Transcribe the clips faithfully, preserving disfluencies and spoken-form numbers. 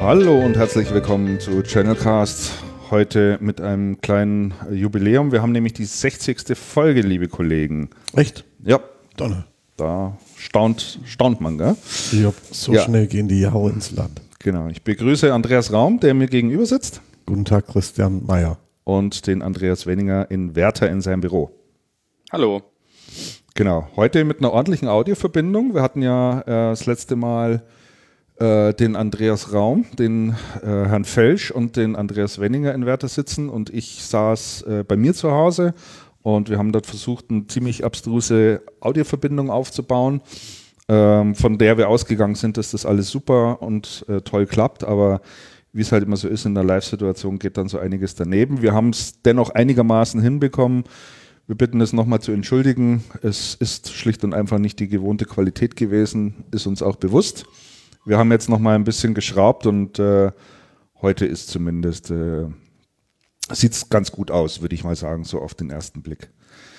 Hallo und herzlich willkommen zu Channelcast. Heute mit einem kleinen Jubiläum. Wir haben nämlich die sechzigste Folge, liebe Kollegen. Echt? Ja. Donner. Da staunt, staunt man, gell? Ja, so ja. Schnell gehen die Jahre ins Land. Genau. Ich begrüße Andreas Raum, der mir gegenüber sitzt. Guten Tag, Christian Mayer. Und den Andreas Wenninger in Werther in seinem Büro. Hallo. Genau. Heute mit einer ordentlichen Audioverbindung. Wir hatten ja äh, das letzte Mal äh, den Andreas Raum, den äh, Herrn Felsch und den Andreas Wenninger in Werther sitzen und ich saß äh, bei mir zu Hause und wir haben dort versucht, eine ziemlich abstruse Audioverbindung aufzubauen, ähm, von der wir ausgegangen sind, dass das alles super und äh, toll klappt, aber wie es halt immer so ist in der Live-Situation, geht dann so einiges daneben. Wir haben es dennoch einigermaßen hinbekommen. Wir bitten es nochmal zu entschuldigen. Es ist schlicht und einfach nicht die gewohnte Qualität gewesen, ist uns auch bewusst. Wir haben jetzt nochmal ein bisschen geschraubt und äh, heute ist zumindest, äh, sieht es ganz gut aus, würde ich mal sagen, so auf den ersten Blick.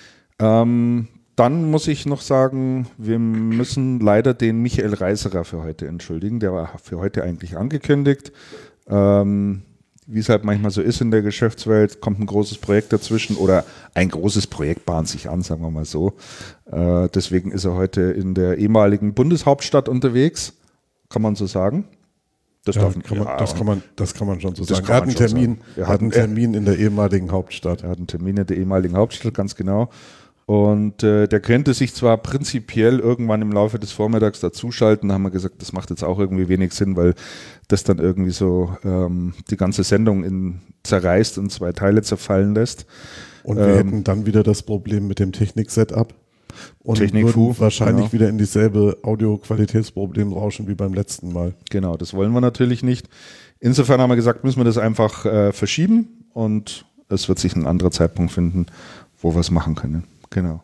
Ähm, dann muss ich noch sagen, wir müssen leider den Michael Reiserer für heute entschuldigen. Der war für heute eigentlich angekündigt. Ähm, wie es halt manchmal so ist in der Geschäftswelt, kommt ein großes Projekt dazwischen oder ein großes Projekt bahnt sich an, sagen wir mal so. Äh, deswegen ist er heute in der ehemaligen Bundeshauptstadt unterwegs, kann man so sagen. Das, ja, darf, kann man, ja, das, kann man, das kann man schon so das sagen. Er hat einen Termin, er hat einen Termin in der ehemaligen Hauptstadt. Er hat einen Termin in der ehemaligen Hauptstadt, ganz genau. Und äh, der könnte sich zwar prinzipiell irgendwann im Laufe des Vormittags dazuschalten, da haben wir gesagt, das macht jetzt auch irgendwie wenig Sinn, weil das dann irgendwie so ähm, die ganze Sendung in, zerreißt und zwei Teile zerfallen lässt. Und wir ähm, hätten dann wieder das Problem mit dem Technik-Setup und Technik-Fu, würden wahrscheinlich genau. wieder in dieselbe Audio-Qualitätsproblem rauschen wie beim letzten Mal. Genau, das wollen wir natürlich nicht. Insofern haben wir gesagt, müssen wir das einfach äh, verschieben und es wird sich ein anderer Zeitpunkt finden, wo wir es machen können. Genau.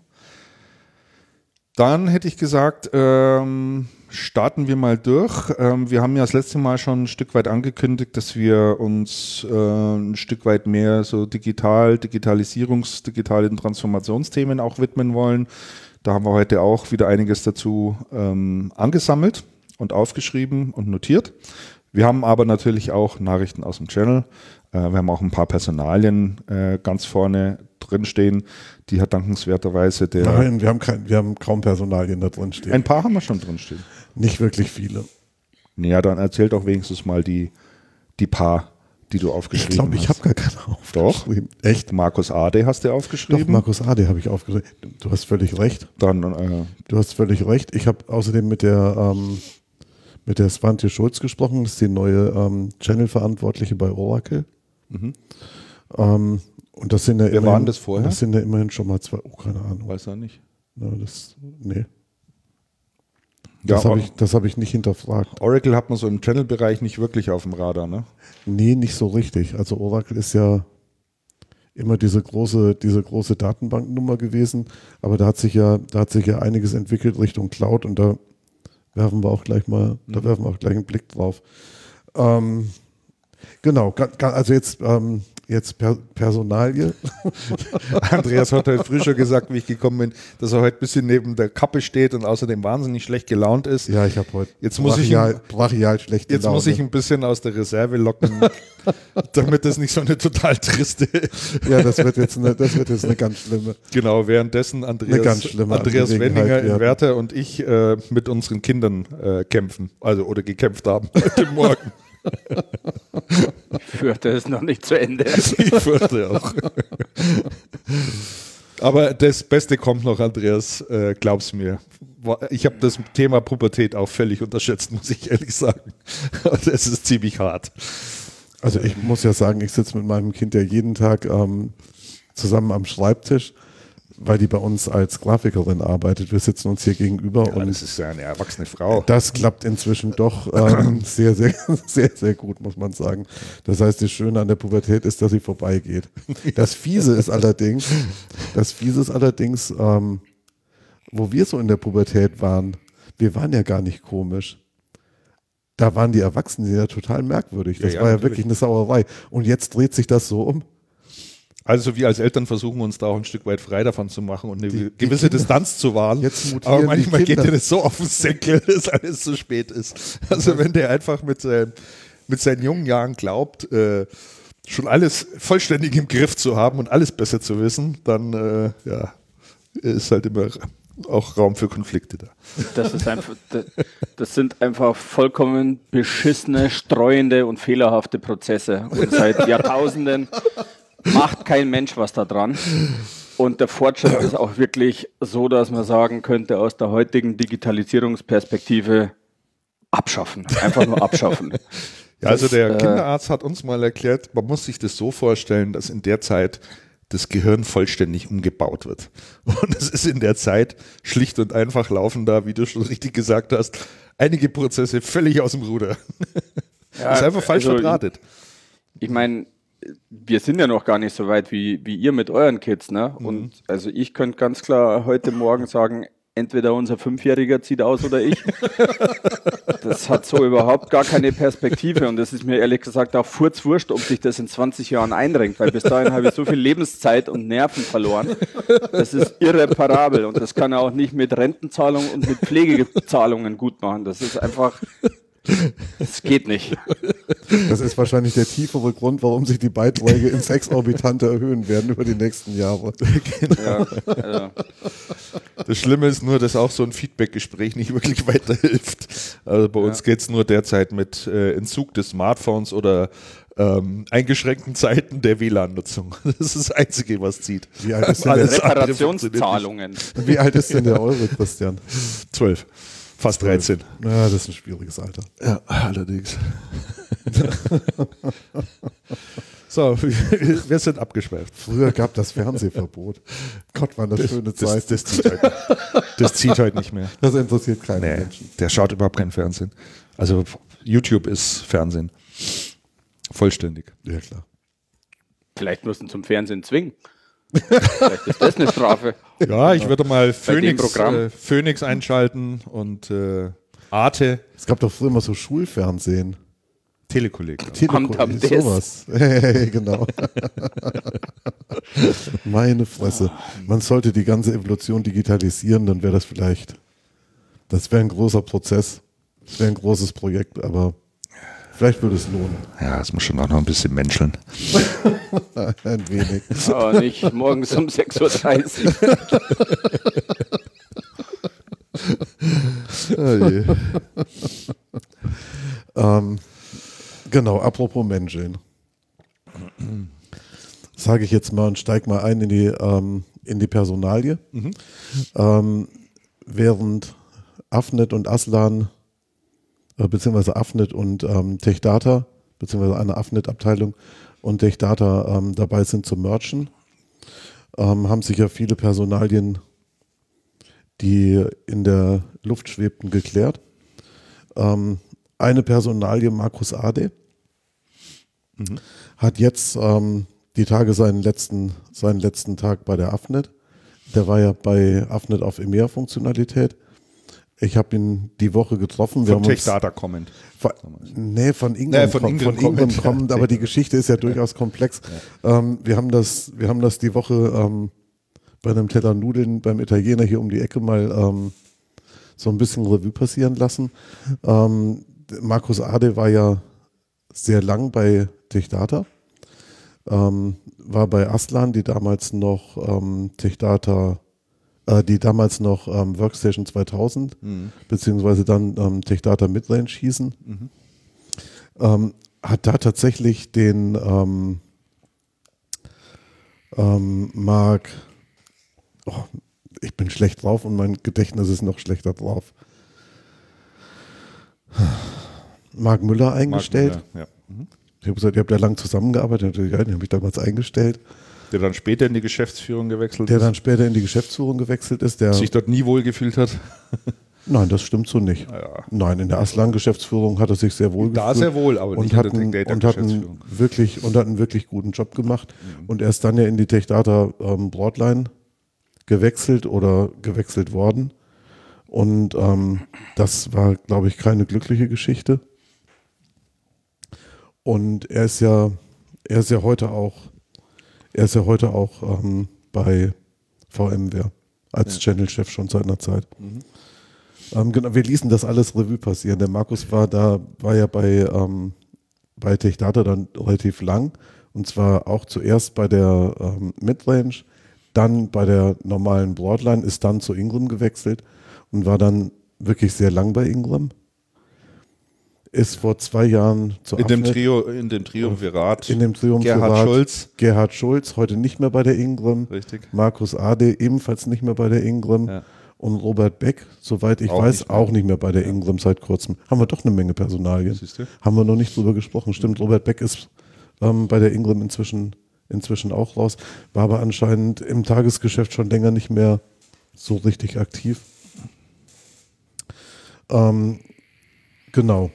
Dann hätte ich gesagt, ähm, starten wir mal durch. Ähm, wir haben ja das letzte Mal schon ein Stück weit angekündigt, dass wir uns äh, ein Stück weit mehr so digital, Digitalisierungs-, digitalen Transformationsthemen auch widmen wollen. Da haben wir heute auch wieder einiges dazu ähm, angesammelt und aufgeschrieben und notiert. Wir haben aber natürlich auch Nachrichten aus dem Channel. Äh, wir haben auch ein paar Personalien äh, ganz vorne drinstehen, die hat dankenswerterweise der... Nein, wir haben, kein, wir haben kaum Personalien da drin stehen. Ein paar haben wir schon drinstehen. Nicht wirklich viele. Naja, dann erzähl doch wenigstens mal die, die paar, die du aufgeschrieben ich glaub, hast. Ich glaube, ich habe keine aufgeschrieben. Doch? Echt? Markus Ade hast du aufgeschrieben? Doch, Markus Ade habe ich aufgeschrieben. Du hast völlig recht. Dann, äh, du hast völlig recht. Ich habe außerdem mit der, ähm, mit der Svante Schulz gesprochen. Das ist die neue ähm, Channel-Verantwortliche bei Oracle. Mhm. Ähm, Und das sind ja Wer immerhin, waren das vorher? Das sind ja immerhin schon mal zwei, oh, keine Ahnung. Weiß er nicht. Na, das, nee. Ja, das habe ich, das hab ich nicht hinterfragt. Oracle hat man so im Channel-Bereich nicht wirklich auf dem Radar, ne? Nee, nicht so richtig. Also Oracle ist ja immer diese große, diese große Datenbanknummer gewesen, aber da hat sich ja, da hat sich ja einiges entwickelt Richtung Cloud und da werfen wir auch gleich mal, mhm. da werfen wir auch gleich einen Blick drauf. Ähm, genau, also jetzt ähm, Jetzt per Personalie. Andreas hat heute früh schon gesagt, wie ich gekommen bin, dass er heute ein bisschen neben der Kappe steht und außerdem wahnsinnig schlecht gelaunt ist. Ja, ich habe heute jetzt muss brachial, ich ihn, brachial schlechte Jetzt Laune. muss ich ein bisschen aus der Reserve locken, damit das nicht so eine total triste... Ja, das wird jetzt eine, das wird jetzt eine ganz schlimme... Genau, währenddessen Andreas, ganz schlimme Andreas Wenninger in werden. Werther und ich äh, mit unseren Kindern äh, kämpfen, also oder gekämpft haben heute Morgen. Ich fürchte, es ist noch nicht zu Ende. Ich fürchte auch. Aber das Beste kommt noch, Andreas, äh, glaub's mir. Ich habe das Thema Pubertät auch völlig unterschätzt, muss ich ehrlich sagen. Das ist ziemlich hart. Also ich muss ja sagen, ich sitze mit meinem Kind ja jeden Tag ähm, zusammen am Schreibtisch, weil die bei uns als Grafikerin arbeitet. Wir sitzen uns hier gegenüber. Ja, und das ist ja eine erwachsene Frau. Das klappt inzwischen doch ähm, sehr, sehr, sehr, sehr gut, muss man sagen. Das heißt, das Schöne an der Pubertät ist, dass sie vorbeigeht. Das Fiese ist allerdings, das Fiese ist allerdings, ähm, wo wir so in der Pubertät waren, wir waren ja gar nicht komisch. Da waren die Erwachsenen ja total merkwürdig. Das ja, ja, war ja natürlich. Wirklich eine Sauerei. Und jetzt dreht sich das so um. Also wir als Eltern versuchen uns da auch ein Stück weit frei davon zu machen und eine die, gewisse die Distanz zu wahren. Jetzt aber manchmal geht dir das so auf den Senkel, dass alles zu spät ist. Also wenn der einfach mit, äh, mit seinen jungen Jahren glaubt, äh, schon alles vollständig im Griff zu haben und alles besser zu wissen, dann äh, ja, ist halt immer auch Raum für Konflikte da. Das ist einfach, das sind einfach vollkommen beschissene, streuende und fehlerhafte Prozesse. Und seit Jahrtausenden macht kein Mensch was da dran. Und der Fortschritt ist auch wirklich so, dass man sagen könnte, aus der heutigen Digitalisierungsperspektive abschaffen. Einfach nur abschaffen. Ja, also der das, Kinderarzt hat uns mal erklärt, man muss sich das so vorstellen, dass in der Zeit das Gehirn vollständig umgebaut wird. Und es ist in der Zeit schlicht und einfach laufen da, wie du schon richtig gesagt hast, einige Prozesse völlig aus dem Ruder. Ja, das ist einfach falsch also verdrahtet. Ich, ich meine, wir sind ja noch gar nicht so weit wie, wie ihr mit euren Kids, ne? Mhm. Und also ich könnte ganz klar heute Morgen sagen, entweder unser Fünfjähriger zieht aus oder ich. Das hat so überhaupt gar keine Perspektive und das ist mir ehrlich gesagt auch furzwurscht, ob sich das in zwanzig Jahren einrenkt, weil bis dahin habe ich so viel Lebenszeit und Nerven verloren. Das ist irreparabel und das kann er auch nicht mit Rentenzahlungen und mit Pflegezahlungen gut machen. Das ist einfach... Das geht nicht. Das ist wahrscheinlich der tiefere Grund, warum sich die Beiträge ins Exorbitante erhöhen werden über die nächsten Jahre. Ja, also. Das Schlimme ist nur, dass auch so ein Feedback-Gespräch nicht wirklich weiterhilft. Also bei uns ja. geht es nur derzeit mit äh, Entzug des Smartphones oder ähm, eingeschränkten Zeiten der W L A N-Nutzung. Das ist das Einzige, was zieht. Wie alt ist denn also Reparationszahlungen. Wie alt ist denn der Eure, Christian? Zwölf. Fast dreizehn. Ja, das ist ein schwieriges Alter. Ja, allerdings. So, wir sind abgeschweift. Früher gab das Fernsehverbot. Gott, waren das, das schöne Zeit. Das, das, zieht halt, das zieht halt nicht mehr. Das interessiert keinen nee, Menschen. Der schaut überhaupt kein Fernsehen. Also YouTube ist Fernsehen. Vollständig. Ja, klar. Vielleicht mussten zum Fernsehen zwingen. Vielleicht ist das eine Strafe. Ja, ich würde mal Phoenix, äh, Phoenix einschalten und äh, Arte. Es gab doch früher immer so Schulfernsehen. Telekolleg. Telekolleg, sowas. Hey, genau. Meine Fresse. Man sollte die ganze Evolution digitalisieren, dann wäre das vielleicht, das wäre ein großer Prozess. Das wäre ein großes Projekt, aber vielleicht würde es lohnen. Ja, es muss schon auch noch ein bisschen menscheln. Ein wenig. Aber nicht morgens um sechs Uhr dreißig. Oh je. ähm, genau, apropos Menscheln. Sage ich jetzt mal und steige mal ein in die, ähm, in die Personalie. Mhm. Ähm, während Afnet und Aslan beziehungsweise Afnet und ähm, Techdata, beziehungsweise eine Afnet-Abteilung und Techdata ähm, dabei sind zu merchen, ähm, haben sich ja viele Personalien, die in der Luft schwebten, geklärt. Ähm, eine Personalie, Markus Ade, mhm. hat jetzt ähm, die Tage seinen letzten, seinen letzten Tag bei der Afnet. Der war ja bei Afnet auf E M E A-Funktionalität. Ich habe ihn die Woche getroffen. Von Techdata kommend. Nee, von Ingram, nee, von Ingram, von Ingram kommend, aber die Geschichte ist ja durchaus komplex. Ja. Ähm, wir, haben das, wir haben das die Woche ähm, bei einem Teller Nudeln beim Italiener hier um die Ecke mal ähm, so ein bisschen Revue passieren lassen. Ähm, Markus Ade war ja sehr lang bei Techdata, ähm, war bei Aslan, die damals noch ähm, Techdata die damals noch ähm, Workstation zweitausend, mhm. beziehungsweise dann ähm, Techdata Midrange hießen, mhm. ähm, hat da tatsächlich den ähm, ähm, Mark, oh, ich bin schlecht drauf und mein Gedächtnis ist noch schlechter drauf, Mark Müller eingestellt. Mark Müller, ja. Mhm. Ich habe gesagt, ihr habt ja lang zusammengearbeitet, ja, den habe ich damals eingestellt. Der dann später in die Geschäftsführung gewechselt der ist. Der dann später in die Geschäftsführung gewechselt ist. Der sich dort nie wohl gefühlt hat. Nein, das stimmt so nicht. Ja. Nein, in der Aslan-Geschäftsführung hat er sich sehr wohl da gefühlt. Da sehr wohl, aber und nicht hat in der einen, Tech Data und hat einen wirklich Und hat einen wirklich guten Job gemacht. Mhm. Und er ist dann ja in die Techdata ähm, Broadline gewechselt oder gewechselt worden. Und ähm, das war, glaube ich, keine glückliche Geschichte. Und er ist ja, er ist ja heute auch Er ist ja heute auch ähm, bei VMware als ja. Channel-Chef schon seit einer Zeit. Mhm. Ähm, genau, wir ließen das alles Revue passieren. Der Markus war da, war ja bei, ähm, bei Techdata dann relativ lang. Und zwar auch zuerst bei der ähm, Midrange, dann bei der normalen Broadline, ist dann zu Ingram gewechselt und war dann wirklich sehr lang bei Ingram. Ist vor zwei Jahren zu In dem Afnet, Trio, in dem Triumvirat. in dem Triumvirat Gerhard Schulz. Gerhard Schulz, heute nicht mehr bei der Ingram. Richtig. Markus Ade, ebenfalls nicht mehr bei der Ingram. Ja. Und Robert Beck, soweit ich Auch weiß, nicht mehr. auch nicht mehr bei der Ingram seit kurzem. Haben wir doch eine Menge Personalien. Siehst du? Haben wir noch nicht drüber gesprochen. Stimmt, Robert Beck ist ähm, bei der Ingram inzwischen, inzwischen auch raus. War aber anscheinend im Tagesgeschäft schon länger nicht mehr so richtig aktiv. Ähm, genau.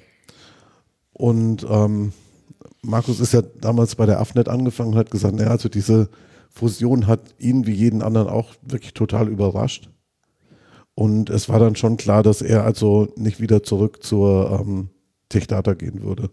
Und ähm, Markus ist ja damals bei der Afnet angefangen und hat gesagt, naja, also diese Fusion hat ihn wie jeden anderen auch wirklich total überrascht. Und es war dann schon klar, dass er also nicht wieder zurück zur ähm, Techdata gehen würde.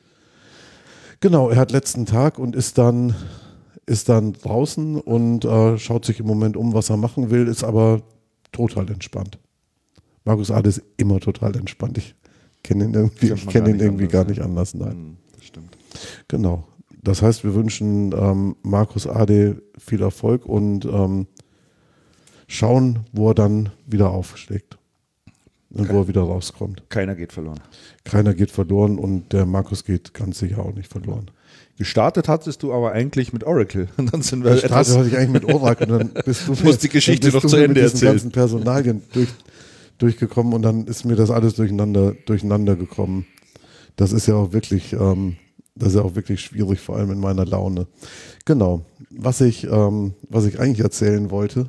Genau, er hat letzten Tag und ist dann, ist dann draußen und äh, schaut sich im Moment um, was er machen will, ist aber total entspannt. Markus Ade ist immer total entspannt. Ich kenne ihn irgendwie, Kennt ich man kenne gar ihn nicht irgendwie anders, gar ja. nicht anders. Nein. Hm, das stimmt. Genau. Das heißt, wir wünschen ähm, Markus Ade viel Erfolg und ähm, schauen, wo er dann wieder aufschlägt und wo er wieder rauskommt. Keiner geht verloren. Keiner geht verloren und der Markus geht ganz sicher auch nicht verloren. Gestartet hattest du aber eigentlich mit Oracle. Und dann sind wir Gestartet etwas. hatte ich eigentlich mit Oracle und dann bist du Du musst die Geschichte dann bist noch du zu mir Ende mit diesen erzählen. ganzen Personalien durch, durchgekommen und dann ist mir das alles durcheinander, durcheinander gekommen. Das ist ja auch wirklich, ähm, das ist ja auch wirklich schwierig, vor allem in meiner Laune. Genau. Was ich, ähm, was ich eigentlich erzählen wollte,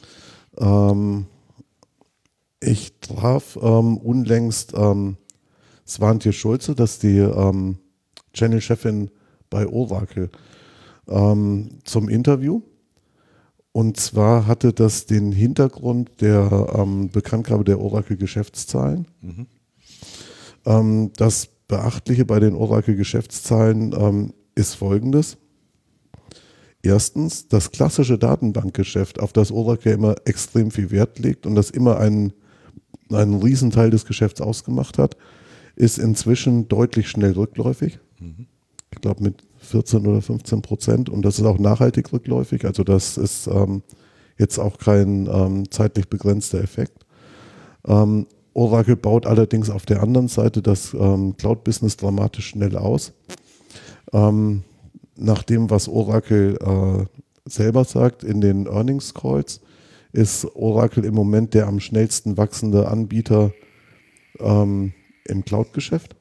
ähm, ich traf ähm, unlängst ähm, Svantje Schulze, das ist die ähm, Channel-Chefin bei Oracle, ähm, zum Interview. Und zwar hatte das den Hintergrund der ähm, Bekanntgabe der Oracle-Geschäftszahlen. Mhm. Ähm, das Beachtliche bei den Oracle-Geschäftszahlen ähm, ist folgendes. Erstens, das klassische Datenbankgeschäft, auf das Oracle immer extrem viel Wert legt und das immer einen, einen Riesenteil des Geschäfts ausgemacht hat, ist inzwischen deutlich schnell rückläufig. Mhm. Ich glaube mit vierzehn oder fünfzehn Prozent und das ist auch nachhaltig rückläufig. Also das ist ähm, jetzt auch kein ähm, zeitlich begrenzter Effekt. Ähm, Oracle baut allerdings auf der anderen Seite das ähm, Cloud-Business dramatisch schnell aus. Ähm, nach dem, was Oracle äh, selber sagt in den Earnings Calls, ist Oracle im Moment der am schnellsten wachsende Anbieter ähm, im Cloud-Geschäft.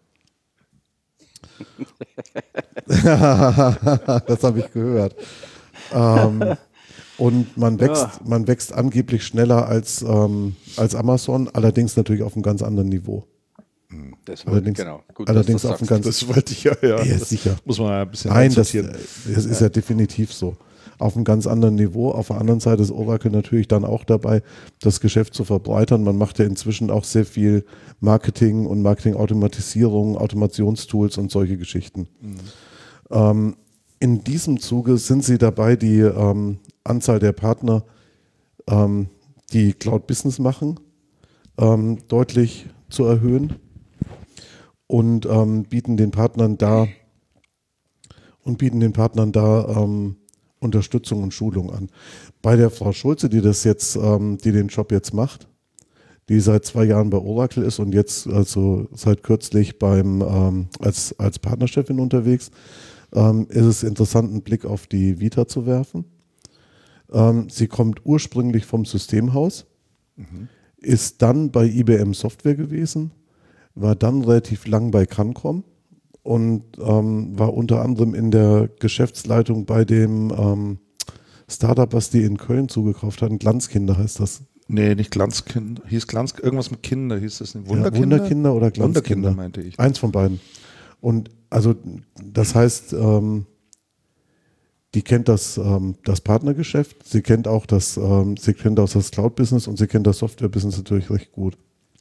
Das habe ich gehört. Ähm, und man wächst, Ja. man wächst angeblich schneller als, ähm, als Amazon, allerdings natürlich auf einem ganz anderen Niveau. Das Allerdings, genau. Gut, allerdings dass auf du einem sagst. ganz Das wollte ich ja, ja. Ja, Das sicher. muss man ja ein bisschen Nein, das, einsortieren. das ist ja definitiv so. Auf einem ganz anderen Niveau. Auf der anderen Seite ist Oracle natürlich dann auch dabei, das Geschäft zu verbreitern. Man macht ja inzwischen auch sehr viel Marketing und Marketing-Automatisierung, Automationstools und solche Geschichten. Mhm. Ähm, in diesem Zuge sind sie dabei, die ähm, Anzahl der Partner, ähm, die Cloud-Business machen, ähm, deutlich zu erhöhen und ähm, bieten den Partnern da und bieten den Partnern da ähm, Unterstützung und Schulung an. Bei der Frau Schulze, die das jetzt, ähm, die den Job jetzt macht, die seit zwei Jahren bei Oracle ist und jetzt also seit kürzlich beim ähm, als, als Partnerchefin unterwegs, ähm, ist es interessant, einen Blick auf die Vita zu werfen. Ähm, sie kommt ursprünglich vom Systemhaus, Mhm. ist dann bei I B M Software gewesen, war dann relativ lang bei Cancom und ähm, war unter anderem in der Geschäftsleitung bei dem ähm, Startup, was die in Köln zugekauft hatten. Glanzkinder heißt das. Nee, nicht Glanzkind. Hieß Glanz, irgendwas mit Kinder, hieß das nicht? Ja, Wunderkinder? Wunderkinder oder Glanzkinder? Wunderkinder meinte ich. Eins von beiden. Und also das heißt, ähm, die kennt das, ähm, das Partnergeschäft, sie kennt auch das, ähm, sie kennt auch das Cloud-Business und sie kennt das Software-Business natürlich recht gut.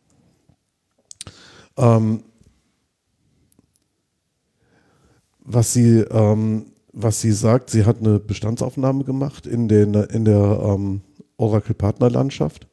Ähm, was sie, ähm, was sie sagt, sie hat eine Bestandsaufnahme gemacht in, den, in der ähm, Oracle-Partnerlandschaft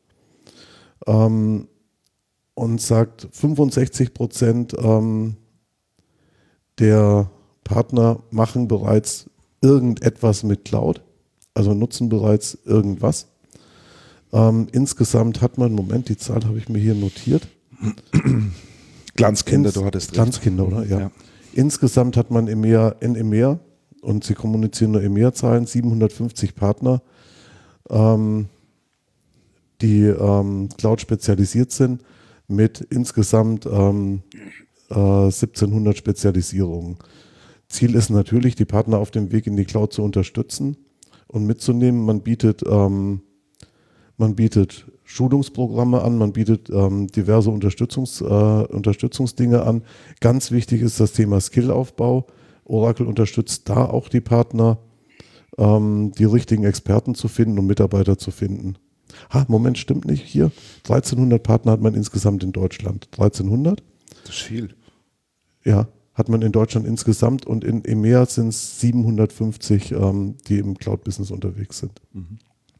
ähm, und sagt, fünfundsechzig Prozent ähm, der Partner machen bereits irgendetwas mit Cloud, also nutzen bereits irgendwas. Ähm, insgesamt hat man, Moment, die Zahl habe ich mir hier notiert. Glanzkinder, Ins, du hattest recht. Glanzkinder, oder? Ja. Ja. Insgesamt hat man EMEA, in EMEA, und sie kommunizieren nur EMEA-Zahlen, siebenhundertfünfzig Partner, ähm, die ähm, Cloud spezialisiert sind, mit insgesamt ähm, äh, siebzehnhundert Spezialisierungen. Ziel ist natürlich, die Partner auf dem Weg in die Cloud zu unterstützen und mitzunehmen. Man bietet, ähm, man bietet Schulungsprogramme an, man bietet ähm, diverse Unterstützungs, äh, Unterstützungsdinge an. Ganz wichtig ist das Thema Skillaufbau. Oracle unterstützt da auch die Partner, ähm, die richtigen Experten zu finden und Mitarbeiter zu finden. Ha, Moment, stimmt nicht hier. dreizehnhundert Partner hat man insgesamt in Deutschland. dreizehnhundert? Das ist viel. Ja, hat man in Deutschland insgesamt, und in EMEA sind es siebenhundertfünfzig, ähm, die im Cloud-Business unterwegs sind. Mhm.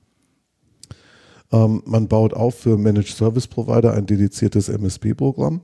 Ähm, man baut auf für Managed Service Provider ein dediziertes M S P-Programm.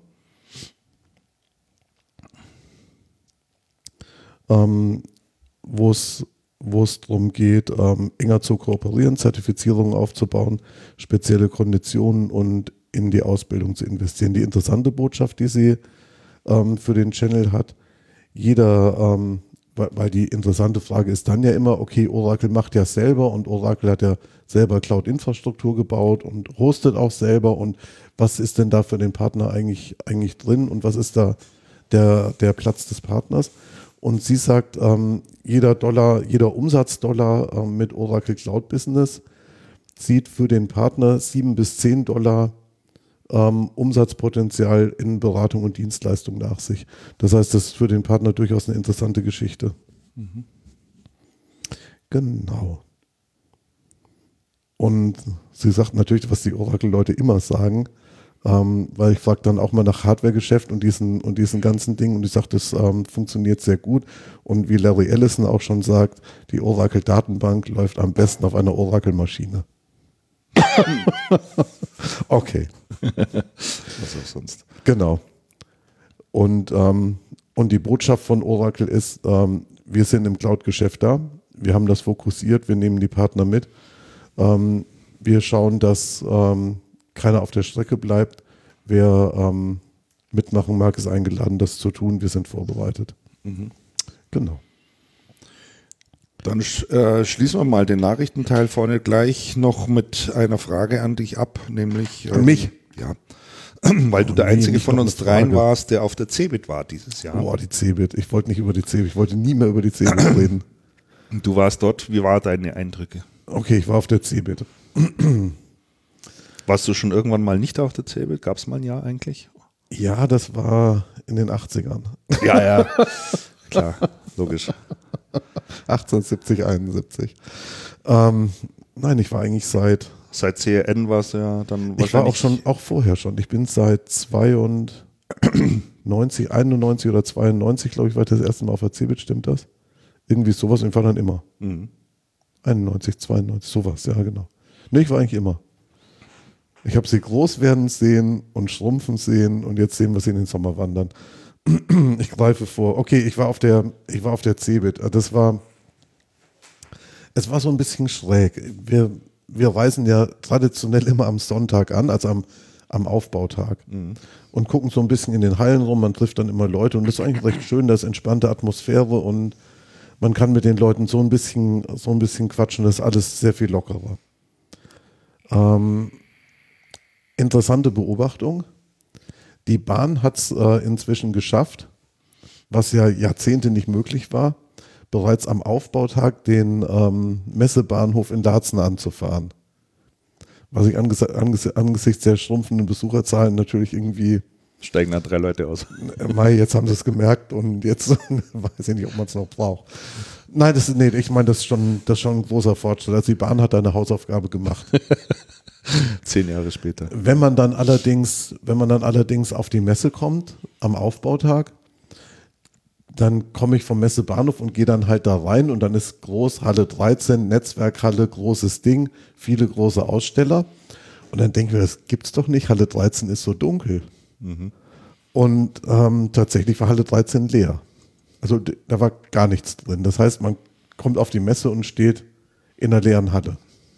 Ähm, wo es wo es darum geht, ähm, enger zu kooperieren, Zertifizierungen aufzubauen, spezielle Konditionen und in die Ausbildung zu investieren. Die interessante Botschaft, die sie ähm, für den Channel hat, jeder, ähm, weil, weil die interessante Frage ist dann ja immer, okay, Oracle macht ja selber, und Oracle hat ja selber Cloud-Infrastruktur gebaut und hostet auch selber, und was ist denn da für den Partner eigentlich, eigentlich drin, und was ist da der, der Platz des Partners? Und sie sagt, ähm, jeder Dollar, jeder Umsatzdollar ähm, mit Oracle Cloud Business zieht für den Partner sieben bis zehn Dollar ähm, Umsatzpotenzial in Beratung und Dienstleistung nach sich. Das heißt, das ist für den Partner durchaus eine interessante Geschichte. Mhm. Genau. Und sie sagt natürlich, was die Oracle-Leute immer sagen, Ähm, weil ich frage dann auch mal nach Hardware-Geschäft und diesen, und diesen ganzen Dingen, und ich sage, das ähm, funktioniert sehr gut, und wie Larry Ellison auch schon sagt, die Oracle-Datenbank läuft am besten auf einer Oracle-Maschine. Okay. Was auch sonst. Genau. Und, ähm, und die Botschaft von Oracle ist, ähm, wir sind im Cloud-Geschäft da, wir haben das fokussiert, wir nehmen die Partner mit, ähm, wir schauen, dass ähm, keiner auf der Strecke bleibt. Wer ähm, mitmachen mag, ist eingeladen, das zu tun. Wir sind vorbereitet. Mhm. Genau. Dann äh, schließen wir mal den Nachrichtenteil vorne gleich noch mit einer Frage an dich ab, nämlich... An ähm, mich? Ja, weil du oh, der nee, Einzige von uns dreien Frage. warst, der auf der Cebit war dieses Jahr. Boah, die Cebit. Ich wollte nicht über die Cebit. Ich wollte nie mehr über die Cebit reden. Du warst dort. Wie waren deine Eindrücke? Okay, ich war auf der Cebit. Warst du schon irgendwann mal nicht auf der Cebit? Gab es mal ein Jahr eigentlich? Ja, das war in den achtzigern. Ja, ja. Klar, logisch. achtzehnhundertsiebzig, einundsiebzig. Ähm, nein, ich war eigentlich seit... Seit C R N warst du ja dann wahrscheinlich... Ich war auch schon, auch vorher schon. Ich bin seit zweiundneunzig, einundneunzig oder zweiundneunzig, glaube ich, war ich das erste Mal auf der Cebit, stimmt das? Irgendwie sowas, und ich war dann immer. Mhm. einundneunzig, zweiundneunzig, sowas, ja genau. Nee, ich war eigentlich immer. Ich habe sie groß werden sehen und schrumpfen sehen, und jetzt sehen wir sie in den Sommer wandern. Ich greife vor. Okay, ich war auf der, ich war auf der Cebit. Das war, es war so ein bisschen schräg. Wir, wir reisen ja traditionell immer am Sonntag an, also am, am Aufbautag, mhm. und gucken so ein bisschen in den Hallen rum. Man trifft dann immer Leute, und das ist eigentlich recht schön, das ist entspannte Atmosphäre, und man kann mit den Leuten so ein bisschen, so ein bisschen quatschen. Das ist alles sehr viel lockerer. Ähm, Interessante Beobachtung. Die Bahn hat es äh, inzwischen geschafft, was ja Jahrzehnte nicht möglich war, bereits am Aufbautag den ähm, Messebahnhof in Laatzen anzufahren. Was ich anges anges angesichts der schrumpfenden Besucherzahlen natürlich irgendwie... Steigen da drei Leute aus. Mai, jetzt haben sie es gemerkt, und jetzt weiß ich nicht, ob man es noch braucht. Nein, das, nee, ich meine, das ist schon, das ist schon ein großer Fortschritt. Also die Bahn hat eine Hausaufgabe gemacht. Zehn Jahre später. Wenn man dann allerdings, wenn man dann allerdings auf die Messe kommt, am Aufbautag, dann komme ich vom Messebahnhof und gehe dann halt da rein, und dann ist groß Halle dreizehn, Netzwerkhalle, großes Ding, viele große Aussteller. Und dann denke ich mir, das gibt's doch nicht, Halle dreizehn ist so dunkel. Mhm. Und ähm, tatsächlich war Halle dreizehn leer. Also d- da war gar nichts drin. Das heißt, man kommt auf die Messe und steht in einer leeren Halle.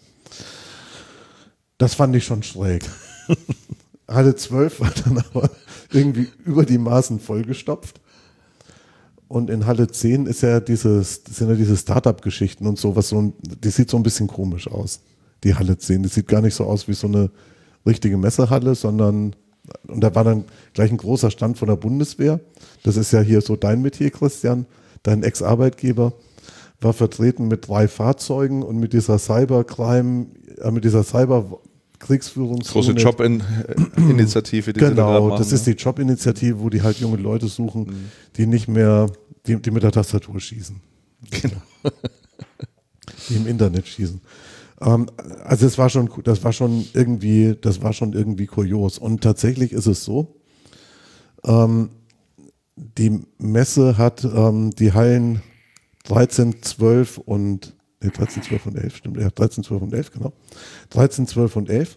Das fand ich schon schräg. Halle zwölf war dann aber irgendwie über die Maßen vollgestopft. Und in Halle zehn ist ja dieses, sind ja diese Startup-Geschichten und so, was so ein, die sieht so ein bisschen komisch aus, die Halle zehn. Die sieht gar nicht so aus wie so eine richtige Messehalle, sondern, und da war dann gleich ein großer Stand von der Bundeswehr. Das ist ja hier so dein Metier, Christian, dein Ex-Arbeitgeber, war vertreten mit drei Fahrzeugen und mit dieser Cybercrime, äh, mit dieser Cyber- Kriegsführungszone. Große Jobinitiative, die genau, sie da gerade machen. das ist die Jobinitiative, wo die halt junge Leute suchen, mhm. die nicht mehr, die, die mit der Tastatur schießen. Genau. Die im Internet schießen. Ähm, also es war schon, das war schon irgendwie, das war schon irgendwie kurios. Und tatsächlich ist es so, ähm, die Messe hat ähm, die Hallen dreizehn, zwölf und Nee, dreizehn, zwölf und elf, stimmt. Ja, dreizehn, zwölf und elf, genau. dreizehn, zwölf und elf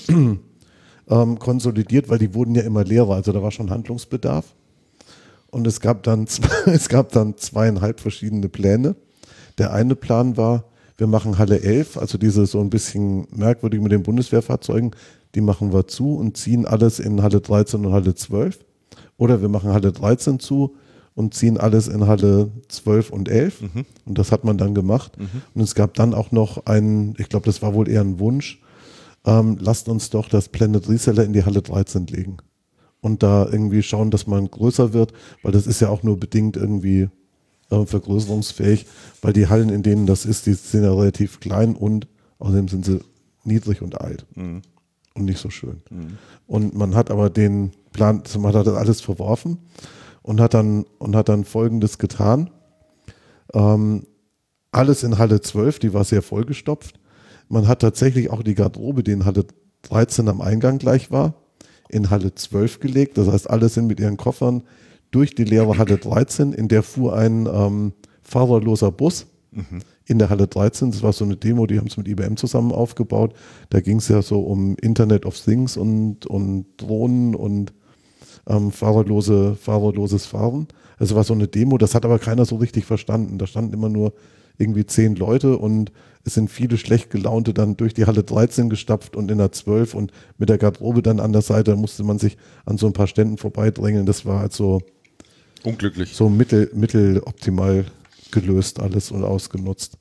ähm, konsolidiert, weil die wurden ja immer leerer, also da war schon Handlungsbedarf. Und es gab dann, es gab dann zweieinhalb verschiedene Pläne. Der eine Plan war, wir machen Halle elf, also diese so ein bisschen merkwürdig mit den Bundeswehrfahrzeugen, die machen wir zu und ziehen alles in Halle dreizehn und Halle zwölf. Oder wir machen Halle dreizehn zu und ziehen alles in Halle zwölf und elf. Mhm. Und das hat man dann gemacht. Mhm. Und es gab dann auch noch einen, ich glaube, das war wohl eher ein Wunsch, ähm, lasst uns doch das Planet Reseller in die Halle dreizehn legen. Und da irgendwie schauen, dass man größer wird, weil das ist ja auch nur bedingt irgendwie äh, vergrößerungsfähig, weil die Hallen, in denen das ist, die sind ja relativ klein und außerdem sind sie niedrig und alt. Mhm. Und nicht so schön. Mhm. Und man hat aber den Plan, man hat das alles verworfen. Und hat dann, und hat dann Folgendes getan. Ähm, alles in Halle zwölf, die war sehr vollgestopft. Man hat tatsächlich auch die Garderobe, die in Halle dreizehn am Eingang gleich war, in Halle zwölf gelegt. Das heißt, alle sind mit ihren Koffern durch die leere Halle dreizehn. In der fuhr ein ähm, fahrerloser Bus mhm. in der Halle dreizehn. Das war so eine Demo, die haben es mit I B M zusammen aufgebaut. Da ging es ja so um Internet of Things und, und Drohnen und Ähm, fahrerlose, fahrerloses Fahren. Also war so eine Demo, das hat aber keiner so richtig verstanden. Da standen immer nur irgendwie zehn Leute und es sind viele schlecht gelaunte dann durch die Halle dreizehn gestapft und in der zwölf und mit der Garderobe dann an der Seite musste man sich an so ein paar Ständen vorbeidrängeln. Das war also unglücklich. So mittel, mitteloptimal gelöst alles und ausgenutzt.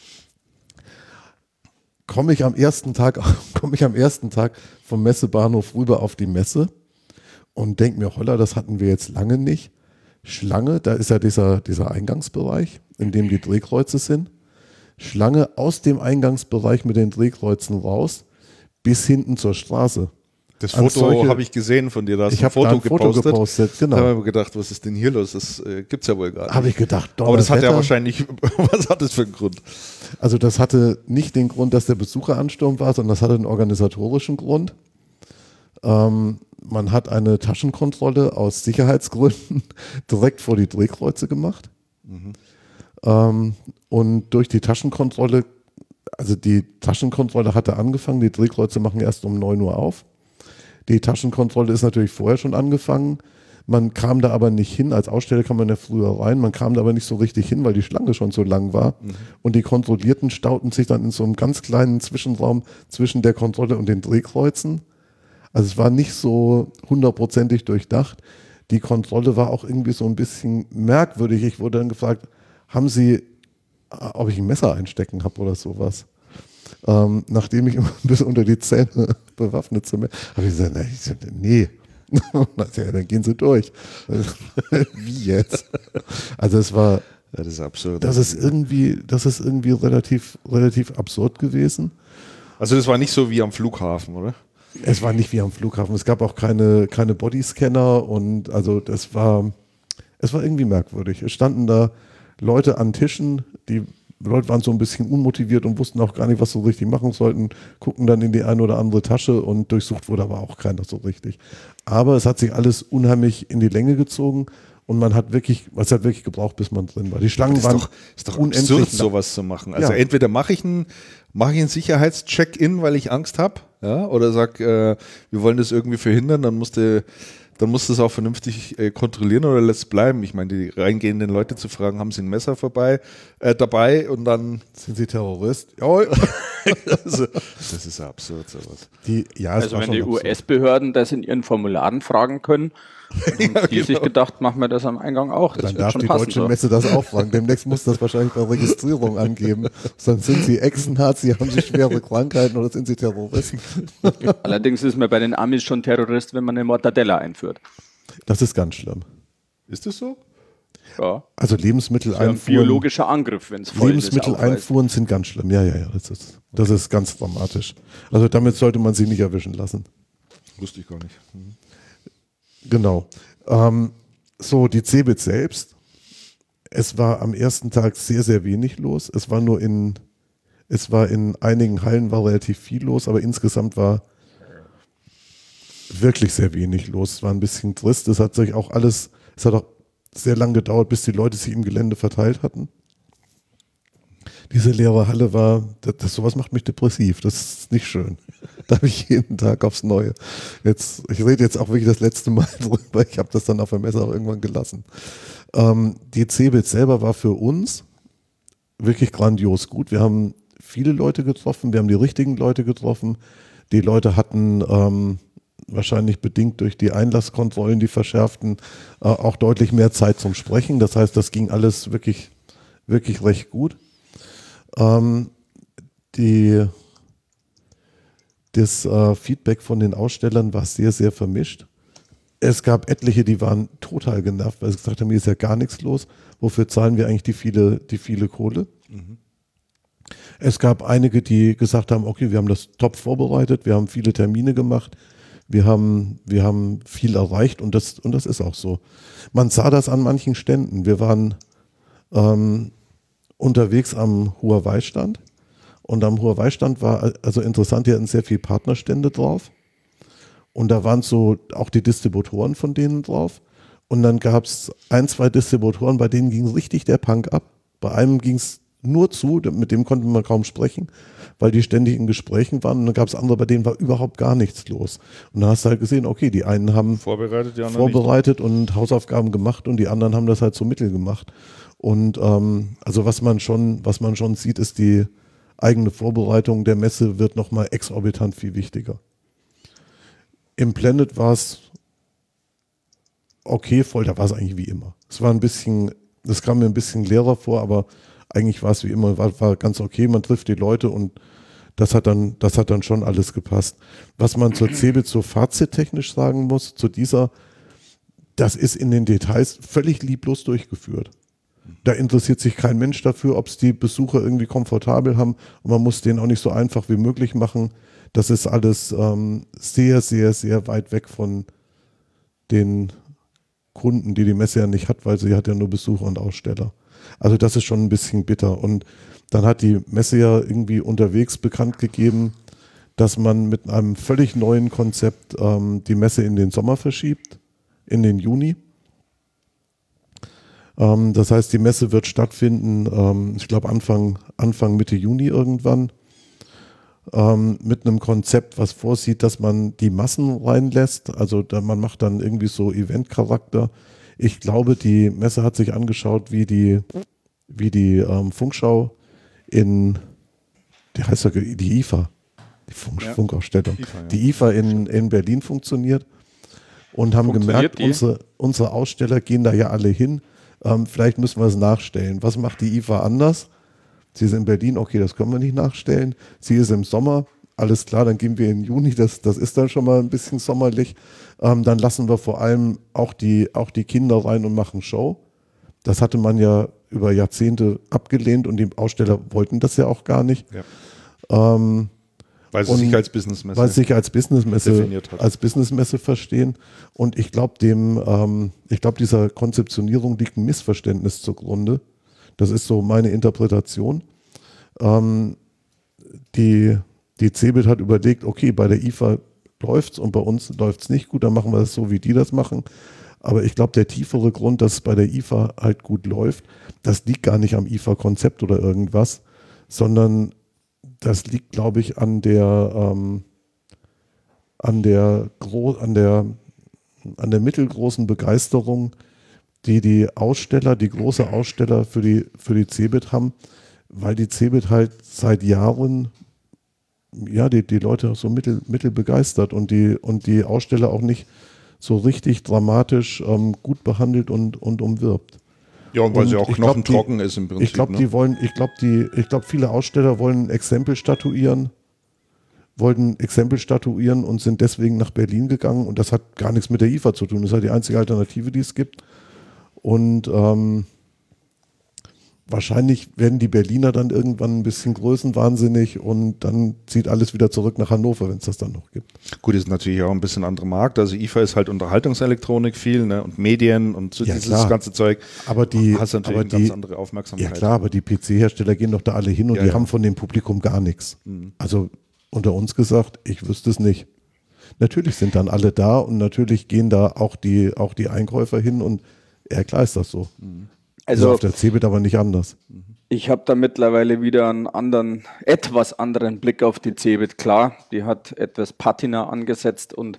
Komme ich am ersten Tag, komme ich am ersten Tag vom Messebahnhof rüber auf die Messe und denke mir, holla, das hatten wir jetzt lange nicht. Schlange, da ist ja dieser, dieser Eingangsbereich, in dem die Drehkreuze sind. Schlange aus dem Eingangsbereich mit den Drehkreuzen raus, bis hinten zur Straße. Das Foto habe ich gesehen von dir, da hast du ein Foto, ein Foto gepostet. gepostet genau. Da habe ich mir gedacht, was ist denn hier los? Das äh, gibt es ja wohl gar nicht. Habe ich gedacht, aber das hat ja wahrscheinlich, was hat das für einen Grund? Also das hatte nicht den Grund, dass der Besucheransturm war, sondern das hatte einen organisatorischen Grund. Ähm, man hat eine Taschenkontrolle aus Sicherheitsgründen direkt vor die Drehkreuze gemacht. Mhm. Ähm, und durch die Taschenkontrolle, also die Taschenkontrolle hatte angefangen, die Drehkreuze machen erst um neun Uhr auf. Die Taschenkontrolle ist natürlich vorher schon angefangen. Man kam da aber nicht hin. Als Aussteller kam man ja früher rein. Man kam da aber nicht so richtig hin, weil die Schlange schon so lang war. Mhm. Und die Kontrollierten stauten sich dann in so einem ganz kleinen Zwischenraum zwischen der Kontrolle und den Drehkreuzen. Also es war nicht so hundertprozentig durchdacht. Die Kontrolle war auch irgendwie so ein bisschen merkwürdig. Ich wurde dann gefragt, haben Sie, ob ich ein Messer einstecken habe oder sowas? Ähm, nachdem ich immer bis unter die Zähne bewaffnet zu mir, habe ich gesagt, nee, ja, dann gehen Sie durch. Wie jetzt? Also es war, ja, das ist absurd. Das ist irgendwie, das ist irgendwie relativ, relativ absurd gewesen. Also das war nicht so wie am Flughafen, oder? Es war nicht wie am Flughafen. Es gab auch keine, keine Bodyscanner und also das war, es war irgendwie merkwürdig. Es standen da Leute an Tischen, die Leute waren so ein bisschen unmotiviert und wussten auch gar nicht, was sie so richtig machen sollten, gucken dann in die eine oder andere Tasche und durchsucht wurde aber auch keiner so richtig. Aber es hat sich alles unheimlich in die Länge gezogen und man hat wirklich, was hat wirklich gebraucht, bis man drin war. Die Schlangen das waren doch, ist doch unendlich absurd, sowas zu machen. Also ja. Entweder mache ich einen mache ich einen Sicherheitscheck-in, weil ich Angst habe, ja, oder sag, äh, wir wollen das irgendwie verhindern, dann musste dann musst du es auch vernünftig äh, kontrollieren oder lässt es bleiben. Ich meine, die reingehenden Leute zu fragen, haben sie ein Messer vorbei, äh, dabei und dann sind sie Terrorist? Jawohl. also, das ist ja absurd, sowas. Die, ja, es Also war wenn schon die absurd. U S-Behörden das in ihren Formularen fragen können, haben Ja, die genau. sich gedacht, machen wir das am Eingang auch. Das Dann wird darf schon die passen. deutsche So. Messe das auch fragen. Demnächst muss das wahrscheinlich bei Registrierung angeben. Sonst sind sie Ex-Nazi, haben sie schwere Krankheiten oder sind sie Terroristen. Allerdings ist man bei den Amis schon Terrorist, wenn man eine Mortadella einführt. Das ist ganz schlimm. Ist das so? Ja. Also Das ist ein Lebensmitteleinfuhren, biologischer Angriff, wenn es voll ist. Lebensmitteleinfuhren sind ganz schlimm. Ja, ja, ja. Das ist, das ist ganz dramatisch. Also damit sollte man sie nicht erwischen lassen. Wusste ich gar nicht. Mhm. Genau. Ähm, so, die CeBIT selbst. Es war am ersten Tag sehr, sehr wenig los. Es war nur in, es war in einigen Hallen war relativ viel los, aber insgesamt war wirklich sehr wenig los. Es war ein bisschen trist. Es hat sich auch alles, es hat auch sehr lange gedauert, bis die Leute sich im Gelände verteilt hatten. Diese leere Halle war, das, das sowas macht mich depressiv. Das ist nicht schön. Da habe ich jeden Tag aufs Neue. Jetzt, ich rede jetzt auch wirklich das letzte Mal drüber. Ich habe das dann auf der Messe auch irgendwann gelassen. Ähm, die CeBIT selber war für uns wirklich grandios gut. Wir haben viele Leute getroffen. Wir haben die richtigen Leute getroffen. Die Leute hatten ähm, wahrscheinlich bedingt durch die Einlasskontrollen, die verschärften, äh, auch deutlich mehr Zeit zum Sprechen. Das heißt, das ging alles wirklich, wirklich recht gut. Ähm, die, das äh, Feedback von den Ausstellern war sehr, sehr vermischt. Es gab etliche, die waren total genervt, weil sie gesagt haben, hier ist ja gar nichts los. Wofür zahlen wir eigentlich die viele, die viele Kohle? Mhm. Es gab einige, die gesagt haben, okay, wir haben das top vorbereitet, wir haben viele Termine gemacht, wir haben, wir haben viel erreicht und das, und das ist auch so. Man sah das an manchen Ständen. Wir waren ähm, unterwegs am Huawei-Stand und am Huawei-Stand war also interessant, die hatten sehr viele Partnerstände drauf und da waren so auch die Distributoren von denen drauf und dann gab es ein, zwei Distributoren, bei denen ging richtig der Punk ab. Bei einem ging es nur zu, mit dem konnte man kaum sprechen, weil die ständig in Gesprächen waren und dann gab es andere, bei denen war überhaupt gar nichts los. Und dann hast du halt gesehen, okay, die einen haben Vorbereitet, die anderen vorbereitet und Hausaufgaben gemacht und die anderen haben das halt so mittel gemacht. Und ähm, also was man schon, was man schon sieht, ist die eigene Vorbereitung der Messe wird nochmal exorbitant viel wichtiger. Im Planet war es okay voll, da war es eigentlich wie immer. Es war ein bisschen, das kam mir ein bisschen leerer vor, aber eigentlich war es wie immer, war, war ganz okay, man trifft die Leute und das hat dann, das hat dann schon alles gepasst. Was man zur CeBIT so fazittechnisch sagen muss, zu dieser, das ist in den Details völlig lieblos durchgeführt. Da interessiert sich kein Mensch dafür, ob es die Besucher irgendwie komfortabel haben und man muss denen auch nicht so einfach wie möglich machen. Das ist alles ähm, sehr, sehr, sehr weit weg von den Kunden, die die Messe ja nicht hat, weil sie hat ja nur Besucher und Aussteller. Also das ist schon ein bisschen bitter. Und dann hat die Messe ja irgendwie unterwegs bekannt gegeben, dass man mit einem völlig neuen Konzept ähm, die Messe in den Sommer verschiebt, in den Juni. Ähm, das heißt, die Messe wird stattfinden, ähm, ich glaube Anfang, Anfang, Mitte Juni irgendwann, ähm, mit einem Konzept, was vorsieht, dass man die Massen reinlässt. Also da, man macht dann irgendwie so Eventcharakter. Ich glaube, die Messe hat sich angeschaut, wie die, wie die ähm, Funkschau in, die heißt ja die I F A, die Funk, Ja. Funkausstellung, I F A, ja. die I F A in, in Berlin funktioniert und haben gemerkt, die? unsere, unsere Aussteller gehen da ja alle hin. Ähm, vielleicht müssen wir es nachstellen. Was macht die I F A anders? Sie ist in Berlin, okay, das können wir nicht nachstellen. Sie ist im Sommer, alles klar, dann gehen wir in Juni, das, das ist dann schon mal ein bisschen sommerlich. Ähm, dann lassen wir vor allem auch die, auch die Kinder rein und machen Show. Das hatte man ja über Jahrzehnte abgelehnt und die Aussteller wollten das ja auch gar nicht. Ja. Ähm, Weil sie und sich als Businessmesse weil sie sich als Businessmesse definiert hat. als Businessmesse verstehen. Und ich glaube, dem, ähm, ich glaube, dieser Konzeptionierung liegt ein Missverständnis zugrunde. Das ist so meine Interpretation. Ähm, die, die CeBIT hat überlegt, okay, bei der I F A läuft's und bei uns läuft's nicht gut, dann machen wir das so, wie die das machen. Aber ich glaube, der tiefere Grund, dass es bei der I F A halt gut läuft, das liegt gar nicht am I F A-Konzept oder irgendwas, sondern das liegt, glaube ich, an der, ähm, an der, Gro- an der, an der mittelgroßen Begeisterung, die die Aussteller, die große Aussteller für die, für die Cebit haben, weil die Cebit halt seit Jahren ja, die, die Leute so mittel, mittel begeistert und die, und die Aussteller auch nicht so richtig dramatisch ähm, gut behandelt und, und umwirbt. Ja, und weil und sie auch knochentrocken ist im Prinzip. Ich glaube, ne? die wollen, ich glaube, die, ich glaube, viele Aussteller wollen ein Exempel statuieren, wollten ein Exempel statuieren und sind deswegen nach Berlin gegangen und das hat gar nichts mit der I F A zu tun. Das ist halt die einzige Alternative, die es gibt. Und ähm, wahrscheinlich werden die Berliner dann irgendwann ein bisschen größenwahnsinnig und dann zieht alles wieder zurück nach Hannover, wenn es das dann noch gibt. Gut, das ist natürlich auch ein bisschen anderer Markt. Also I F A ist halt Unterhaltungselektronik viel, ne? Und Medien und so Ja, dieses klar. ganze Zeug. Aber die, hast natürlich aber eine ganz die, andere Aufmerksamkeit. ja klar, aber die P C-Hersteller gehen doch da alle hin und Ja, die ja. haben von dem Publikum gar nichts. Mhm. Also unter uns gesagt, ich wüsste es nicht. Natürlich sind dann alle da und natürlich gehen da auch die, auch die Einkäufer hin und ja klar ist das so. Mhm. Also Also auf der Cebit aber nicht anders. ich habe da mittlerweile wieder einen anderen, etwas anderen Blick auf die Cebit. Klar, die hat etwas Patina angesetzt und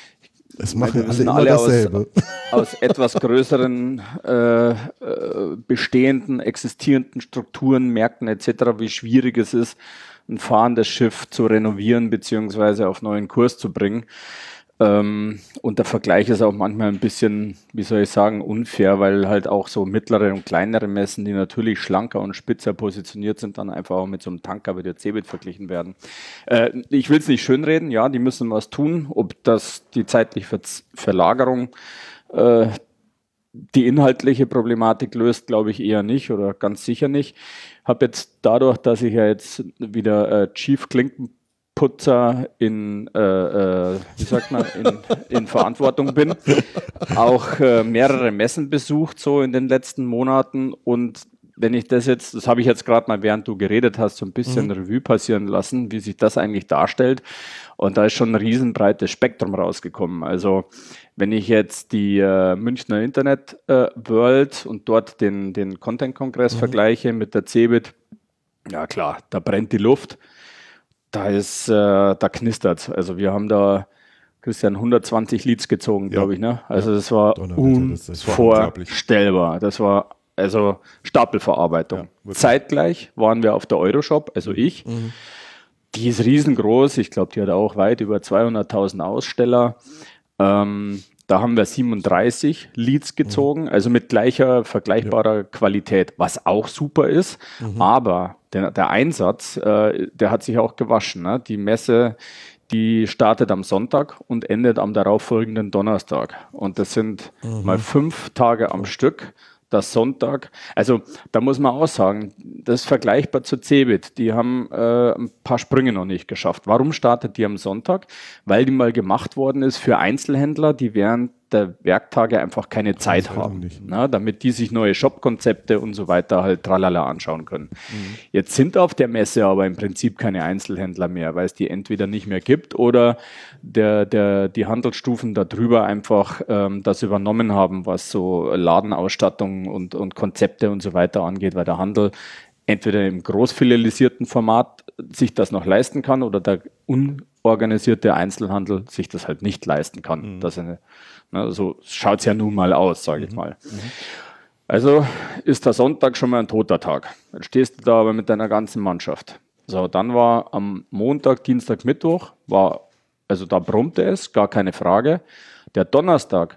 Es wir machen alle wissen immer alle dasselbe. aus, aus etwas größeren äh, äh, bestehenden, existierenden Strukturen, Märkten et cetera, wie schwierig es ist, ein fahrendes Schiff zu renovieren beziehungsweise auf neuen Kurs zu bringen. Ähm, und der Vergleich ist auch manchmal ein bisschen, wie soll ich sagen, unfair, weil halt auch so mittlere und kleinere Messen, die natürlich schlanker und spitzer positioniert sind, dann einfach auch mit so einem Tanker wie der Cebit verglichen werden. Äh, ich will es nicht schönreden, ja, die müssen was tun. Ob das die zeitliche Ver Verlagerung äh, die inhaltliche Problematik löst, glaube ich eher nicht oder ganz sicher nicht. Habe jetzt dadurch, dass ich ja jetzt wieder äh, Chief Klinkenputzer in, äh, äh, wie sagt man, in, in Verantwortung bin, auch äh, mehrere Messen besucht so in den letzten Monaten und wenn ich das jetzt, das habe ich jetzt gerade mal, während du geredet hast, so ein bisschen mhm. Revue passieren lassen, wie sich das eigentlich darstellt. Und da ist schon ein riesenbreites Spektrum rausgekommen. Also wenn ich jetzt die äh, Münchner Internet äh, World und dort den, den Content-Kongress mhm. vergleiche mit der Cebit, ja klar, da brennt die Luft. Da ist, äh, da knistert. Also wir haben da, Christian, hundertzwanzig Leads gezogen, ja. glaube ich. Ne? Also das war unvorstellbar. Das war also Stapelverarbeitung. Ja, zeitgleich waren wir auf der Euroshop, also ich. Mhm. Die ist riesengroß. Ich glaube, die hat auch weit über zweihunderttausend Aussteller. Ähm, da haben wir siebenunddreißig Leads gezogen, mhm. also mit gleicher, vergleichbarer ja. Qualität, was auch super ist. Mhm. Aber der, der Einsatz, äh, der hat sich auch gewaschen. Ne? Die Messe, die startet am Sonntag und endet am darauffolgenden Donnerstag. Und das sind mhm. mal fünf Tage am Stück. Das Sonntag, also da muss man auch sagen, das ist vergleichbar zur Cebit. Die haben äh, ein paar Sprünge noch nicht geschafft. Warum startet die am Sonntag? Weil die mal gemacht worden ist für Einzelhändler, die während der Werktage einfach keine Zeit das haben, na, damit die sich neue Shop-Konzepte und so weiter halt tralala anschauen können. Mhm. Jetzt sind auf der Messe aber im Prinzip keine Einzelhändler mehr, weil es die entweder nicht mehr gibt oder der, der, die Handelsstufen darüber einfach ähm, das übernommen haben, was so Ladenausstattung und, und Konzepte und so weiter angeht, weil der Handel entweder im großfilialisierten Format sich das noch leisten kann oder der unorganisierte Einzelhandel sich das halt nicht leisten kann. Mhm. Das eine, na, so schaut es ja nun mal aus, sage mhm. ich mal. Mhm. Also ist der Sonntag schon mal ein toter Tag. Dann stehst du da aber mit deiner ganzen Mannschaft. So, dann war am Montag, Dienstag, Mittwoch, war, also da brummte es, gar keine Frage. Der Donnerstag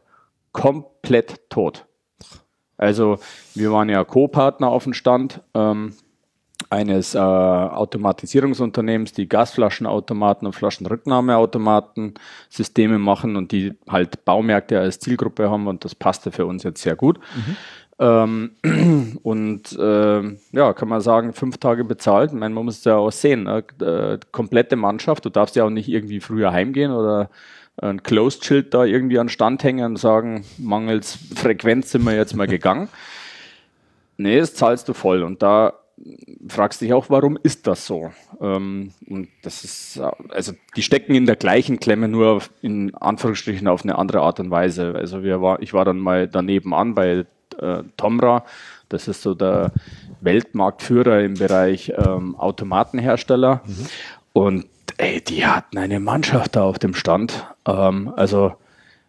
komplett tot. Also wir waren ja Co-Partner auf dem Stand ähm, eines äh, Automatisierungsunternehmens, die Gasflaschenautomaten und Flaschenrücknahmeautomaten Systeme machen und die halt Baumärkte als Zielgruppe haben und das passte für uns jetzt sehr gut. Mhm. Ähm, und äh, ja, kann man sagen, fünf Tage bezahlt. Ich meine, man muss es ja auch sehen, ne? äh, komplette Mannschaft, du darfst ja auch nicht irgendwie früher heimgehen oder ein Closed-Schild da irgendwie an den Stand hängen und sagen, mangels Frequenz sind wir jetzt mal gegangen. Nee, das zahlst du voll. Und da fragst du dich auch, warum ist das so? Ähm, und das ist, also die stecken in der gleichen Klemme, nur auf, in Anführungsstrichen auf eine andere Art und Weise. Also wir war, ich war dann mal daneben an bei äh, Tomra. Das ist so der Weltmarktführer im Bereich ähm, Automatenhersteller. Mhm. Und ey, die hatten eine Mannschaft da auf dem Stand. Ähm, also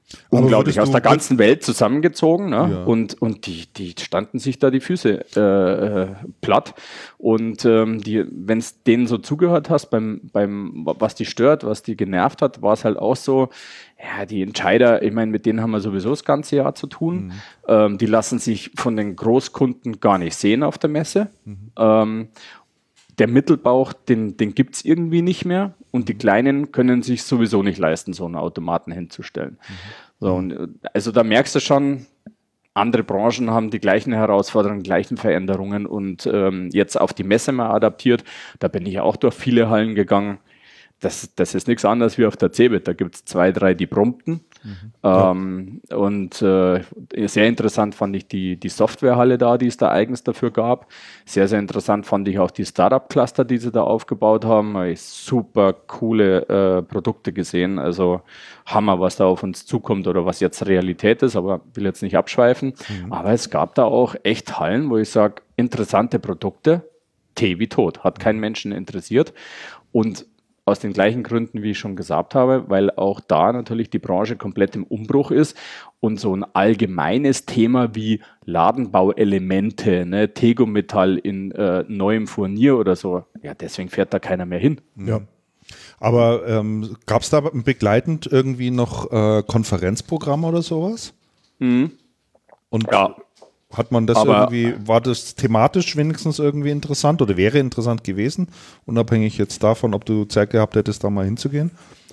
unglaublich, aus der ganzen Welt zusammengezogen, ne? Ja. und, und die, die standen sich da die Füße äh, platt und ähm, wenn es denen so zugehört hast, beim, beim, was die stört, was die genervt hat, war es halt auch so, ja, die Entscheider, ich meine, mit denen haben wir sowieso das ganze Jahr zu tun, mhm. ähm, die lassen sich von den Großkunden gar nicht sehen auf der Messe, mhm. ähm, der Mittelbauch, den, den gibt es irgendwie nicht mehr und die Kleinen können sich sowieso nicht leisten, so einen Automaten hinzustellen. Mhm. So, und also da merkst du schon, andere Branchen haben die gleichen Herausforderungen, gleichen Veränderungen und ähm, jetzt auf die Messe mal adaptiert. Da bin ich auch durch viele Hallen gegangen. Das, das ist nichts anderes wie auf der CeBIT. Da gibt es zwei, drei, die brummten. Mhm. Ähm, ja. Und äh, sehr interessant fand ich die, die Softwarehalle da, die es da eigens dafür gab. Sehr, sehr interessant fand ich auch die Startup-Cluster, die sie da aufgebaut haben. Habe ich super coole äh, Produkte gesehen. Also Hammer, was da auf uns zukommt oder was jetzt Realität ist, aber will jetzt nicht abschweifen. Mhm. Aber es gab da auch echt Hallen, wo ich sage, interessante Produkte, Tee wie tot. Hat keinen Menschen interessiert. Und aus den gleichen Gründen, wie ich schon gesagt habe, weil auch da natürlich die Branche komplett im Umbruch ist und so ein allgemeines Thema wie Ladenbauelemente, ne, Tegometall in äh, neuem Furnier oder so, ja, deswegen fährt da keiner mehr hin. Ja. Aber ähm, gab es da begleitend irgendwie noch äh, Konferenzprogramme oder sowas? Mhm. Und ja. Hat man das Aber irgendwie, war das thematisch wenigstens irgendwie interessant oder wäre interessant gewesen, unabhängig jetzt davon, ob du Zeit gehabt hättest, da mal hinzugehen?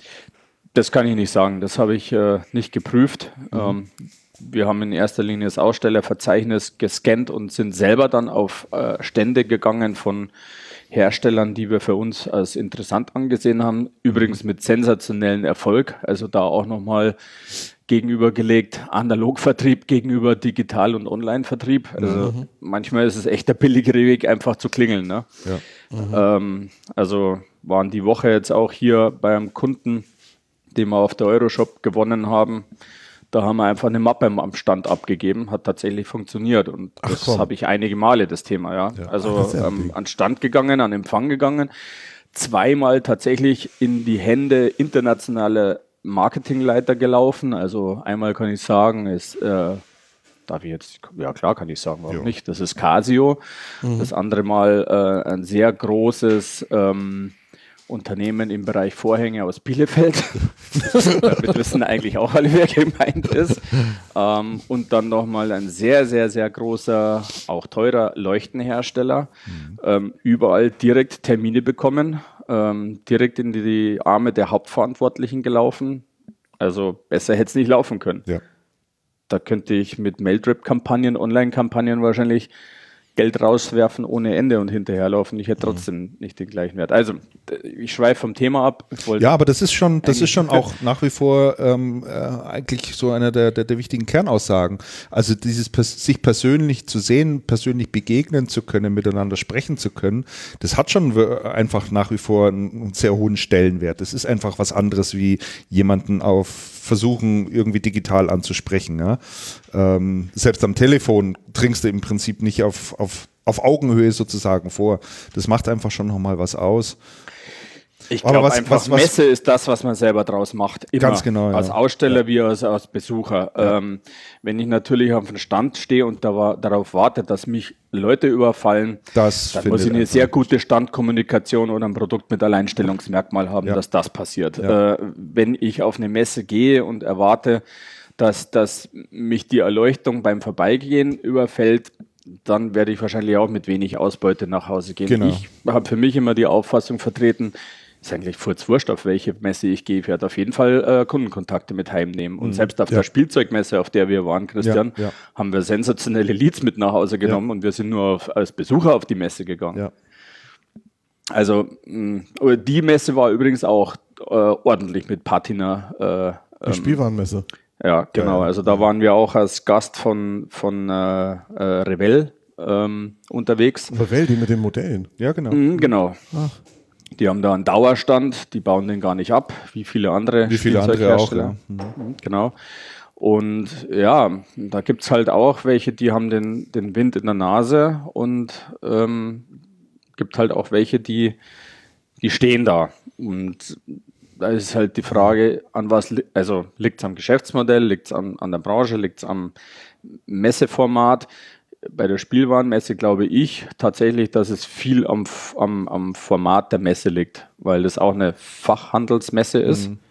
Das kann ich nicht sagen, das habe ich äh, nicht geprüft. Mhm. Ähm, wir haben in erster Linie das Ausstellerverzeichnis gescannt und sind selber dann auf äh, Stände gegangen von Herstellern, die wir für uns als interessant angesehen haben. Übrigens mit sensationellem Erfolg, also da auch nochmal gegenübergelegt, Analogvertrieb gegenüber Digital- und Online-Vertrieb. Also mhm. manchmal ist es echt der billigere Weg, einfach zu klingeln. Ne? Ja. Mhm. Ähm, also waren die Woche jetzt auch hier beim Kunden, den wir auf der Euroshop gewonnen haben. Da haben wir einfach eine Mappe am Stand abgegeben, hat tatsächlich funktioniert und Ach, das habe ich einige Male, das Thema. Ja. ja. Also Ach, ähm, an Stand gegangen, an Empfang gegangen, zweimal tatsächlich in die Hände internationaler Marketingleiter gelaufen. Also einmal kann ich sagen, ist, äh, darf ich jetzt, ja klar kann ich sagen, warum jo. nicht, das ist Casio. Mhm. Das andere Mal äh, ein sehr großes ähm, Unternehmen im Bereich Vorhänge aus Bielefeld. Damit wissen eigentlich auch alle, wer gemeint ist. Ähm, und dann nochmal ein sehr, sehr, sehr großer, auch teurer Leuchtenhersteller. Mhm. Ähm, überall direkt Termine bekommen. Ähm, direkt in die Arme der Hauptverantwortlichen gelaufen. Also besser hätte es nicht laufen können. Ja. Da könnte ich mit Mailtrip-Kampagnen, Online-Kampagnen wahrscheinlich Geld rauswerfen ohne Ende und hinterherlaufen. Ich hätte trotzdem mhm. nicht den gleichen Wert. Also ich schweife vom Thema ab. Ja, aber das ist schon, das ist schon auch nach wie vor ähm, äh, eigentlich so einer der, der, der wichtigen Kernaussagen. Also dieses pers- sich persönlich zu sehen, persönlich begegnen zu können, miteinander sprechen zu können, das hat schon einfach nach wie vor einen sehr hohen Stellenwert. Das ist einfach was anderes wie jemanden auf versuchen, irgendwie digital anzusprechen. Ja? Ähm, selbst am Telefon dringst du im Prinzip nicht auf, auf, auf Augenhöhe sozusagen vor. Das macht einfach schon nochmal was aus. Ich glaube einfach, was, was, Messe ist das, was man selber draus macht. Immer. Ganz genau. Ja. Als Aussteller ja. wie als, als Besucher. Ja. Ähm, wenn ich natürlich auf dem Stand stehe und da war, darauf warte, dass mich Leute überfallen, das dann muss ich eine sehr gute Standkommunikation oder ein Produkt mit Alleinstellungsmerkmal haben, ja. dass das passiert. Ja. Äh, wenn ich auf eine Messe gehe und erwarte, dass, dass mich die Erleuchtung beim Vorbeigehen überfällt, dann werde ich wahrscheinlich auch mit wenig Ausbeute nach Hause gehen. Genau. Ich habe für mich immer die Auffassung vertreten, ist eigentlich furzwurscht, auf welche Messe ich gehe. Ich werde auf jeden Fall äh, Kundenkontakte mit heimnehmen. Und mhm. selbst auf ja. der Spielzeugmesse, auf der wir waren, Christian, ja, ja. haben wir sensationelle Leads mit nach Hause genommen ja. und wir sind nur auf, als Besucher auf die Messe gegangen. Ja. Also mh, die Messe war übrigens auch äh, ordentlich mit Patina. Äh, die Spielwarenmesse. Ja, genau. Ja, also da waren wir auch als Gast von, von äh, äh, Revell ähm, unterwegs. Revell, die mit den Modellen. Ja, genau. Mhm, genau. Ach. Die haben da einen Dauerstand, die bauen den gar nicht ab, wie viele andere Wie viele andere auch, ja. Mhm. Genau. Und ja, da gibt es halt auch welche, die haben den, den Wind in der Nase und ähm, gibt halt auch welche, die, die stehen da. Und da ist halt die Frage, an was, li- also liegt es am Geschäftsmodell, liegt es an, an der Branche, liegt es am Messeformat. Bei der Spielwarenmesse glaube ich tatsächlich, dass es viel am, F- am, am Format der Messe liegt, weil das auch eine Fachhandelsmesse ist. Mhm.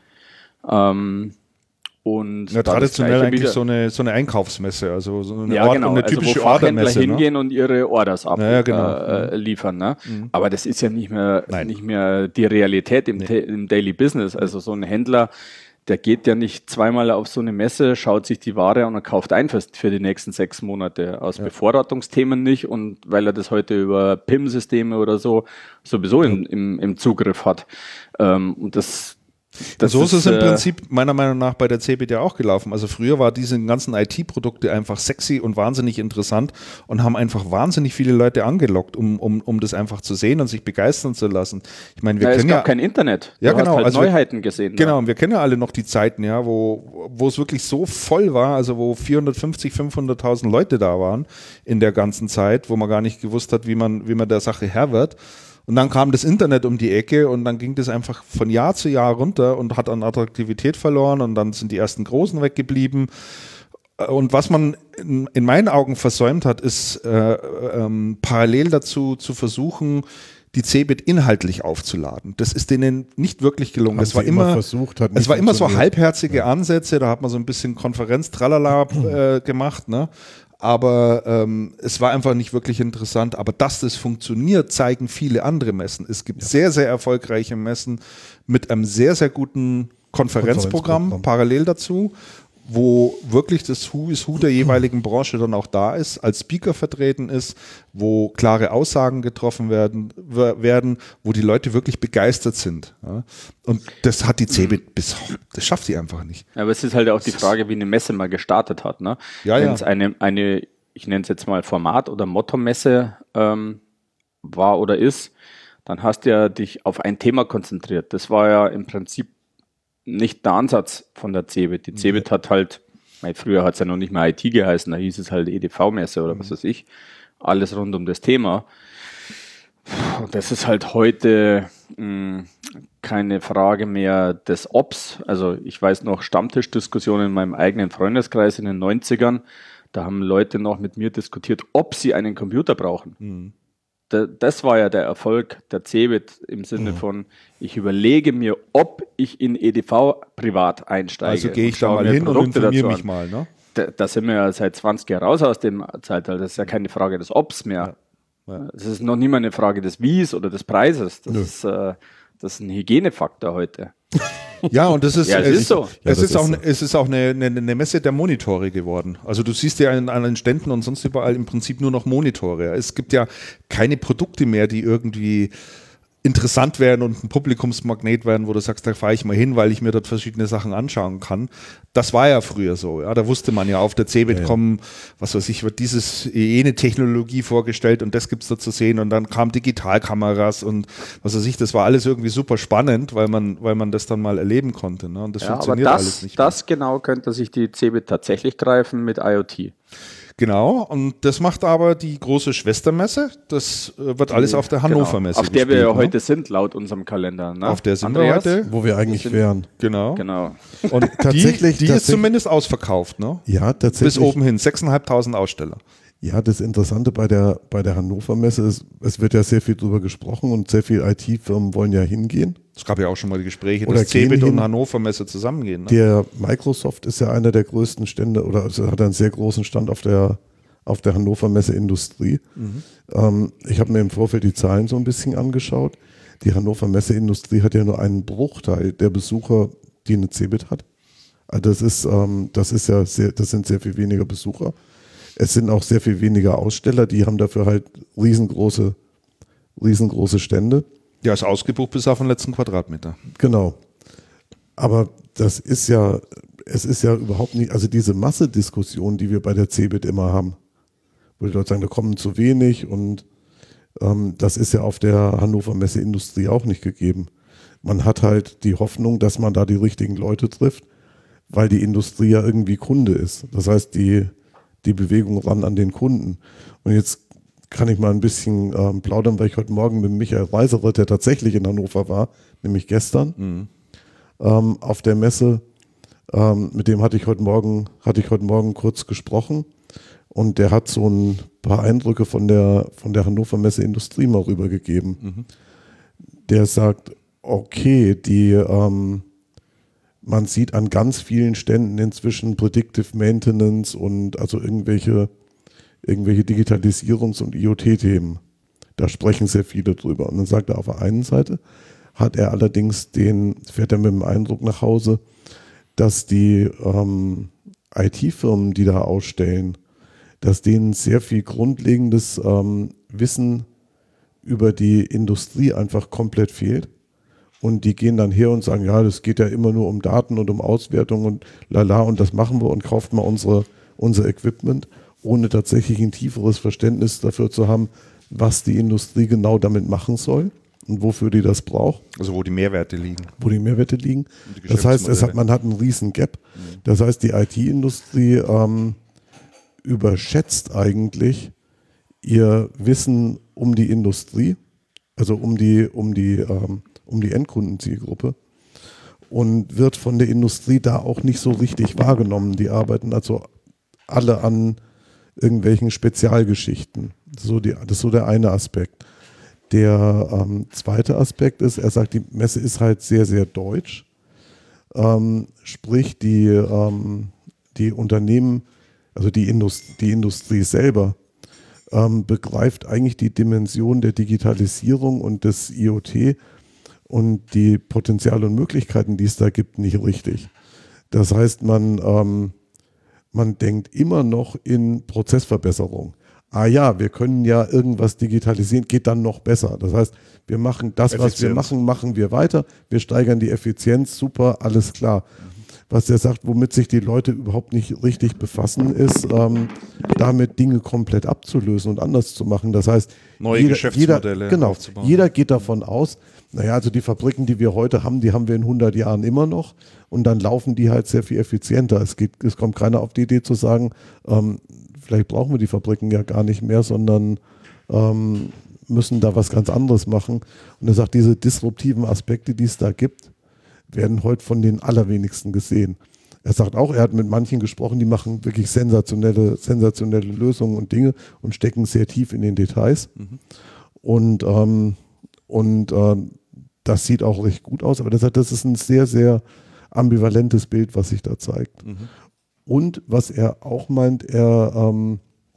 Ähm, und Ja, da das traditionell Gleiche eigentlich wieder- so eine, so eine Einkaufsmesse, also so eine, ja, Ort, genau. eine Also typische wo Fachhändler Ordermesse. Ne? hingehen und ihre Orders ab Ja, ja, genau. äh, äh, liefern. Ne? Mhm. Aber das ist ja nicht mehr, Nein. nicht mehr die Realität im, Ta- im Daily Business. Also so ein Händler, der geht ja nicht zweimal auf so eine Messe, schaut sich die Ware an und kauft ein für, für die nächsten sechs Monate. Aus Bevorratungsthemen nicht und weil er das heute über P I M-Systeme oder so sowieso im, im, im Zugriff hat. Ähm, und das Das so ist es im äh, Prinzip meiner Meinung nach bei der C eBIT ja auch gelaufen. Also früher war diese ganzen I T-Produkte einfach sexy und wahnsinnig interessant und haben einfach wahnsinnig viele Leute angelockt, um, um, um das einfach zu sehen und sich begeistern zu lassen. Ich meine, wir Ja, es kennen gab ja kein Internet. Du Ja, hast genau, halt also wir- Neuheiten gesehen. Genau, und wir kennen ja alle noch die Zeiten, ja, wo, wo es wirklich so voll war, also wo vierhundertfünfzig, fünfhunderttausend Leute da waren in der ganzen Zeit, wo man gar nicht gewusst hat, wie man, wie man der Sache Herr wird. Und dann kam das Internet um die Ecke und dann ging das einfach von Jahr zu Jahr runter und hat an Attraktivität verloren und dann sind die ersten Großen weggeblieben. Und was man in, in meinen Augen versäumt hat, ist äh, ähm, parallel dazu zu versuchen, die C eBIT inhaltlich aufzuladen. Das ist denen nicht wirklich gelungen. Haben Das war sie immer immer, versucht, hat es nicht war immer so funktioniert. halbherzige Ansätze, da hat man so ein bisschen Konferenz tralala äh, gemacht, ne? Aber ähm, es war einfach nicht wirklich interessant. Aber dass das funktioniert, zeigen viele andere Messen. Es gibt sehr, sehr erfolgreiche Messen mit einem sehr, sehr guten Konferenzprogramm Konferenzprogramm. parallel dazu, wo wirklich das Who is Who der jeweiligen Branche dann auch da ist, als Speaker vertreten ist, wo klare Aussagen getroffen werden, wer- werden, wo die Leute wirklich begeistert sind. Ja. Und das hat die C eBIT bis, das schafft sie einfach nicht. Aber es ist halt auch die Frage, wie eine Messe mal gestartet hat. Ne? Ja, Wenn ja. es eine, eine, ich nenne es jetzt mal Format- oder Motto-Messe ähm, war oder ist, dann hast du ja dich auf ein Thema konzentriert. Das war ja im Prinzip nicht der Ansatz von der C eBIT. Die C eBIT hat halt, mei, früher hat es ja noch nicht mehr I T geheißen, da hieß es halt E D V-Messe oder was weiß ich, alles rund um das Thema. Und das ist halt heute mh, keine Frage mehr des Obs. Also ich weiß noch Stammtischdiskussionen in meinem eigenen Freundeskreis in den neunzigern. Da haben Leute noch mit mir diskutiert, ob sie einen Computer brauchen. Da, das war ja der Erfolg der C eBIT im Sinne von, ich überlege mir, ob ich in E D V privat einsteige. Also gehe ich und da schaue mal mir hin und Produkte informiere dazu mich an. mal. Ne? Da, da sind wir ja seit zwanzig Jahren raus aus dem Zeitalter. Das ist ja keine Frage des Obs mehr. Ja. Es ist noch nicht mal eine Frage des Wies oder des Preises. Das, Nö. ist, äh, das ist ein Hygienefaktor heute. Ja, und das ist, Ja, es ist so. Es, Ja, das ist ist auch, so. ne- es ist auch eine, eine, eine Messe der Monitore geworden. Also du siehst ja an, an den Ständen und sonst überall im Prinzip nur noch Monitore. Es gibt ja keine Produkte mehr, die irgendwie interessant werden und ein Publikumsmagnet werden, wo du sagst, da fahre ich mal hin, weil ich mir dort verschiedene Sachen anschauen kann. Das war ja früher so. Ja, da wusste man ja, auf der C eBIT Ja, ja. kommen, was weiß ich, wird dieses jene Technologie vorgestellt und das gibt's da zu sehen und dann kamen Digitalkameras und was weiß ich, das war alles irgendwie super spannend, weil man, weil man das dann mal erleben konnte. Ne? Und das Ja, aber funktioniert alles das, nicht das genau könnte sich die C eBIT tatsächlich greifen mit IoT. mehr. Genau, und das macht aber die große Schwestermesse. Das äh, wird alles auf der Hannover Messe Auf der wir ja gespielt, ne? heute sind, laut unserem Kalender. Ne? Auf der sind Andreas? wir heute. Wo wir eigentlich sind- wären. Genau. Genau. Und Tatsächlich- die, die ist tatsächlich- zumindest ausverkauft, ne? Ja, Bis tatsächlich. oben hin, sechstausendfünfhundert Aussteller. Ja, das Interessante bei der, bei der Hannover Messe ist, es wird ja sehr viel drüber gesprochen und sehr viele I T-Firmen wollen ja hingehen. Es gab ja auch schon mal die Gespräche, Oder dass C eBIT gehen und hin. Hannover Messe zusammengehen. Ne? Der Microsoft ist ja einer der größten Stände oder also hat einen sehr großen Stand auf der, auf der Hannover Messe Industrie. Ähm, ich habe mir im Vorfeld die Zahlen so ein bisschen angeschaut. Die Hannover Messe Industrie hat ja nur einen Bruchteil der Besucher, die eine C eBIT hat. Also das ist, ähm, das ist ja sehr, das sind sehr viel weniger Besucher. Es sind auch sehr viel weniger Aussteller, die haben dafür halt riesengroße, riesengroße Stände. Ja, ist ausgebucht bis auf den letzten Quadratmeter. Genau. Aber das ist ja, es ist ja überhaupt nicht, also diese Massediskussion, die wir bei der C eBIT immer haben, wo die Leute sagen, da kommen zu wenig und ähm, das ist ja auf der Hannover Messe Industrie auch nicht gegeben. Man hat halt die Hoffnung, dass man da die richtigen Leute trifft, weil die Industrie ja irgendwie Kunde ist. Das heißt, die, die Bewegung ran an den Kunden. Und jetzt kann ich mal ein bisschen ähm, plaudern, weil ich heute Morgen mit Michael Reiserer, der tatsächlich in Hannover war, nämlich gestern, ähm, auf der Messe, ähm, mit dem hatte ich heute Morgen, hatte ich heute Morgen kurz gesprochen und der hat so ein paar Eindrücke von der, von der Hannover Messe Industrie mal rübergegeben. Mhm. Der sagt, okay, die, ähm, man sieht an ganz vielen Ständen inzwischen Predictive Maintenance und also irgendwelche, irgendwelche Digitalisierungs- und I O T-Themen. Da sprechen sehr viele drüber. Und dann sagt er, auf der einen Seite hat er allerdings den, fährt er mit dem Eindruck nach Hause, dass die ähm, I T-Firmen, die da ausstellen, dass denen sehr viel grundlegendes ähm, Wissen über die Industrie einfach komplett fehlt. Und die gehen dann her und sagen, ja, das geht ja immer nur um Daten und um Auswertung und lala und das machen wir und kauft mal unsere, unser Equipment, ohne tatsächlich ein tieferes Verständnis dafür zu haben, was die Industrie genau damit machen soll und wofür die das braucht. Also wo die Mehrwerte liegen. Wo die Mehrwerte liegen. Die das heißt, es hat, man hat einen riesen Gap. Mhm. Das heißt, die I T-Industrie ähm, überschätzt eigentlich ihr Wissen um die Industrie, also um die, um die ähm, um die Endkundenzielgruppe und wird von der Industrie da auch nicht so richtig wahrgenommen. Die arbeiten also alle an irgendwelchen Spezialgeschichten. So die, das ist so der eine Aspekt. Der ähm, zweite Aspekt ist, er sagt, die Messe ist halt sehr, sehr deutsch. Ähm, sprich, die, ähm, die Unternehmen, also die, Indust- die Industrie selber, ähm, begreift eigentlich die Dimension der Digitalisierung und des I O T und die Potenziale und Möglichkeiten, die es da gibt, nicht richtig. Das heißt, man, ähm, man denkt immer noch in Prozessverbesserung. Ah ja, wir können ja irgendwas digitalisieren, geht dann noch besser. Das heißt, wir machen das, Effizienz. was wir machen, machen wir weiter. Wir steigern die Effizienz, super, alles klar. Was er sagt, womit sich die Leute überhaupt nicht richtig befassen, ist, ähm, damit Dinge komplett abzulösen und anders zu machen. Das heißt, neue jeder, Geschäftsmodelle jeder, genau, aufzubauen. Jeder geht davon aus, naja, also die Fabriken, die wir heute haben, die haben wir in hundert Jahren immer noch und dann laufen die halt sehr viel effizienter. Es, geht, es kommt keiner auf die Idee zu sagen, ähm, vielleicht brauchen wir die Fabriken ja gar nicht mehr, sondern ähm, müssen da was ganz anderes machen. Und er sagt, diese disruptiven Aspekte, die es da gibt, werden heute von den allerwenigsten gesehen. Er sagt auch, er hat mit manchen gesprochen, die machen wirklich sensationelle, sensationelle Lösungen und Dinge und stecken sehr tief in den Details. Mhm. Und, ähm, und ähm, das sieht auch recht gut aus, aber das, das ist ein sehr, sehr ambivalentes Bild, was sich da zeigt. Mhm. Und was er auch meint, er, ähm,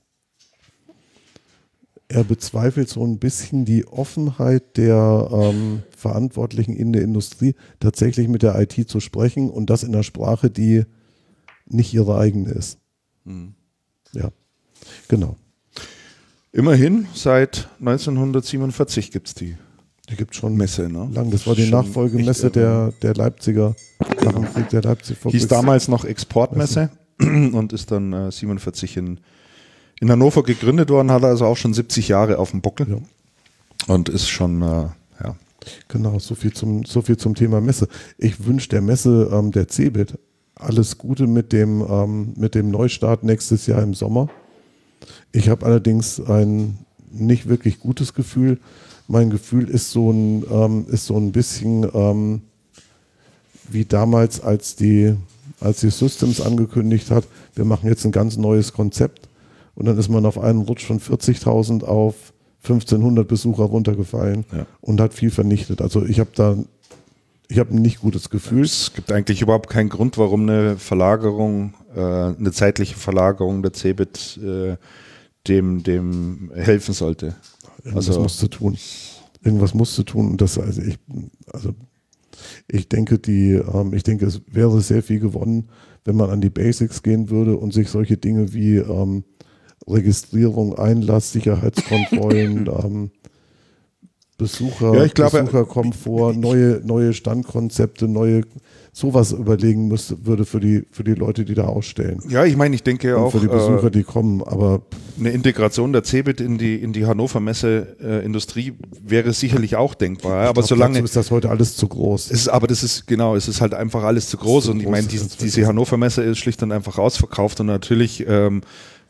er bezweifelt so ein bisschen die Offenheit der ähm, Verantwortlichen in der Industrie, tatsächlich mit der I T zu sprechen und das in einer Sprache, die nicht ihre eigene ist. Mhm. Ja, genau. Immerhin, seit neunzehnhundertsiebenundvierzig gibt es die. Die gibt es schon Messe, ne? lang. Das war die Nachfolgemesse der, der Leipziger, nach dem Krieg der Leipzig. Hieß damals noch Exportmesse und ist dann äh, siebenundvierzig in, in Hannover gegründet worden, hat also auch schon siebzig Jahre auf dem Buckel ja. Und ist schon, äh, ja. Genau, so viel zum, so viel zum Thema Messe. Ich wünsche der Messe ähm, der CeBIT alles Gute mit dem, ähm, mit dem Neustart nächstes Jahr im Sommer. Ich habe allerdings ein nicht wirklich gutes Gefühl. Mein Gefühl ist so ein, ähm, ist so ein bisschen ähm, wie damals, als die, als die Systems angekündigt hat, wir machen jetzt ein ganz neues Konzept und dann ist man auf einen Rutsch von vierzigtausend auf fünfzehnhundert Besucher runtergefallen ja. und hat viel vernichtet. Also ich habe da ich habe ein nicht gutes Gefühl. Es gibt eigentlich überhaupt keinen Grund, warum eine Verlagerung, äh, eine zeitliche Verlagerung der CeBIT äh, dem, dem helfen sollte. Irgendwas also, musst du tun. Irgendwas musst du tun. Und das, also ich, also ich denke, die, ähm, ich denke, es wäre sehr viel gewonnen, wenn man an die Basics gehen würde und sich solche Dinge wie ähm, Registrierung, Einlass, Sicherheitskontrollen, ähm, Besucher, ja, ich glaube, Besucherkomfort, neue, neue Standkonzepte, neue sowas überlegen müsste, würde für die, für die Leute, die da ausstellen. Ja, ich meine, ich denke und auch. Für die Besucher, äh, die kommen, aber. Eine Integration der CeBIT in die, in die Hannover Messe äh, Industrie wäre sicherlich auch denkbar. Ja, aber glaub, solange. Dazu ist das heute alles zu groß. Ist, aber das ist, genau, es ist halt einfach alles zu groß. Zu und ich meine, die, diese Hannover Messe ist schlicht und einfach ausverkauft und natürlich, ähm,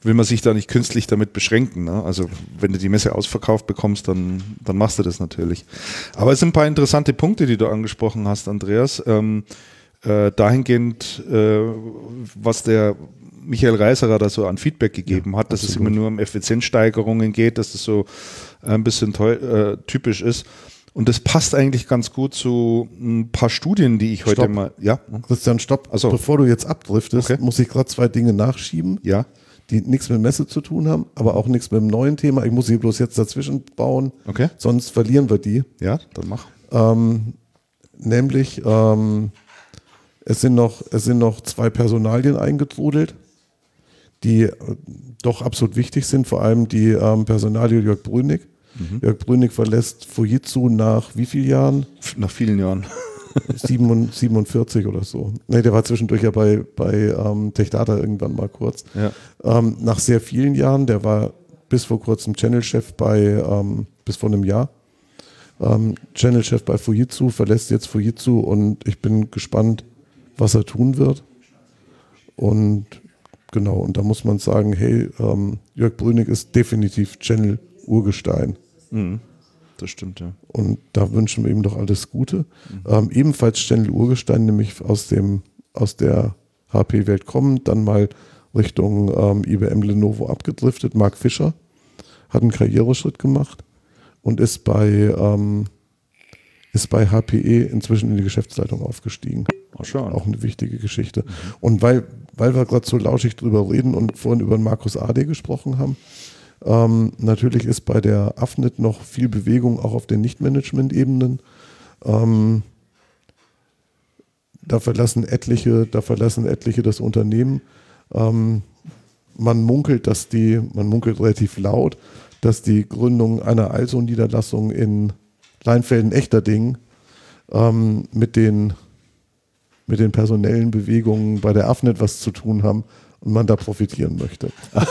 will man sich da nicht künstlich damit beschränken. Ne? Also wenn du die Messe ausverkauft bekommst, dann, dann machst du das natürlich. Aber es sind ein paar interessante Punkte, die du angesprochen hast, Andreas. Ähm, äh, dahingehend, äh, was der Michael Reiserer da so an Feedback gegeben ja, hat, dass absolut. Es immer nur um Effizienzsteigerungen geht, dass das so ein bisschen äh, typisch ist. Und das passt eigentlich ganz gut zu ein paar Studien, die ich heute stopp. mal... Ja, Christian, stopp. Also, bevor du jetzt abdriftest, okay. muss ich gerade zwei Dinge nachschieben, ja. die nichts mit Messe zu tun haben, aber auch nichts mit dem neuen Thema. Ich muss sie bloß jetzt dazwischen bauen, okay. sonst verlieren wir die. Ja, dann mach. Ähm, nämlich, ähm, es sind noch, es sind noch zwei Personalien eingetrudelt, die äh, doch absolut wichtig sind, vor allem die ähm, Personalie Jörg Brünig. Mhm. Jörg Brünig verlässt Fujitsu nach wie vielen Jahren? Nach vielen Jahren. siebenundvierzig oder so. Ne, der war zwischendurch ja bei, bei ähm, Techdata irgendwann mal kurz. Ja. Ähm, nach sehr vielen Jahren, der war bis vor kurzem Channel-Chef bei, ähm, bis vor einem Jahr, ähm, Channel-Chef bei Fujitsu, verlässt jetzt Fujitsu und ich bin gespannt, was er tun wird. Und genau, und da muss man sagen, hey, ähm, Jörg Brünig ist definitiv Channel-Urgestein. Mhm. Das stimmt, ja. Und da wünschen wir ihm doch alles Gute. Mhm. Ähm, ebenfalls Channel Urgestein, nämlich aus, dem, aus der H P-Welt kommend, dann mal Richtung ähm, I B M Lenovo abgedriftet. Mark Fischer hat einen Karriereschritt gemacht und ist bei, ähm, ist bei H P E inzwischen in die Geschäftsleitung aufgestiegen. Auch eine wichtige Geschichte. Mhm. Und weil, weil wir gerade so lauschig drüber reden und vorhin über den Markus Ade gesprochen haben, Ähm, natürlich ist bei der A F N I T noch viel Bewegung auch auf den Nicht-Management-Ebenen. Ähm, da verlassen etliche, da verlassen etliche das Unternehmen. Ähm, man munkelt, dass die, man munkelt relativ laut, dass die Gründung einer A L S O-Niederlassung in Leinfelden-Echterdingen ähm, mit den, mit den personellen Bewegungen bei der A F N I T was zu tun haben. Und man da profitieren möchte.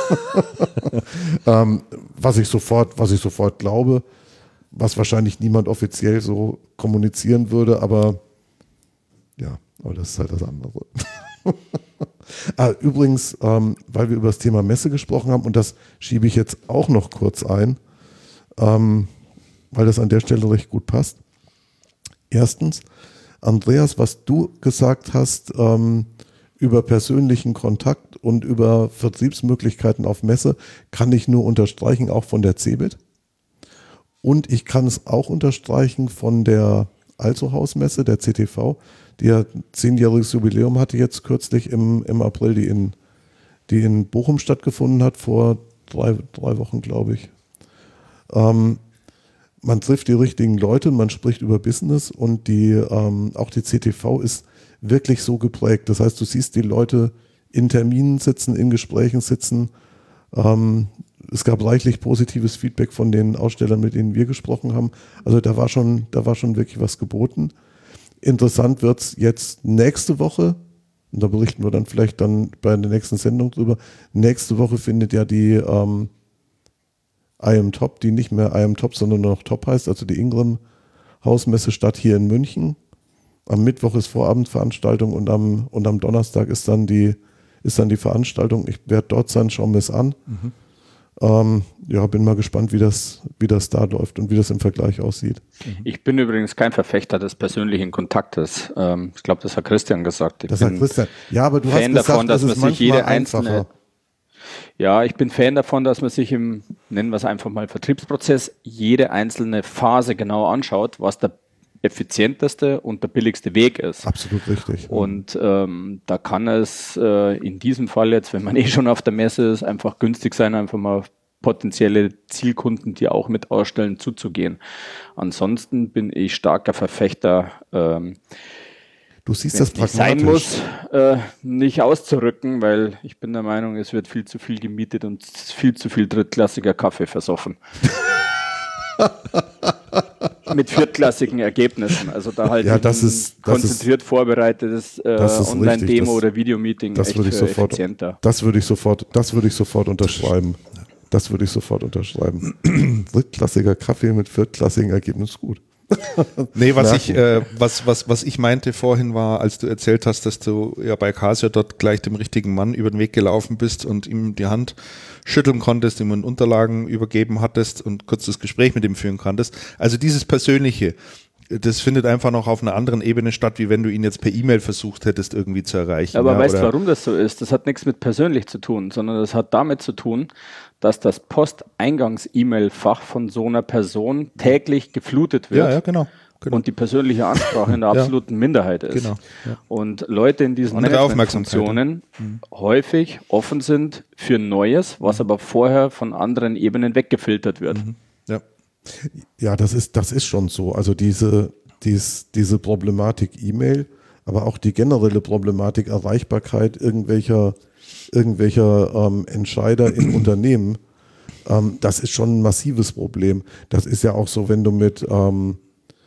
ähm, was ich sofort, was ich sofort glaube, was wahrscheinlich niemand offiziell so kommunizieren würde, aber ja, aber das ist halt das andere. ah, übrigens, ähm, weil wir über das Thema Messe gesprochen haben, und das schiebe ich jetzt auch noch kurz ein, ähm, weil das an der Stelle recht gut passt. Erstens, Andreas, was du gesagt hast, ähm, über persönlichen Kontakt und über Vertriebsmöglichkeiten auf Messe kann ich nur unterstreichen, auch von der CeBIT. Und ich kann es auch unterstreichen von der Also-Haus-Messe, der C T V, die ja zehnjähriges Jubiläum hatte jetzt kürzlich im, im April, die in, die in Bochum stattgefunden hat, vor drei, drei Wochen, glaube ich. Ähm, man trifft die richtigen Leute, man spricht über Business und die, ähm, auch die C T V ist wirklich so geprägt. Das heißt, du siehst die Leute in Terminen sitzen, in Gesprächen sitzen. Ähm, es gab reichlich positives Feedback von den Ausstellern, mit denen wir gesprochen haben. Also da war schon, da war schon wirklich was geboten. Interessant wird es jetzt nächste Woche, und da berichten wir dann vielleicht dann bei der nächsten Sendung drüber. Nächste Woche findet ja die ähm, I Am Top, die nicht mehr I Am Top, sondern nur noch Top heißt, also die Ingram Hausmesse statt hier in München. Am Mittwoch ist Vorabendveranstaltung und am, und am Donnerstag ist dann die, ist dann die Veranstaltung. Ich werde dort sein, schauen wir es an. Mhm. Ähm, ja, bin mal gespannt, wie das, wie das da läuft und wie das im Vergleich aussieht. Ich bin übrigens kein Verfechter des persönlichen Kontaktes. Ähm, ich glaube, das hat Christian gesagt. Ich das hat Christian. Ja, aber du Fan hast gesagt, davon, dass das man ist sich jede einfacher. einzelne. Ja, ich bin Fan davon, dass man sich im, nennen wir es einfach mal, Vertriebsprozess jede einzelne Phase genau anschaut, was der effizienteste und der billigste Weg ist. Absolut richtig. Und ähm, da kann es äh, in diesem Fall jetzt, wenn man eh schon auf der Messe ist, einfach günstig sein, einfach mal auf potenzielle Zielkunden, die auch mit ausstellen, zuzugehen. Ansonsten bin ich starker Verfechter, ähm, du siehst das pragmatisch. Sein muss, äh, nicht auszurücken, weil ich bin der Meinung, es wird viel zu viel gemietet und viel zu viel drittklassiger Kaffee versoffen. Mit viertklassigen Ergebnissen. Also da halt ja, das ist, das konzentriert ist, vorbereitetes äh, Online-Demo oder Videomeeting das echt würde ich sofort, effizienter. Das würde ich sofort, das würde ich sofort unterschreiben. Das würde ich sofort unterschreiben. Drittklassiger Kaffee mit viertklassigen Ergebnissen, gut. Nee, was merken. ich, äh, was, was, was ich meinte vorhin war, als du erzählt hast, dass du ja bei Casio dort gleich dem richtigen Mann über den Weg gelaufen bist und ihm die Hand schütteln konntest, ihm Unterlagen übergeben hattest und kurz das Gespräch mit ihm führen konntest. Also dieses Persönliche, das findet einfach noch auf einer anderen Ebene statt, wie wenn du ihn jetzt per E-Mail versucht hättest irgendwie zu erreichen. Aber ja, weißt du, oder- warum das so ist? Das hat nichts mit persönlich zu tun, sondern das hat damit zu tun, dass das Posteingangs-E-Mail-Fach von so einer Person täglich geflutet wird. Ja, ja, genau. genau. Und die persönliche Ansprache in der Ja. absoluten Minderheit ist. Genau, ja. Und Leute in diesen Andere Aufmerksamkeit, Managementfunktionen häufig offen sind für Neues, was aber vorher von anderen Ebenen weggefiltert wird. ja. Ja, das ist, das ist schon so. Also diese, dies, diese Problematik E-Mail, aber auch die generelle Problematik Erreichbarkeit irgendwelcher, irgendwelcher ähm, Entscheider in Unternehmen, ähm, das ist schon ein massives Problem. Das ist ja auch so, wenn du mit, ähm,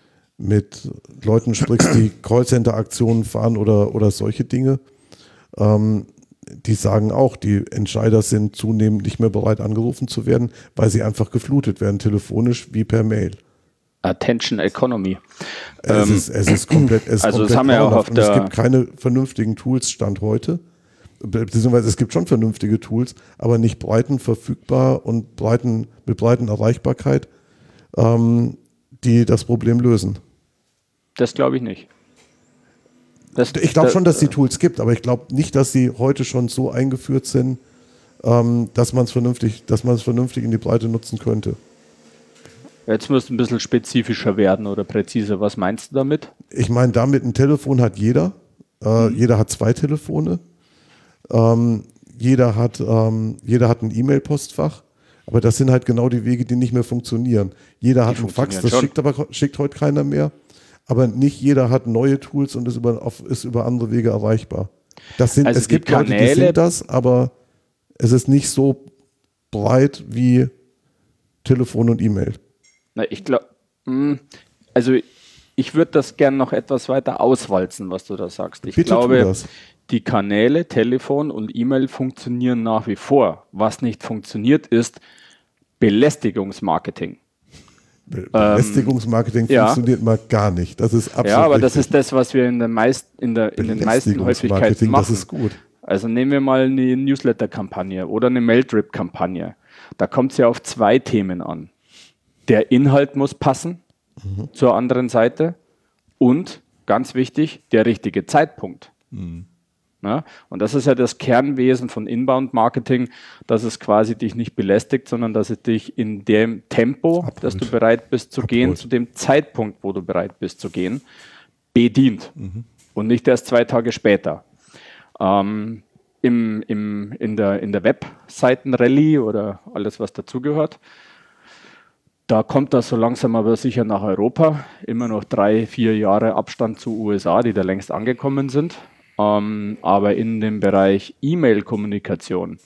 mit Leuten sprichst, die Callcenter-Aktionen fahren oder, oder solche Dinge. Ähm, die sagen auch, die Entscheider sind zunehmend nicht mehr bereit, angerufen zu werden, weil sie einfach geflutet werden, telefonisch wie per Mail. Attention Economy. Es, Ähm, ist, es ist komplett, es ist also das komplett haben wir ja auch grauenhaft. auf Und es der- gibt keine vernünftigen Tools Stand heute. Beziehungsweise es gibt schon vernünftige Tools, aber nicht breiten verfügbar und breiten, mit breiten Erreichbarkeit, ähm, die das Problem lösen. Das glaube ich nicht. Das, Ich glaube das- schon, dass es die Tools gibt, aber ich glaube nicht, dass sie heute schon so eingeführt sind, ähm, dass man es vernünftig, dass man es vernünftig in die Breite nutzen könnte. Jetzt müsst ein bisschen spezifischer werden oder präziser. Was meinst du damit? Ich meine, damit ein Telefon hat jeder. Äh, Jeder hat zwei Telefone. Ähm, jeder hat, ähm, jeder hat ein E-Mail-Postfach. Aber das sind halt genau die Wege, die nicht mehr funktionieren. Jeder hat ein Fax, funktionieren das schon. schickt aber schickt heute keiner mehr. Aber nicht jeder hat neue Tools und ist über, auf, ist über andere Wege erreichbar. Das sind, Also es die gibt Leute, die Kanäle- sind das, aber es ist nicht so breit wie Telefon und E-Mail. Na, ich glaube, also ich würde das gern noch etwas weiter auswalzen, was du da sagst. Ich Bitte tu glaube, das. die Kanäle, Telefon und E-Mail funktionieren nach wie vor. Was nicht funktioniert, ist Belästigungsmarketing. Be- Belästigungsmarketing ja. funktioniert mal gar nicht. Das ist absolut Ja, aber das richtig. ist das, was wir in, der meist, in, der, in den meisten Häufigkeiten Belästigungsmarketing, machen. das ist gut. Also nehmen wir mal eine Newsletter-Kampagne oder eine Mail-Drip-Kampagne. Da kommt es ja auf zwei Themen an. Der Inhalt muss passen Mhm. zur anderen Seite und, ganz wichtig, der richtige Zeitpunkt. Ja, und das ist ja das Kernwesen von Inbound-Marketing, dass es quasi dich nicht belästigt, sondern dass es dich in dem Tempo, Abholt. dass du bereit bist zu gehen, Abholt. zu dem Zeitpunkt, wo du bereit bist zu gehen, bedient. Und nicht erst zwei Tage später. Ähm, im, im, in der, in der Webseiten-Rallye oder alles, was dazugehört, da kommt das so langsam aber sicher nach Europa. Immer noch drei, vier Jahre Abstand zu U S A, die da längst angekommen sind. Ähm, aber in dem Bereich E-Mail-Kommunikation,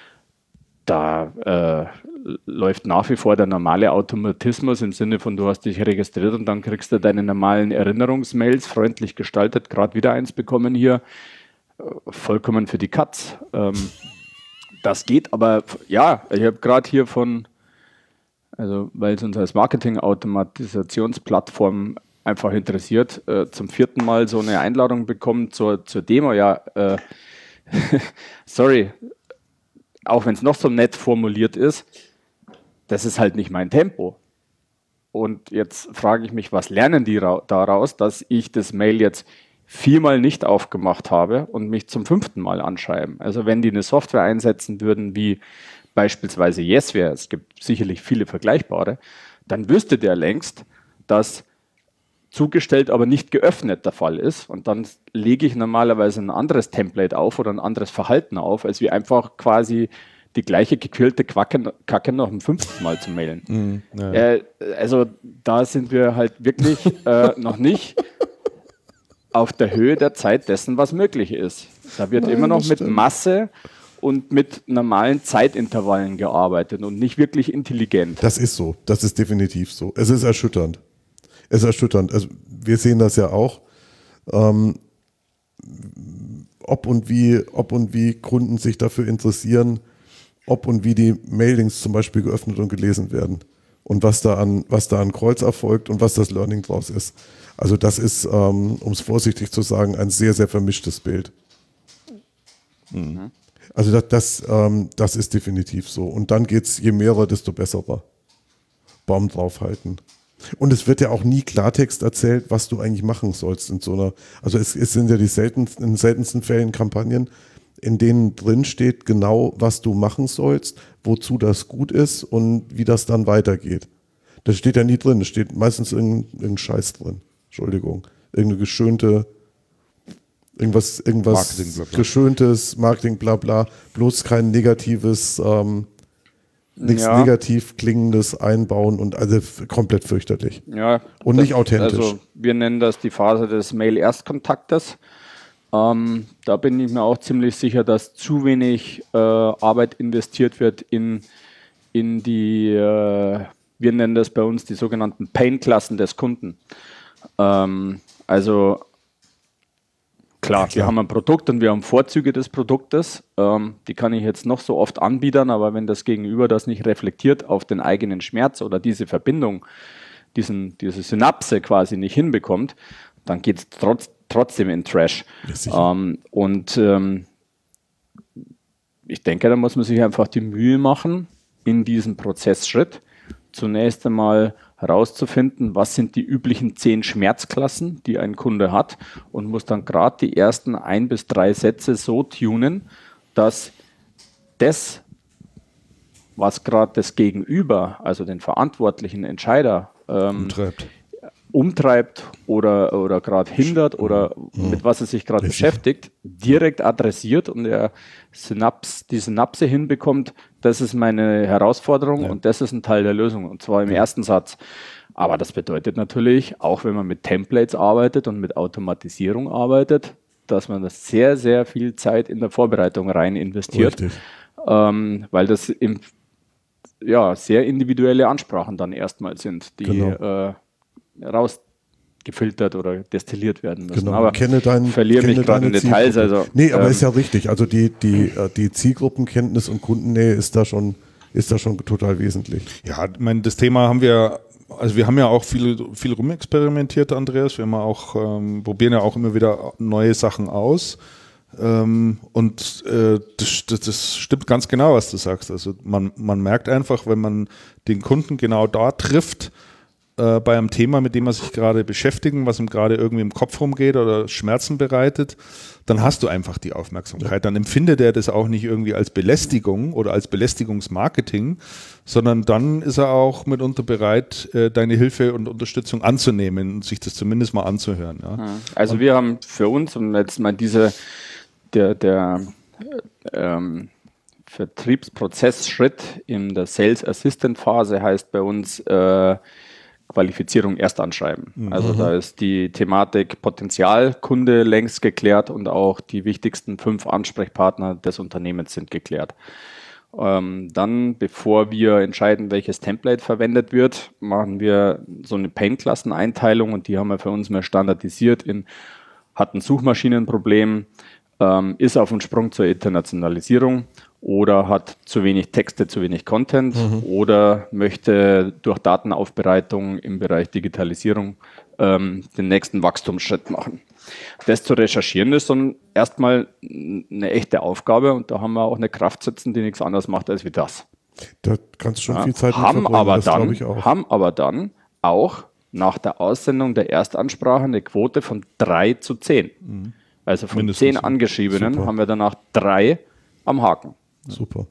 da äh, läuft nach wie vor der normale Automatismus im Sinne von, du hast dich registriert und dann kriegst du deine normalen Erinnerungsmails freundlich gestaltet, gerade wieder eins bekommen hier, äh, vollkommen für die Katz. Ähm, das geht, aber ja, ich habe gerade hier von, also weil es uns als Marketing-Automatisationsplattform einfach interessiert, äh, zum vierten Mal so eine Einladung bekommen zur, zur Demo. Ja, äh, sorry, auch wenn es noch so nett formuliert ist, das ist halt nicht mein Tempo. Und jetzt frage ich mich, was lernen die ra- daraus, dass ich das Mail jetzt viermal nicht aufgemacht habe und mich zum fünften Mal anschreiben. Also wenn die eine Software einsetzen würden, wie beispielsweise Yesware, es gibt sicherlich viele vergleichbare, dann wüsste der längst, dass zugestellt, aber nicht geöffnet der Fall ist. Und dann lege ich normalerweise ein anderes Template auf oder ein anderes Verhalten auf, als wie einfach quasi die gleiche gequillte Quacke, Kacke noch ein fünftes Mal zu mailen. Mhm, ja. Äh, also da sind wir halt wirklich äh, noch nicht auf der Höhe der Zeit dessen, was möglich ist. Da wird Nein, immer noch das mit stimmt. Masse und mit normalen Zeitintervallen gearbeitet und nicht wirklich intelligent. Das ist so. Das ist definitiv so. Es ist erschütternd. Es ist erschütternd. Also wir sehen das ja auch. Ähm, ob und wie, ob und wie Kunden sich dafür interessieren, ob und wie die Mailings zum Beispiel geöffnet und gelesen werden. und was da an, was da an Kreuz erfolgt und was das Learning draus ist. Also das ist, ähm, um es vorsichtig zu sagen, ein sehr, sehr vermischtes Bild. Mhm. Also das, das, ähm, das ist definitiv so. Und dann geht es, je mehrer, desto besser. Baum draufhalten. Und es wird ja auch nie Klartext erzählt, was du eigentlich machen sollst in so einer, also es, es sind ja die seltensten, in seltensten Fällen Kampagnen, in denen drin steht genau, was du machen sollst, wozu das gut ist und wie das dann weitergeht. Das steht ja nie drin, es steht meistens irgendein, irgendein Scheiß drin. Entschuldigung. Irgendeine geschönte, irgendwas, irgendwas Marketing, bla, bla. geschöntes Marketing, bla bla, bloß kein negatives, ähm, nichts Ja. negativ klingendes einbauen und also f- komplett fürchterlich. Ja, Und das, nicht authentisch. Also wir nennen das die Phase des Mail-Erstkontaktes. Ähm, da bin ich mir auch ziemlich sicher, dass zu wenig äh, Arbeit investiert wird in, in die, äh, wir nennen das bei uns die sogenannten Pain-Klassen des Kunden. Ähm, also klar, Ja, klar. wir haben ein Produkt und wir haben Vorzüge des Produktes. Ähm, die kann ich jetzt noch so oft anbieten, aber wenn das Gegenüber das nicht reflektiert auf den eigenen Schmerz oder diese Verbindung, diesen, diese Synapse quasi nicht hinbekommt, dann geht es trotz, trotzdem in Trash. Ja, sicher. Ähm, und ähm, ich denke, da muss man sich einfach die Mühe machen, in diesem Prozessschritt zunächst einmal herauszufinden, was sind die üblichen zehn Schmerzklassen, die ein Kunde hat, und muss dann gerade die ersten ein bis drei Sätze so tunen, dass das, was gerade das Gegenüber, also den verantwortlichen Entscheider, ähm, Umtreibt. umtreibt oder, oder gerade hindert oder mit was er sich gerade Richtig. beschäftigt, direkt adressiert und er Synaps, die Synapse hinbekommt, das ist meine Herausforderung und das ist ein Teil der Lösung, und zwar im ersten Satz. Aber das bedeutet natürlich, auch wenn man mit Templates arbeitet und mit Automatisierung arbeitet, dass man das sehr, sehr viel Zeit in der Vorbereitung rein investiert, Richtig. ähm, weil das im, ja, sehr individuelle Ansprachen dann erstmal sind, die Genau. äh, rausgefiltert oder destilliert werden müssen. Genau. Aber Kenne dein, verliere mich kenne gerade in deine Details. Zielgruppe. Also, nee, aber ähm, ist ja richtig. Also die, die, äh, die Zielgruppenkenntnis und Kundennähe ist da schon, ist da schon total wesentlich. Ja, ich meine, das Thema haben wir, also wir haben ja auch viel, viel rumexperimentiert, Andreas. Wir haben ja auch, ähm, probieren ja auch immer wieder neue Sachen aus. Ähm, und äh, das, das, das stimmt ganz genau, was du sagst. Also man, man merkt einfach, wenn man den Kunden genau da trifft, äh, bei einem Thema, mit dem man sich gerade beschäftigen, was ihm gerade irgendwie im Kopf rumgeht oder Schmerzen bereitet, dann hast du einfach die Aufmerksamkeit. Dann empfindet er das auch nicht irgendwie als Belästigung oder als Belästigungsmarketing, sondern dann ist er auch mitunter bereit, äh, deine Hilfe und Unterstützung anzunehmen und sich das zumindest mal anzuhören. Ja. Also wir haben für uns, um jetzt mal diese, der, der ähm, Vertriebsprozessschritt in der Sales Assistant Phase heißt bei uns äh, Qualifizierung Erstanschreiben. Mhm. Also da ist die Thematik Potenzialkunde längst geklärt und auch die wichtigsten fünf Ansprechpartner des Unternehmens sind geklärt. Ähm, dann, bevor wir entscheiden, welches Template verwendet wird, machen wir so eine Pain-Klassen-Einteilung, und die haben wir für uns mal standardisiert in, hat ein Suchmaschinenproblem, ähm, ist auf dem Sprung zur Internationalisierung oder hat zu wenig Texte, zu wenig Content mhm. oder möchte durch Datenaufbereitung im Bereich Digitalisierung ähm, den nächsten Wachstumsschritt machen. Das zu recherchieren ist dann erstmal eine echte Aufgabe, und da haben wir auch eine Kraft sitzen, die nichts anderes macht als wie das. Da kannst du schon Ja, viel Zeit mit haben verbringen, aber das dann, glaube ich auch. haben aber dann auch nach der Aussendung der Erstansprache eine Quote von drei zu zehn. Mhm. Also von Mindestens. zehn Angeschriebenen Super. haben wir danach drei am Haken. Super.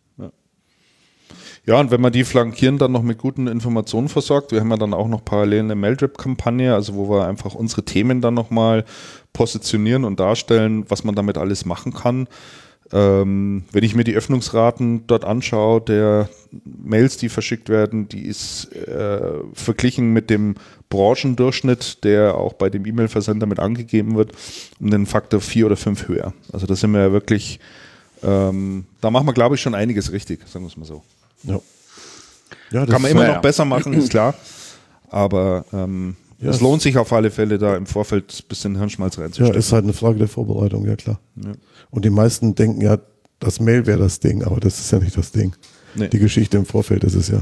Ja, und wenn man die flankieren, dann noch mit guten Informationen versorgt. Wir haben ja dann auch noch parallel eine Maildrip-Kampagne, also wo wir einfach unsere Themen dann nochmal positionieren und darstellen, was man damit alles machen kann. Ähm, wenn ich mir die Öffnungsraten dort anschaue, der Mails, die verschickt werden, die ist äh, verglichen mit dem Branchendurchschnitt, der auch bei dem E-Mail-Versender mit angegeben wird, um den Faktor vier oder fünf höher. Also da sind wir ja wirklich, ähm, da machen wir, glaube ich, schon einiges richtig, sagen wir es mal so. Ja. Ja, das Kann man immer ja, noch ja. besser machen, ist klar. Aber ähm, Ja, es es- lohnt sich auf alle Fälle, da im Vorfeld ein bisschen Hirnschmalz Ja, reinzustecken. ist halt eine Frage der Vorbereitung, ja klar. Ja. Und die meisten denken ja, das Mail wäre das Ding, aber das ist ja nicht das Ding. Nee. Die Geschichte im Vorfeld ist es ja.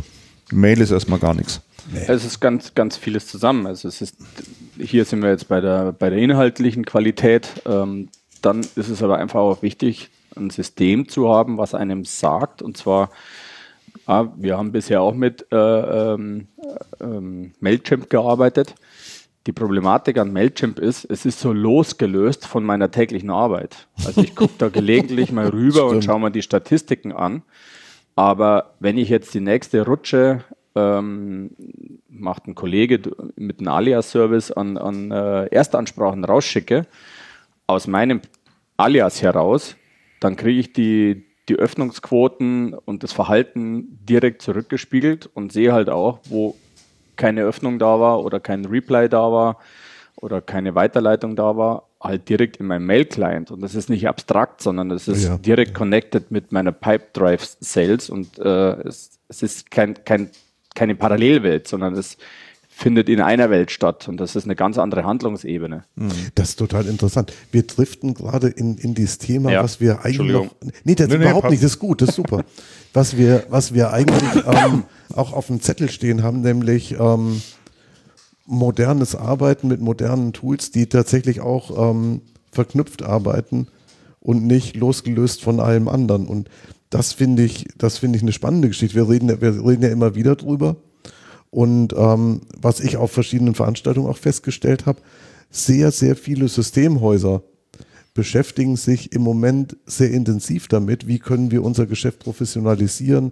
Mail ist erstmal gar nichts. Nee. Es ist ganz, ganz vieles zusammen. Also es ist, hier sind wir jetzt bei der, bei der inhaltlichen Qualität. Ähm, dann ist es aber einfach auch wichtig, ein System zu haben, was einem sagt. Und zwar, ja, wir haben bisher auch mit äh, ähm, ähm, Mailchimp gearbeitet. Die Problematik an Mailchimp ist, es ist so losgelöst von meiner täglichen Arbeit. Also ich gucke da gelegentlich mal rüber und schaue mir die Statistiken an. Aber wenn ich jetzt die nächste Rutsche ähm, macht ein Kollege mit einem Alias-Service an, an äh, Erstansprachen rausschicke, aus meinem Alias heraus, dann kriege ich die, die Öffnungsquoten und das Verhalten direkt zurückgespiegelt und sehe halt auch, wo keine Öffnung da war oder kein Reply da war oder keine Weiterleitung da war, halt direkt in meinem Mail-Client. Und das ist nicht abstrakt, sondern das ist ja direkt connected mit meiner Pipedrive-Sales und äh, es, es ist kein, kein, keine Parallelwelt, sondern es findet in einer Welt statt und das ist eine ganz andere Handlungsebene. Das ist total interessant. Wir driften gerade in, in dieses Thema, ja, was wir eigentlich noch, nee, das nee, überhaupt nee, nicht, das ist gut, das ist super. was wir, was wir eigentlich ähm, auch auf dem Zettel stehen haben, nämlich ähm, modernes Arbeiten mit modernen Tools, die tatsächlich auch ähm, verknüpft arbeiten und nicht losgelöst von allem anderen. Und das finde ich, das finde ich eine spannende Geschichte. Wir reden, wir reden ja immer wieder drüber. Und ähm, was ich auf verschiedenen Veranstaltungen auch festgestellt habe, sehr, sehr viele Systemhäuser beschäftigen sich im Moment sehr intensiv damit, wie können wir unser Geschäft professionalisieren,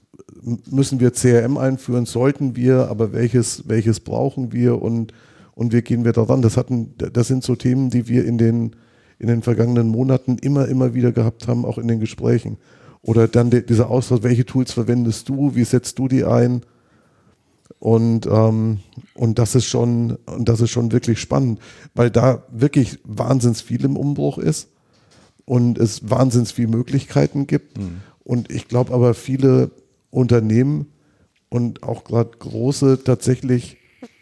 müssen wir C R M einführen, sollten wir, aber welches, welches brauchen wir und, und wie gehen wir daran? Das hatten, das sind so Themen, die wir in den, in den vergangenen Monaten immer, immer wieder gehabt haben, auch in den Gesprächen. Oder dann de, dieser Austausch, welche Tools verwendest du, wie setzt du die ein? Und, ähm, und das ist schon, und das ist schon wirklich spannend, weil da wirklich wahnsinns viel im Umbruch ist und es wahnsinns viele Möglichkeiten gibt. Mhm. Und ich glaube aber viele Unternehmen und auch gerade große tatsächlich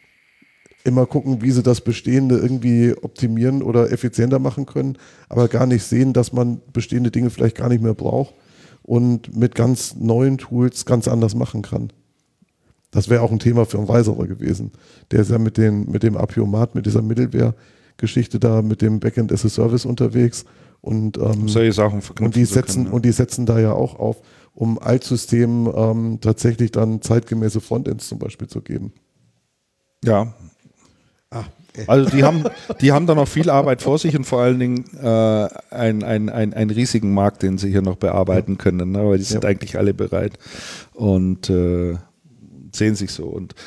immer gucken, wie sie das Bestehende irgendwie optimieren oder effizienter machen können, aber gar nicht sehen, dass man bestehende Dinge vielleicht gar nicht mehr braucht und mit ganz neuen Tools ganz anders machen kann. Das wäre auch ein Thema für einen Reiserer gewesen. Der ist ja mit, den, mit dem Apiomat, mit dieser Middleware-Geschichte da, mit dem Backend as a Service unterwegs. Und, ähm, solche Sachen und, die setzen, können, ja. und die setzen da ja auch auf, um Altsystemen ähm, tatsächlich dann zeitgemäße Frontends zum Beispiel zu geben. Ja. Ah, also die haben, die haben da noch viel Arbeit vor sich und vor allen Dingen äh, einen ein, ein, ein riesigen Markt, den sie hier noch bearbeiten ja. können, ne? Weil die sind ja. eigentlich alle bereit. Und äh, sehen sich so und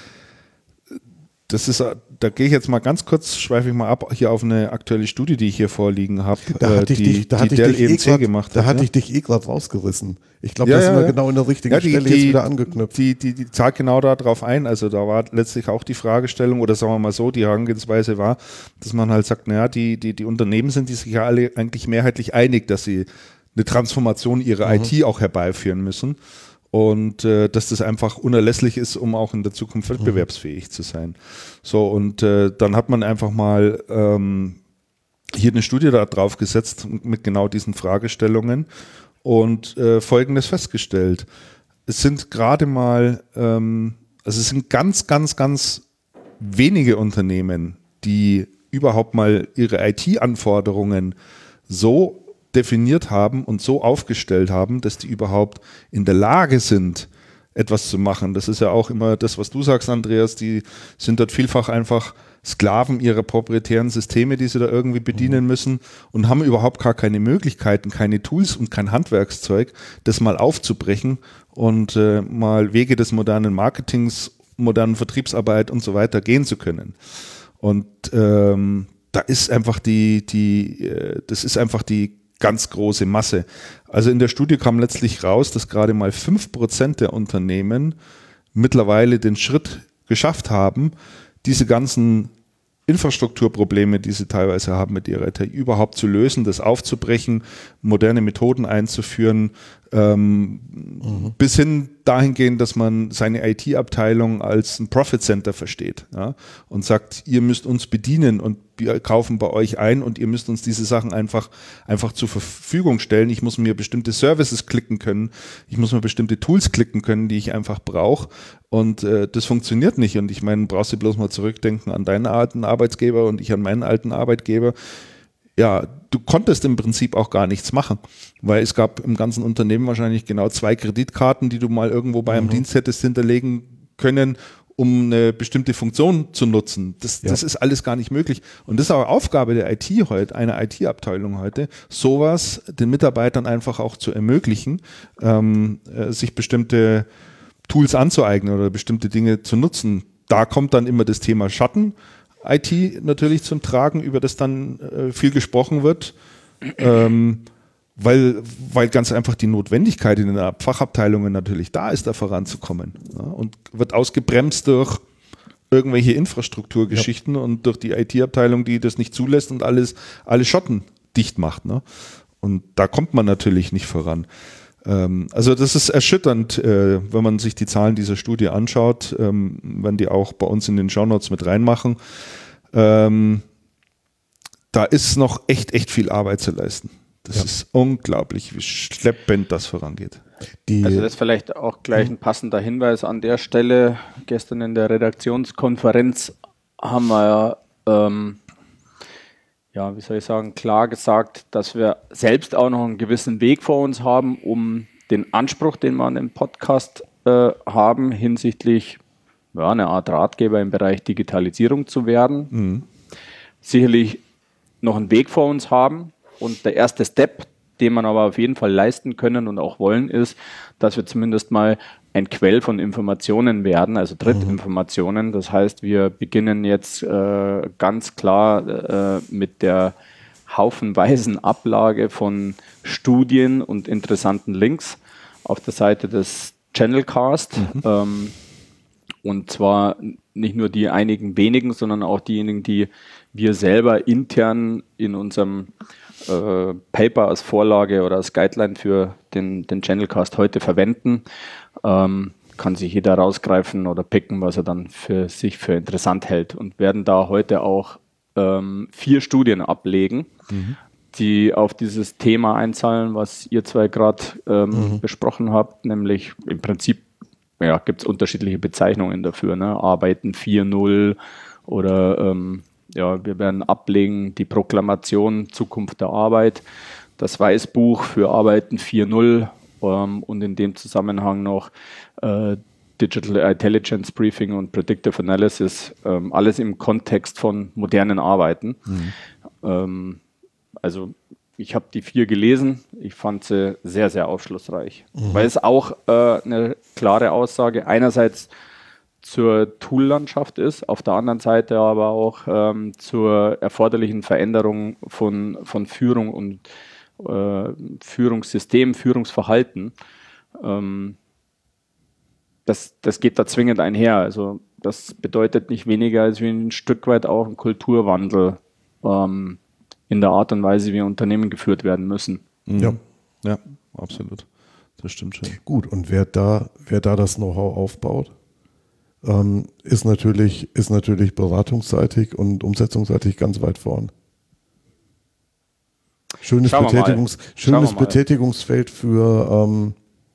das ist, da gehe ich jetzt mal ganz kurz, schweife ich mal ab, hier auf eine aktuelle Studie, die ich hier vorliegen habe, äh, die, dich, da die Dell E M C eh gemacht da hat. Da hatte ja? ich dich eh gerade rausgerissen. Ich glaube, ja, da ja, sind wir ja. genau in der richtigen ja, die, Stelle die, jetzt wieder angeknüpft. Die, die, die, die zahlt genau darauf ein, also da war letztlich auch die Fragestellung oder sagen wir mal so, die Herangehensweise war, dass man halt sagt, naja, die, die, die Unternehmen sind die sich ja alle eigentlich mehrheitlich einig, dass sie eine Transformation ihrer mhm. I T auch herbeiführen müssen. Und äh, dass das einfach unerlässlich ist, um auch in der Zukunft wettbewerbsfähig mhm. zu sein. So, und äh, dann hat man einfach mal ähm, hier eine Studie da drauf gesetzt mit genau diesen Fragestellungen und äh, Folgendes festgestellt. Es sind gerade mal, ähm, also es sind ganz, ganz, ganz wenige Unternehmen, die überhaupt mal ihre I T-Anforderungen so definiert haben und so aufgestellt haben, dass die überhaupt in der Lage sind, etwas zu machen. Das ist ja auch immer das, was du sagst, Andreas, die sind dort vielfach einfach Sklaven ihrer proprietären Systeme, die sie da irgendwie bedienen müssen und haben überhaupt gar keine Möglichkeiten, keine Tools und kein Handwerkszeug, das mal aufzubrechen und äh, mal Wege des modernen Marketings, modernen Vertriebsarbeit und so weiter gehen zu können. Und ähm, da ist einfach die, die, äh, das ist einfach die ganz große Masse. Also in der Studie kam letztlich raus, dass gerade mal fünf Prozent der Unternehmen mittlerweile den Schritt geschafft haben, diese ganzen Infrastrukturprobleme, die sie teilweise haben mit ihrer I T, überhaupt zu lösen, das aufzubrechen, moderne Methoden einzuführen, Ähm, mhm. Bis hin dahingehend, dass man seine I T-Abteilung als ein Profit Center versteht, ja, und sagt, ihr müsst uns bedienen und wir kaufen bei euch ein und ihr müsst uns diese Sachen einfach, einfach zur Verfügung stellen. Ich muss mir bestimmte Services klicken können, ich muss mir bestimmte Tools klicken können, die ich einfach brauche, und äh, das funktioniert nicht. Und ich meine, brauchst du bloß mal zurückdenken an deinen alten Arbeitgeber und ich an meinen alten Arbeitgeber. Ja, du konntest im Prinzip auch gar nichts machen, weil es gab im ganzen Unternehmen wahrscheinlich genau zwei Kreditkarten, die du mal irgendwo bei einem mhm. Dienst hättest hinterlegen können, um eine bestimmte Funktion zu nutzen. Das, ja. das ist alles gar nicht möglich. Und das ist auch Aufgabe der I T heute, einer I T-Abteilung heute, sowas den Mitarbeitern einfach auch zu ermöglichen, ähm, äh, sich bestimmte Tools anzueignen oder bestimmte Dinge zu nutzen. Da kommt dann immer das Thema Schatten I T natürlich zum Tragen, über das dann äh, viel gesprochen wird, ähm, weil, weil ganz einfach die Notwendigkeit in den Fachabteilungen natürlich da ist, da voranzukommen. Ja, und wird ausgebremst durch irgendwelche Infrastrukturgeschichten ja. und durch die I T-Abteilung, die das nicht zulässt und alles, alle Schotten dicht macht. Ne? Und da kommt man natürlich nicht voran. Ähm, also das ist erschütternd, äh, wenn man sich die Zahlen dieser Studie anschaut, ähm, wenn die auch bei uns in den Shownotes mit reinmachen. Ähm, da ist noch echt, echt viel Arbeit zu leisten. Das ja. ist unglaublich, wie schleppend das vorangeht. Die also das ist vielleicht auch gleich ein passender Hinweis an der Stelle. Gestern in der Redaktionskonferenz haben wir ja, ähm, ja, wie soll ich sagen, klar gesagt, dass wir selbst auch noch einen gewissen Weg vor uns haben, um den Anspruch, den wir an den Podcast äh, haben, hinsichtlich ja, eine Art Ratgeber im Bereich Digitalisierung zu werden, mhm. sicherlich noch einen Weg vor uns haben. Und der erste Step, den man aber auf jeden Fall leisten können und auch wollen, ist, dass wir zumindest mal ein Quell von Informationen werden, also Drittinformationen. Das heißt, wir beginnen jetzt äh, ganz klar äh, mit der haufenweisen Ablage von Studien und interessanten Links auf der Seite des Channelcast. Mhm. Ähm, und zwar nicht nur die einigen wenigen, sondern auch diejenigen, die wir selber intern in unserem äh, Paper als Vorlage oder als Guideline für den, den Channelcast heute verwenden. Ähm, kann sich jeder rausgreifen oder picken, was er dann für sich für interessant hält, und werden da heute auch ähm, vier Studien ablegen, mhm. die auf dieses Thema einzahlen, was ihr zwei gerade ähm, mhm. besprochen habt, nämlich im Prinzip ja, gibt es unterschiedliche Bezeichnungen dafür, ne? Arbeiten vier Punkt null oder ähm, ja, wir werden ablegen die Proklamation Zukunft der Arbeit, das Weißbuch für Arbeiten vier Punkt null ähm, und in dem Zusammenhang noch äh, Digital Intelligence Briefing und Predictive Analysis, ähm, alles im Kontext von modernen Arbeiten. Mhm. Ähm, also ich habe die vier gelesen, ich fand sie sehr, sehr aufschlussreich, mhm. weil es auch äh, eine klare Aussage einerseits zur Tool-Landschaft ist, auf der anderen Seite aber auch ähm, zur erforderlichen Veränderung von, von Führung und äh, Führungssystem, Führungsverhalten. Ähm, das, das geht da zwingend einher. Also das bedeutet nicht weniger als wie ein Stück weit auch ein Kulturwandel ähm, in der Art und Weise, wie Unternehmen geführt werden müssen. Mhm. Ja, ja, absolut. Das stimmt schon. Gut, und wer da, wer da das Know-how aufbaut, ähm, ist natürlich, ist natürlich beratungsseitig und umsetzungsseitig ganz weit vorn. Schönes, Betätigungs, schönes Betätigungsfeld für, ähm,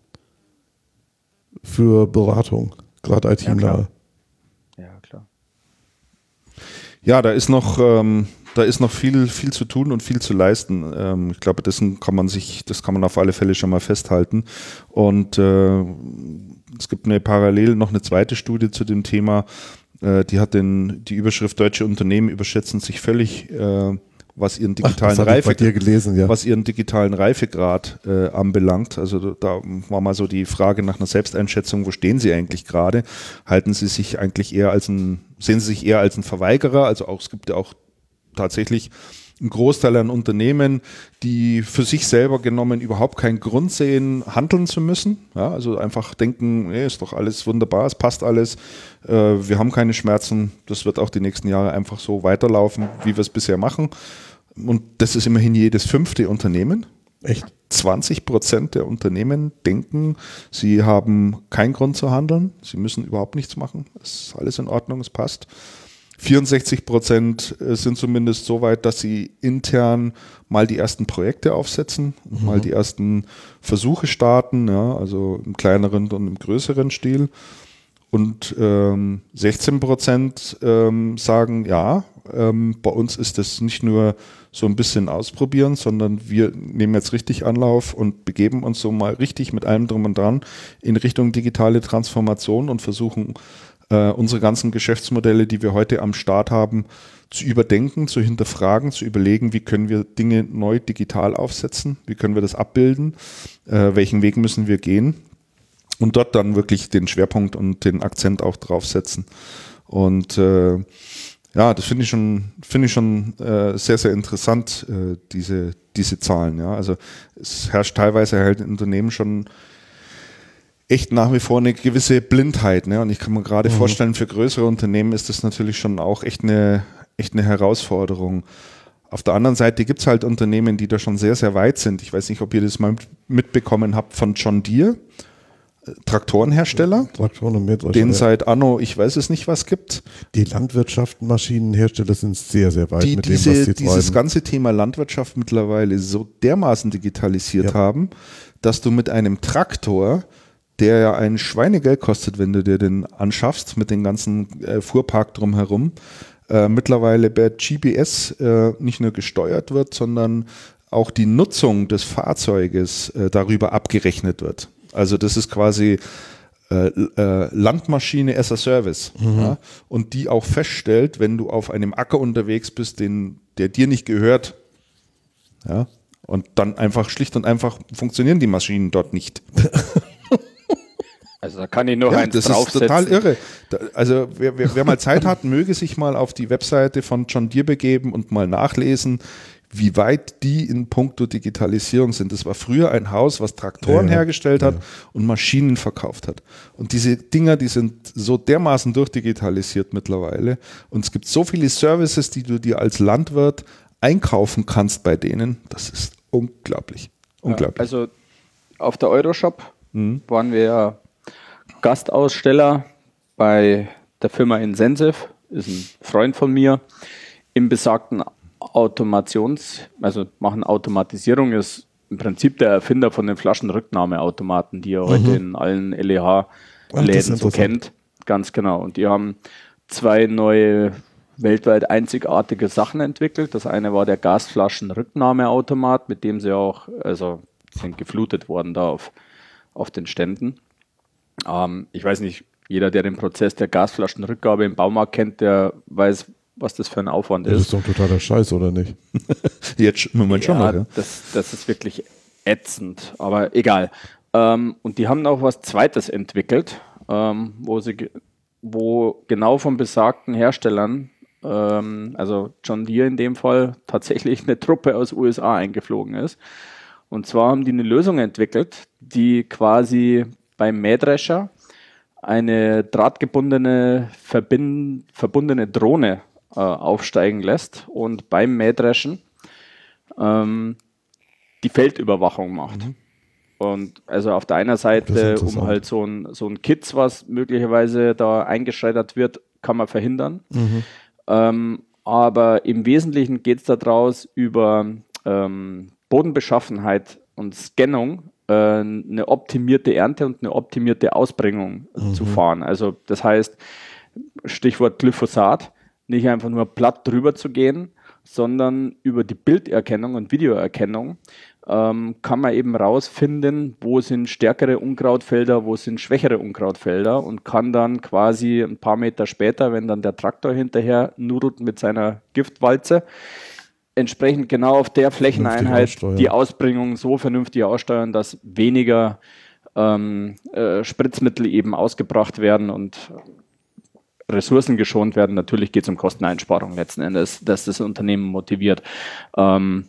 für Beratung, gerade I T-nahe. Ja, ja, klar. Ja, da ist noch, ähm, da ist noch viel, viel zu tun und viel zu leisten. Ähm, ich glaube, dessen kann man sich, das kann man auf alle Fälle schon mal festhalten. Und äh, es gibt eine parallel noch eine zweite Studie zu dem Thema, äh, die hat den, die Überschrift Deutsche Unternehmen überschätzen sich völlig, äh, was ihren digitalen Ach, Reife, gelesen, ja. was ihren digitalen Reifegrad äh, anbelangt. Also da war mal so die Frage nach einer Selbsteinschätzung, wo stehen Sie eigentlich gerade? Halten Sie sich eigentlich eher als ein, sehen Sie sich eher als ein Verweigerer? Also auch, es gibt ja auch tatsächlich ein Großteil an Unternehmen, die für sich selber genommen überhaupt keinen Grund sehen, handeln zu müssen. Ja, also einfach denken, nee, ist doch alles wunderbar, es passt alles, äh, wir haben keine Schmerzen, das wird auch die nächsten Jahre einfach so weiterlaufen, wie wir es bisher machen. Und das ist immerhin jedes fünfte Unternehmen. Echt? zwanzig Prozent der Unternehmen denken, sie haben keinen Grund zu handeln, sie müssen überhaupt nichts machen, es ist alles in Ordnung, es passt. vierundsechzig Prozent sind zumindest so weit, dass sie intern mal die ersten Projekte aufsetzen, mhm. mal die ersten Versuche starten, ja, also im kleineren und im größeren Stil. Und ähm, sechzehn Prozent ähm, sagen, ja, ähm, bei uns ist das nicht nur so ein bisschen ausprobieren, sondern wir nehmen jetzt richtig Anlauf und begeben uns so mal richtig mit allem drum und dran in Richtung digitale Transformation und versuchen, äh, unsere ganzen Geschäftsmodelle, die wir heute am Start haben, zu überdenken, zu hinterfragen, zu überlegen, wie können wir Dinge neu digital aufsetzen, wie können wir das abbilden, äh, welchen Weg müssen wir gehen. Und dort dann wirklich den Schwerpunkt und den Akzent auch draufsetzen. Und äh, ja, das finde ich schon, finde ich schon äh, sehr, sehr interessant, äh, diese, diese Zahlen. Ja. Also es herrscht teilweise halt in Unternehmen schon echt nach wie vor eine gewisse Blindheit. Ne? Und ich kann mir gerade mhm. vorstellen, für größere Unternehmen ist das natürlich schon auch echt eine, echt eine Herausforderung. Auf der anderen Seite gibt es halt Unternehmen, die da schon sehr, sehr weit sind. Ich weiß nicht, ob ihr das mal mitbekommen habt von John Deere. Traktorenhersteller, Traktoren und Mähdrescher, den ja. seit Anno, ich weiß es nicht, was gibt. Die Landwirtschaft, Maschinenhersteller sind sehr, sehr weit die mit diese, dem, was sie dieses treiben. ganze Thema Landwirtschaft mittlerweile so dermaßen digitalisiert Ja. haben, dass du mit einem Traktor, der ja ein Schweinegeld kostet, wenn du dir den anschaffst, mit dem ganzen äh, Fuhrpark drumherum, äh, mittlerweile per G P S äh, nicht nur gesteuert wird, sondern auch die Nutzung des Fahrzeuges äh, darüber abgerechnet wird. Also das ist quasi äh, äh, Landmaschine as a Service. Mhm. Ja? Und die auch feststellt, wenn du auf einem Acker unterwegs bist, den, der dir nicht gehört. Ja? Und dann einfach schlicht und einfach funktionieren die Maschinen dort nicht. Also da kann ich noch ja, eins das draufsetzen. ist total irre. Da, also wer, wer, wer mal Zeit hat, möge sich mal auf die Webseite von John Deere begeben und mal nachlesen, wie weit die in puncto Digitalisierung sind. Das war früher ein Haus, was Traktoren ja, hergestellt ja. hat und Maschinen verkauft hat. Und diese Dinger, die sind so dermaßen durchdigitalisiert mittlerweile. Und es gibt so viele Services, die du dir als Landwirt einkaufen kannst bei denen. Das ist unglaublich. Unglaublich. Ja, also auf der Euroshop mhm. waren wir ja Gastaussteller bei der Firma Insensive, ist ein Freund von mir, im besagten Automations, also machen Automatisierung, ist im Prinzip der Erfinder von den Flaschenrücknahmeautomaten, die ihr mhm. heute in allen L E H-Läden so kennt. Ganz genau. Und die haben zwei neue weltweit einzigartige Sachen entwickelt. Das eine war der Gasflaschenrücknahmeautomat, mit dem sie auch, also sind geflutet worden da auf, auf den Ständen. Ähm, ich weiß nicht, jeder, der den Prozess der Gasflaschenrückgabe im Baumarkt kennt, der weiß, was das für ein Aufwand ist. Das ist doch totaler Scheiß, oder nicht? Jetzt im Moment schon ja, noch, ja. Das, das ist wirklich ätzend, aber egal. Ähm, und die haben auch was Zweites entwickelt, ähm, wo sie ge- wo genau von besagten Herstellern, ähm, also John Deere in dem Fall, tatsächlich eine Truppe aus U S A eingeflogen ist. Und zwar haben die eine Lösung entwickelt, die quasi beim Mähdrescher eine drahtgebundene, verbind- verbundene Drohne äh, aufsteigen lässt und beim Mähdreschen ähm, die Feldüberwachung macht. Mhm. Und also auf der einen Seite, um halt so ein, so ein Kitz, was möglicherweise da eingeschreddert wird, kann man verhindern. Mhm. Ähm, aber im Wesentlichen geht es daraus über ähm, Bodenbeschaffenheit und Scannung äh, eine optimierte Ernte und eine optimierte Ausbringung mhm. zu fahren. Also das heißt, Stichwort Glyphosat, nicht einfach nur platt drüber zu gehen, sondern über die Bilderkennung und Videoerkennung ähm, kann man eben rausfinden, wo sind stärkere Unkrautfelder, wo sind schwächere Unkrautfelder und kann dann quasi ein paar Meter später, wenn dann der Traktor hinterher nudelt mit seiner Giftwalze, entsprechend genau auf der Flächeneinheit die Ausbringung so vernünftig aussteuern, dass weniger ähm, äh, Spritzmittel eben ausgebracht werden und Ressourcen geschont werden. Natürlich geht es um Kosteneinsparung letzten Endes, dass das Unternehmen motiviert. Ähm,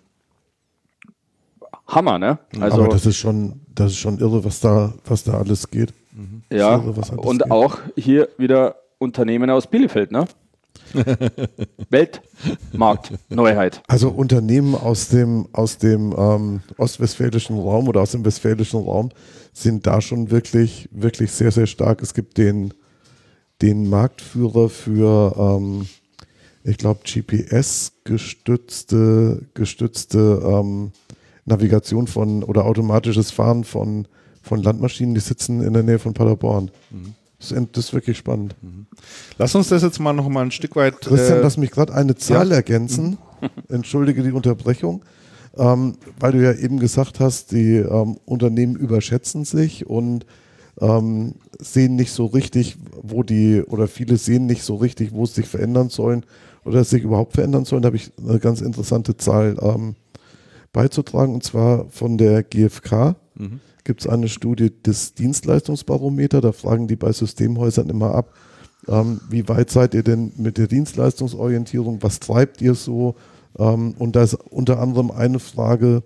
Hammer, ne? Also, aber das ist schon, das ist schon irre, was da, was da alles geht. Mhm. Ja, irre, und geht. Auch hier wieder Unternehmen aus Bielefeld, ne? Weltmarktneuheit. Also Unternehmen aus dem, aus dem ähm, ostwestfälischen Raum oder aus dem westfälischen Raum sind da schon wirklich, wirklich sehr, sehr stark. Es gibt den, den Marktführer für, ähm, ich glaube, G P S-gestützte gestützte, ähm, Navigation von oder automatisches Fahren von, von Landmaschinen, die sitzen in der Nähe von Paderborn. Mhm. Das, ist, das ist wirklich spannend. Mhm. Lass uns das jetzt mal noch mal ein Stück weit... Christian, äh, lass mich gerade eine Zahl ja. ergänzen. Entschuldige die Unterbrechung. Ähm, weil du ja eben gesagt hast, die ähm, Unternehmen überschätzen sich und ähm, sehen nicht so richtig, wo die, oder viele sehen nicht so richtig, wo es sich verändern sollen oder sich überhaupt verändern sollen. Da habe ich eine ganz interessante Zahl ähm, beizutragen, und zwar von der G f K. Mhm. Gibt es eine Studie des Dienstleistungsbarometer, da fragen die bei Systemhäusern immer ab, ähm, wie weit seid ihr denn mit der Dienstleistungsorientierung, was treibt ihr so? Ähm, und da ist unter anderem eine Frage,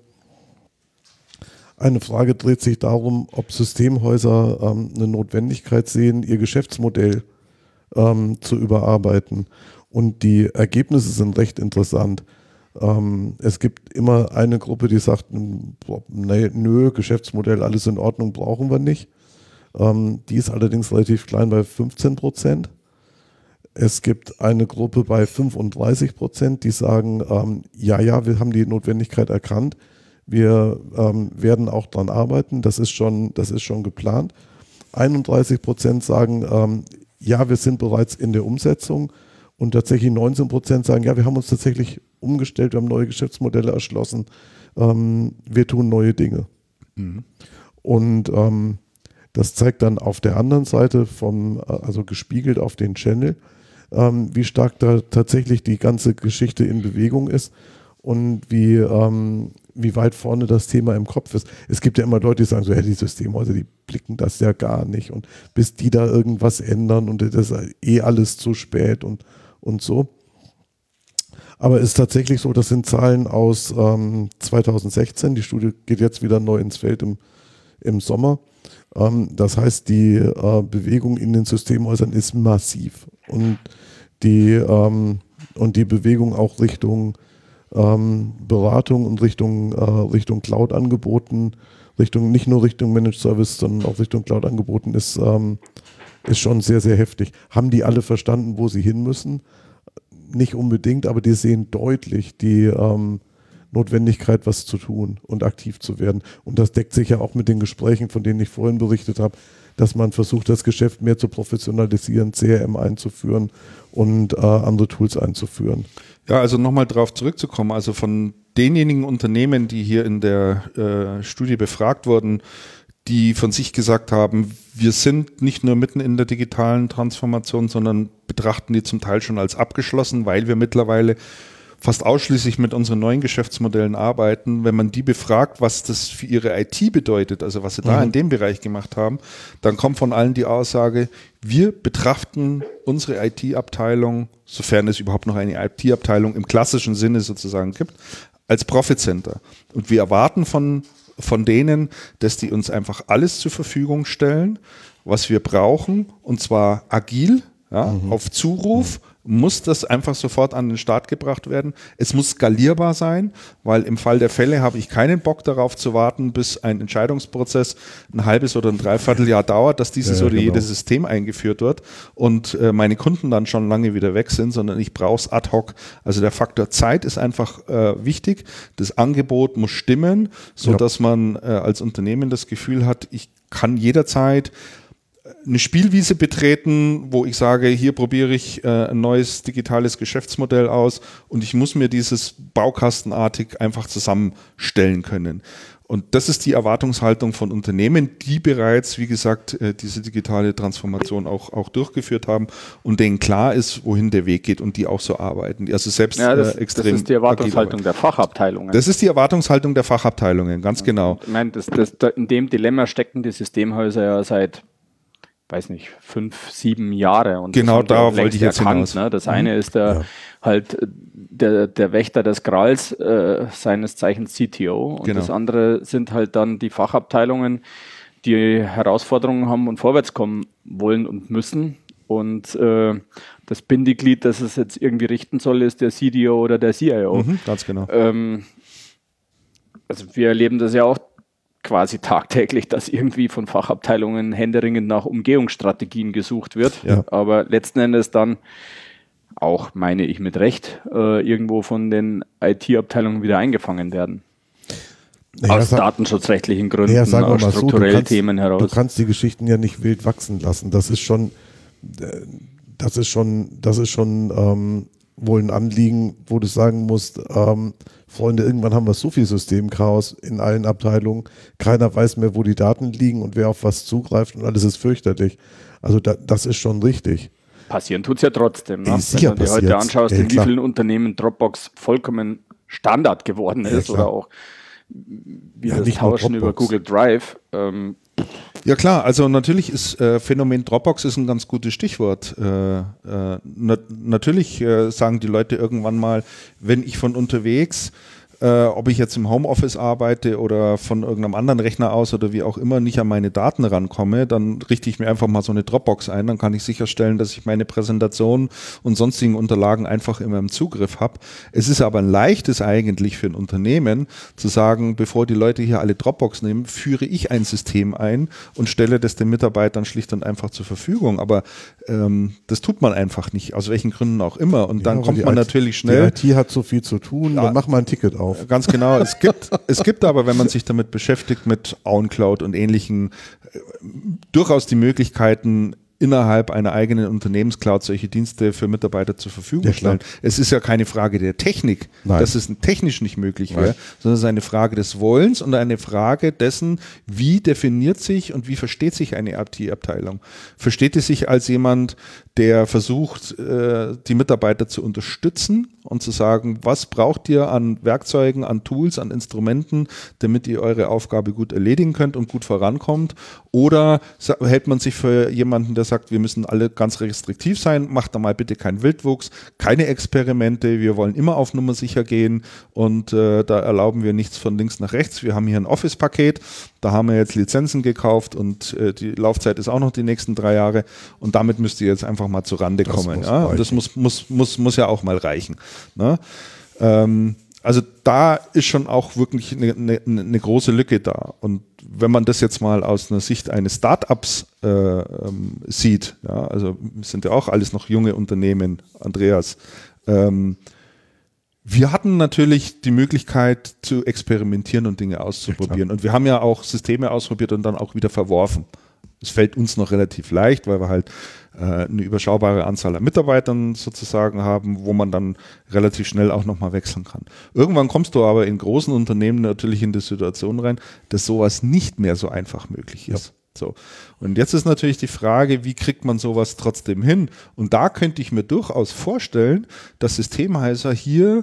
eine Frage dreht sich darum, ob Systemhäuser ähm, eine Notwendigkeit sehen, ihr Geschäftsmodell ähm, zu überarbeiten. Und die Ergebnisse sind recht interessant. Ähm, es gibt immer eine Gruppe, die sagt, nee, nö, Geschäftsmodell, alles in Ordnung, brauchen wir nicht. Ähm, die ist allerdings relativ klein bei fünfzehn Prozent. Es gibt eine Gruppe bei fünfunddreißig Prozent, die sagen, ähm, ja, ja, wir haben die Notwendigkeit erkannt, wir ähm, werden auch dran arbeiten, das ist schon, das ist schon geplant. einunddreißig Prozent sagen, ähm, ja, wir sind bereits in der Umsetzung, und tatsächlich neunzehn Prozent sagen, ja, wir haben uns tatsächlich umgestellt, wir haben neue Geschäftsmodelle erschlossen, ähm, wir tun neue Dinge. Mhm. Und ähm, das zeigt dann auf der anderen Seite, vom, also gespiegelt auf den Channel, ähm, wie stark da tatsächlich die ganze Geschichte in Bewegung ist und wie, ähm, wie weit vorne das Thema im Kopf ist. Es gibt ja immer Leute, die sagen so, ja, die Systemhäuser, die blicken das ja gar nicht, und bis die da irgendwas ändern und das ist eh alles zu spät und, und so. Aber es ist tatsächlich so, das sind Zahlen aus ähm, zweitausendsechzehn, die Studie geht jetzt wieder neu ins Feld im, im Sommer. Ähm, das heißt, die äh, Bewegung in den Systemhäusern ist massiv, und die, ähm, und die Bewegung auch Richtung ähm, Beratung und Richtung, äh, Richtung Cloud-Angeboten, Richtung, nicht nur Richtung Managed Service, sondern auch Richtung Cloud-Angeboten ist, ähm, ist schon sehr, sehr heftig. Haben die alle verstanden, wo sie hin müssen? Nicht unbedingt, aber die sehen deutlich die ähm, Notwendigkeit, was zu tun und aktiv zu werden. Und das deckt sich ja auch mit den Gesprächen, von denen ich vorhin berichtet habe, dass man versucht, das Geschäft mehr zu professionalisieren, C R M einzuführen und äh, andere Tools einzuführen. Ja, also nochmal drauf zurückzukommen, also von denjenigen Unternehmen, die hier in der äh, Studie befragt wurden, die von sich gesagt haben, wir sind nicht nur mitten in der digitalen Transformation, sondern betrachten die zum Teil schon als abgeschlossen, weil wir mittlerweile fast ausschließlich mit unseren neuen Geschäftsmodellen arbeiten. Wenn man die befragt, was das für ihre I T bedeutet, also was sie da mhm. in dem Bereich gemacht haben, dann kommt von allen die Aussage, wir betrachten unsere I T-Abteilung, sofern es überhaupt noch eine I T-Abteilung im klassischen Sinne sozusagen gibt, als Profit Center. Und wir erwarten von, von denen, dass die uns einfach alles zur Verfügung stellen, was wir brauchen, und zwar agil, ja, mhm. auf Zuruf, muss das einfach sofort an den Start gebracht werden. Es muss skalierbar sein, weil im Fall der Fälle habe ich keinen Bock darauf zu warten, bis ein Entscheidungsprozess ein halbes oder ein Dreivierteljahr dauert, dass dieses ja, oder genau. jedes System eingeführt wird und äh, meine Kunden dann schon lange wieder weg sind, sondern ich brauche es ad hoc. Also der Faktor Zeit ist einfach äh, wichtig. Das Angebot muss stimmen, sodass ja. man äh, als Unternehmen das Gefühl hat, ich kann jederzeit eine Spielwiese betreten, wo ich sage, hier probiere ich äh, ein neues digitales Geschäftsmodell aus und ich muss mir dieses baukastenartig einfach zusammenstellen können. Und das ist die Erwartungshaltung von Unternehmen, die bereits, wie gesagt, äh, diese digitale Transformation auch, auch durchgeführt haben und denen klar ist, wohin der Weg geht und die auch so arbeiten. Die also selbst ja, das, äh, extrem. Das ist die Erwartungshaltung der Fachabteilungen. Das ist die Erwartungshaltung der Fachabteilungen, ganz genau. Ich meine, das, das, in dem Dilemma stecken die Systemhäuser ja seit weiß nicht, fünf, sieben Jahre. Und genau, da wollte ich jetzt erkannt, hinaus. Ne? Das eine ist der, ja. halt der, der Wächter des Grals, äh, seines Zeichens C T O. Und genau. das andere sind halt dann die Fachabteilungen, die Herausforderungen haben und vorwärts kommen wollen und müssen. und äh, das Bindeglied, das es jetzt irgendwie richten soll, ist der C D O oder der C I O. Mhm, ganz genau. Ähm, also wir erleben das ja auch quasi tagtäglich, dass irgendwie von Fachabteilungen händeringend nach Umgehungsstrategien gesucht wird, Ja. aber letzten Endes dann auch, meine ich mit Recht, äh, irgendwo von den I T-Abteilungen wieder eingefangen werden. Naja, aus sag, datenschutzrechtlichen Gründen, naja, sagen wir aus mal so, du strukturellen kannst, Themen heraus. Du kannst die Geschichten ja nicht wild wachsen lassen. Das ist schon, das ist schon, das ist schon ähm, wohl ein Anliegen, wo du sagen musst, ähm, Freunde, irgendwann haben wir so viel Systemchaos in allen Abteilungen. Keiner weiß mehr, wo die Daten liegen und wer auf was zugreift und alles ist fürchterlich. Also da, das ist schon richtig. Passieren tut es ja trotzdem. Ne? Ist Wenn ja du dir passiert. heute anschaust, Ja, in wie klar. vielen Unternehmen Dropbox vollkommen Standard geworden Ja, ist klar. oder auch wie Ja, das nicht nur Tauschen über Dropbox. Google Drive. Ähm, Ja klar, also natürlich ist äh, Phänomen Dropbox ist ein ganz gutes Stichwort. Äh, äh, na, natürlich äh, sagen die Leute irgendwann mal, wenn ich von unterwegs, äh, ob ich jetzt im Homeoffice arbeite oder von irgendeinem anderen Rechner aus oder wie auch immer, nicht an meine Daten rankomme, dann richte ich mir einfach mal so eine Dropbox ein, dann kann ich sicherstellen, dass ich meine Präsentation und sonstigen Unterlagen einfach immer im Zugriff habe. Es ist aber ein leichtes eigentlich für ein Unternehmen zu sagen, bevor die Leute hier alle Dropbox nehmen, führe ich ein System ein und stelle das den Mitarbeitern schlicht und einfach zur Verfügung. Aber ähm, das tut man einfach nicht, aus welchen Gründen auch immer. Und dann Ja, kommt die man I T natürlich schnell. Die I T hat so viel zu tun, Ja. dann mach mal ein Ticket auf. Ganz genau. Es gibt, es gibt aber, wenn man sich damit beschäftigt, mit OwnCloud und ähnlichen, äh, durchaus die Möglichkeiten, innerhalb einer eigenen Unternehmenscloud solche Dienste für Mitarbeiter zur Verfügung Ja, klar. stellen. Es ist ja keine Frage der Technik, Nein. dass es technisch nicht möglich wäre, Nein. sondern es ist eine Frage des Wollens und eine Frage dessen, wie definiert sich und wie versteht sich eine I T-Abteilung. Versteht es sich als jemand, der versucht, äh, die Mitarbeiter zu unterstützen und zu sagen, was braucht ihr an Werkzeugen, an Tools, an Instrumenten, damit ihr eure Aufgabe gut erledigen könnt und gut vorankommt? Oder sa- hält man sich für jemanden, der sagt, wir müssen alle ganz restriktiv sein, macht da mal bitte keinen Wildwuchs, keine Experimente, wir wollen immer auf Nummer sicher gehen und äh, da erlauben wir nichts von links nach rechts. Wir haben hier ein Office-Paket, da haben wir jetzt Lizenzen gekauft und äh, die Laufzeit ist auch noch die nächsten drei Jahre und damit müsst ihr jetzt einfach mal zur Rande Das kommen. muss Ja? Und das reichen. muss, muss, muss, muss ja auch mal reichen. Ne? Ähm, also da ist schon auch wirklich eine, eine, eine große Lücke da. Und wenn man das jetzt mal aus einer Sicht eines Startups äh, ähm, sieht, ja, also sind ja auch alles noch junge Unternehmen, Andreas, ähm, wir hatten natürlich die Möglichkeit zu experimentieren und Dinge auszuprobieren. Und wir haben ja auch Systeme ausprobiert und dann auch wieder verworfen. Es fällt uns noch relativ leicht, weil wir halt äh, eine überschaubare Anzahl an Mitarbeitern sozusagen haben, wo man dann relativ schnell auch nochmal wechseln kann. Irgendwann kommst du aber in großen Unternehmen natürlich in die Situation rein, dass sowas nicht mehr so einfach möglich ist. Ja. So. Und jetzt ist natürlich die Frage, wie kriegt man sowas trotzdem hin? Und da könnte ich mir durchaus vorstellen, dass Systemhäuser hier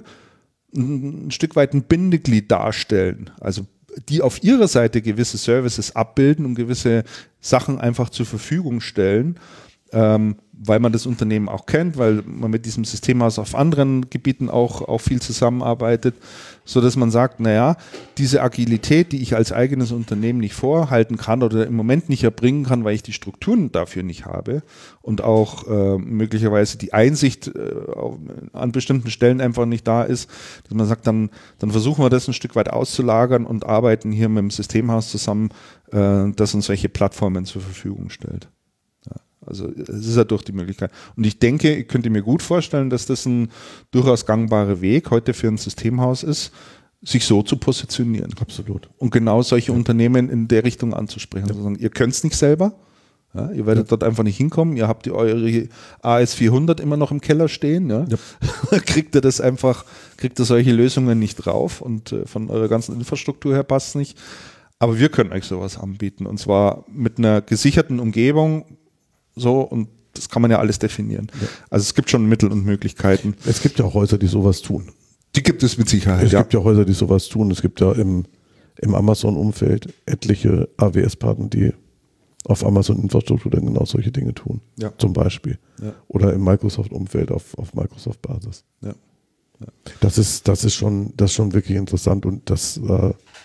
ein Stück weit ein Bindeglied darstellen. Also die auf ihrer Seite gewisse Services abbilden und gewisse Sachen einfach zur Verfügung stellen, ähm, weil man das Unternehmen auch kennt, weil man mit diesem Systemhaus auf anderen Gebieten auch, auch viel zusammenarbeitet, so dass man sagt, naja, diese Agilität, die ich als eigenes Unternehmen nicht vorhalten kann oder im Moment nicht erbringen kann, weil ich die Strukturen dafür nicht habe und auch äh, möglicherweise die Einsicht äh, auf, an bestimmten Stellen einfach nicht da ist, dass man sagt, dann, dann versuchen wir das ein Stück weit auszulagern und arbeiten hier mit dem Systemhaus zusammen, äh, das uns solche Plattformen zur Verfügung stellt. Also es ist ja durch die Möglichkeit. Und ich denke, ich könnte mir gut vorstellen, dass das ein durchaus gangbarer Weg heute für ein Systemhaus ist, sich so zu positionieren. Absolut. Und genau solche ja. Unternehmen in der Richtung anzusprechen. Ja. Also sagen, ihr könnt es nicht selber, ja, ihr werdet ja. dort einfach nicht hinkommen, ihr habt die eure A S vierhundert immer noch im Keller stehen, ja. Ja. kriegt ihr das einfach, kriegt ihr solche Lösungen nicht drauf und äh, von eurer ganzen Infrastruktur her passt es nicht. Aber wir können euch sowas anbieten und zwar mit einer gesicherten Umgebung. So, und das kann man ja alles definieren. Ja. Also es gibt schon Mittel und Möglichkeiten. Es gibt ja auch Häuser, die sowas tun. Die gibt es mit Sicherheit, Es ja. gibt ja Häuser, die sowas tun. Es gibt ja im, im Amazon-Umfeld etliche A W S-Partner, die auf Amazon-Infrastruktur dann genau solche Dinge tun. Ja. Zum Beispiel. Ja. Oder im Microsoft-Umfeld auf, auf Microsoft-Basis. Ja. Ja. Das ist, das ist schon, das ist schon wirklich interessant und das äh,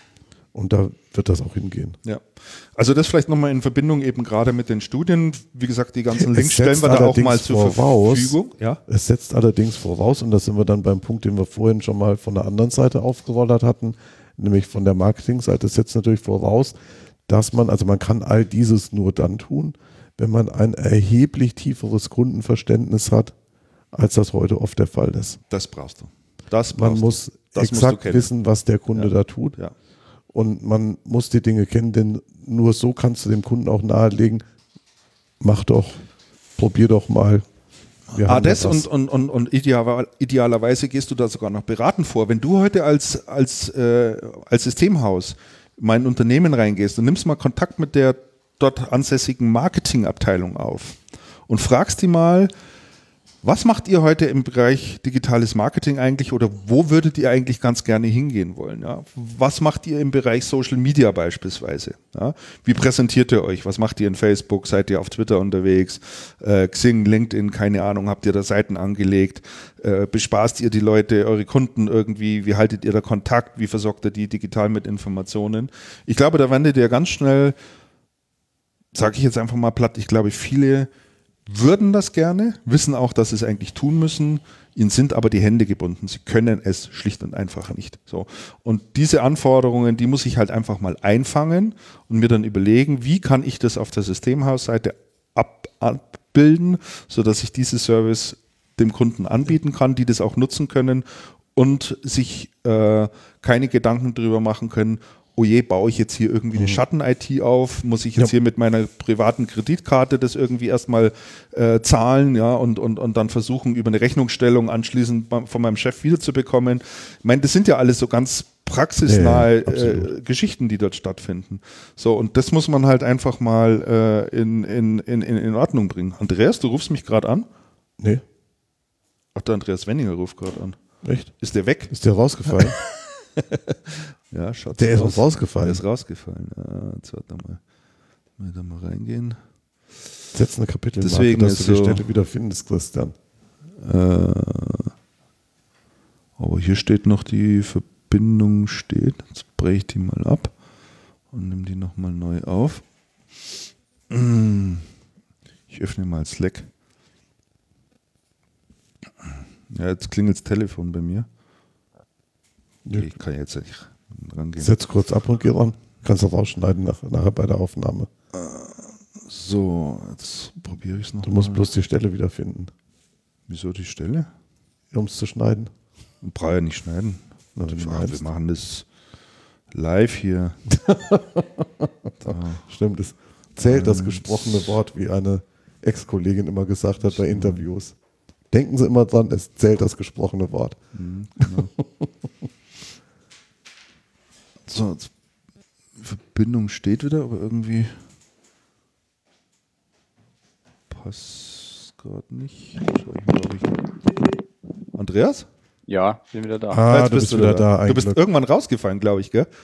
Und da wird das auch hingehen. Ja, also das vielleicht nochmal in Verbindung eben gerade mit den Studien. Wie gesagt, die ganzen Links Es stellen setzt wir da auch mal allerdings zur voraus, Verfügung. Ja. Es setzt allerdings voraus, und da sind wir dann beim Punkt, den wir vorhin schon mal von der anderen Seite aufgerollt hatten, nämlich von der Marketingseite. Es setzt natürlich voraus, dass man, also man kann all dieses nur dann tun, wenn man ein erheblich tieferes Kundenverständnis hat, als das heute oft der Fall ist. Das brauchst du. Das Man brauchst muss du. Das exakt musst du wissen, was der Kunde Ja. da tut. Ja. Und man muss die Dinge kennen, denn nur so kannst du dem Kunden auch nahelegen, mach doch, probier doch mal. Wir Ah, haben das da was. und, und, und, und ideal, idealerweise gehst du da sogar noch beratend vor. Wenn du heute als, als, äh, als Systemhaus in mein Unternehmen reingehst und nimmst mal Kontakt mit der dort ansässigen Marketingabteilung auf und fragst die mal, was macht ihr heute im Bereich digitales Marketing eigentlich oder wo würdet ihr eigentlich ganz gerne hingehen wollen? Ja? Was macht ihr im Bereich Social Media beispielsweise? Ja? Wie präsentiert ihr euch? Was macht ihr in Facebook? Seid ihr auf Twitter unterwegs? Äh, Xing, LinkedIn, keine Ahnung, habt ihr da Seiten angelegt? Äh, bespaßt ihr die Leute, eure Kunden irgendwie? Wie haltet ihr da Kontakt? Wie versorgt ihr die digital mit Informationen? Ich glaube, da werdet ihr ganz schnell, sage ich jetzt einfach mal platt, ich glaube, viele würden das gerne, wissen auch, dass sie es eigentlich tun müssen, ihnen sind aber die Hände gebunden. Sie können es schlicht und einfach nicht. So. Und diese Anforderungen, die muss ich halt einfach mal einfangen und mir dann überlegen, wie kann ich das auf der Systemhausseite ab, abbilden, sodass ich diese Service dem Kunden anbieten kann, die das auch nutzen können und sich äh, keine Gedanken darüber machen können, oh je, baue ich jetzt hier irgendwie eine Schatten-I T auf? Muss ich jetzt Ja. hier mit meiner privaten Kreditkarte das irgendwie erstmal äh, zahlen, ja, und, und, und dann versuchen, über eine Rechnungsstellung anschließend von meinem Chef wiederzubekommen? Ich meine, das sind ja alles so ganz praxisnahe Ja, ja, absolut. äh, Geschichten, die dort stattfinden. So, und das muss man halt einfach mal äh, in, in, in, in Ordnung bringen. Andreas, du rufst mich gerade an? Nee, Ach, der Andreas Wenninger ruft gerade an. echt? Ist der weg? Ist der rausgefallen? Ja, schaut Der ist aus. auch rausgefallen. Der ist rausgefallen. Ja, jetzt warte mal. Mal da mal reingehen. Setz eine Kapitelmarke, Deswegen dass ist du die so- Stelle wieder findest, Christian. Äh, aber hier steht noch, die Verbindung steht. Jetzt breche ich die mal ab und nehme die nochmal neu auf. Ich öffne mal Slack. Ja, jetzt klingelt das Telefon bei mir. Okay, ich kann jetzt nicht rangehen. Setz kurz ab und geh ran. Kannst du rausschneiden nach, nachher bei der Aufnahme. So, jetzt probiere ich es noch. Du musst mal. bloß die Stelle wieder finden, Wieso die Stelle? um es zu schneiden. Ich brauche ja nicht schneiden. Na, wenn du Ja, wir meinst. machen das live hier. Da. Stimmt, es zählt das gesprochene Wort, wie eine Ex-Kollegin immer gesagt hat bei Interviews. Denken Sie immer dran, es zählt das gesprochene Wort. Mhm, genau. So, jetzt, Verbindung steht wieder, aber irgendwie passt gerade nicht. Schau ich mal, ob ich Andreas? Ja, bin wieder da. Ah, Jetzt du bist wieder da. Du ein bist Glück. irgendwann rausgefallen, glaube ich, gell?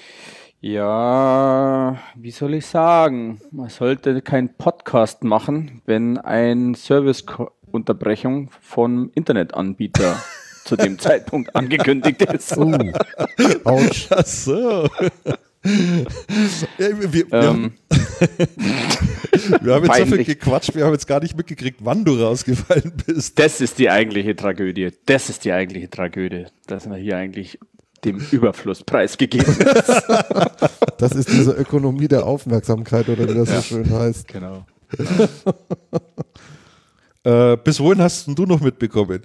Ja, wie soll ich sagen? Man sollte keinen Podcast machen, wenn eine Serviceunterbrechung vom Internetanbieter zu dem Zeitpunkt angekündigt ist. Oh, ouch. Ach so. Ja, wir, wir, Ähm, wir haben jetzt so viel peinlich. gequatscht, wir haben jetzt gar nicht mitgekriegt, wann du rausgefallen bist. Das ist die eigentliche Tragödie. Das ist die eigentliche Tragödie, dass man hier eigentlich dem Überfluss preisgegeben ist. Das ist diese Ökonomie der Aufmerksamkeit, oder wie das so schön heißt. Genau. Äh, bis wohin hast denn du noch mitbekommen?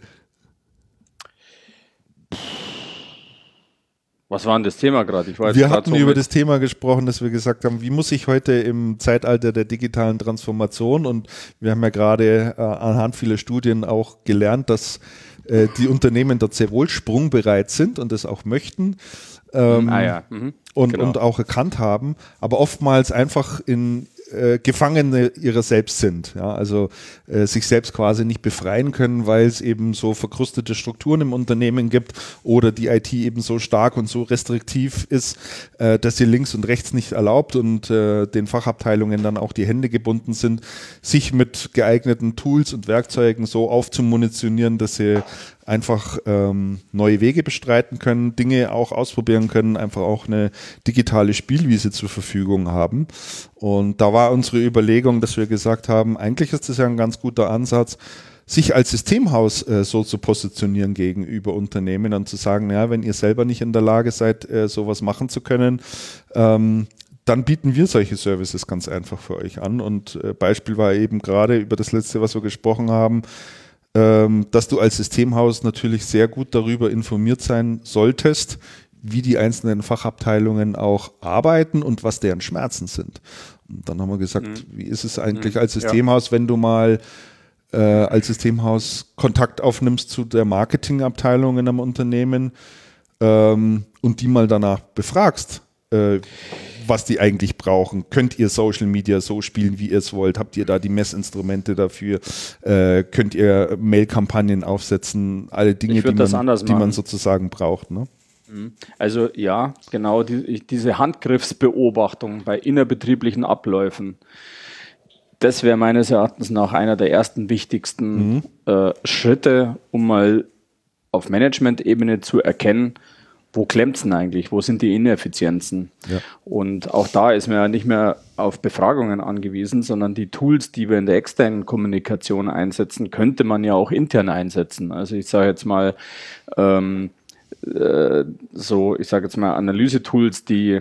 Was war denn das Thema gerade? Ich war jetzt Wir grad hatten so über mit- das Thema gesprochen, dass wir gesagt haben, wie muss ich heute im Zeitalter der digitalen Transformation, und wir haben ja gerade äh, anhand vieler Studien auch gelernt, dass äh, die Unternehmen dort sehr wohl sprungbereit sind und das auch möchten. Ähm, Ah ja. Mhm. und, Genau. und auch erkannt haben, aber oftmals einfach in äh, Gefangene ihrer selbst sind. Ja? Also äh, sich selbst quasi nicht befreien können, weil es eben so verkrustete Strukturen im Unternehmen gibt oder die I T eben so stark und so restriktiv ist, äh, dass sie links und rechts nicht erlaubt und äh, den Fachabteilungen dann auch die Hände gebunden sind, sich mit geeigneten Tools und Werkzeugen so aufzumunitionieren, dass sie einfach ähm, neue Wege bestreiten können, Dinge auch ausprobieren können, einfach auch eine digitale Spielwiese zur Verfügung haben. Und da war unsere Überlegung, dass wir gesagt haben, eigentlich ist das ja ein ganz guter Ansatz, sich als Systemhaus äh, so zu positionieren gegenüber Unternehmen und zu sagen, ja, wenn ihr selber nicht in der Lage seid, äh, sowas machen zu können, ähm, dann bieten wir solche Services ganz einfach für euch an. Und äh, Beispiel war eben gerade über das letzte, was wir gesprochen haben, ähm, dass du als Systemhaus natürlich sehr gut darüber informiert sein solltest, wie die einzelnen Fachabteilungen auch arbeiten und was deren Schmerzen sind. Und dann haben wir gesagt, mhm. wie ist es eigentlich mhm. als Systemhaus, ja. wenn du mal äh, als Systemhaus Kontakt aufnimmst zu der Marketingabteilung in einem Unternehmen ähm, und die mal danach befragst, äh, was die eigentlich brauchen. Könnt ihr Social Media so spielen, wie ihr es wollt? Habt ihr da die Messinstrumente dafür? Äh, könnt ihr Mail-Kampagnen aufsetzen? Alle Dinge, die man, die man sozusagen braucht. Ne? Also ja, genau, die, diese Handgriffsbeobachtung bei innerbetrieblichen Abläufen, das wäre meines Erachtens nach einer der ersten wichtigsten mhm. äh, Schritte, um mal auf Management-Ebene zu erkennen, wo klemmt es denn eigentlich? Wo sind die Ineffizienzen? Ja. Und auch da ist man ja nicht mehr auf Befragungen angewiesen, sondern die Tools, die wir in der externen Kommunikation einsetzen, könnte man ja auch intern einsetzen. Also ich sage jetzt mal, ähm, äh, so, ich sage jetzt mal Analyse-Tools, die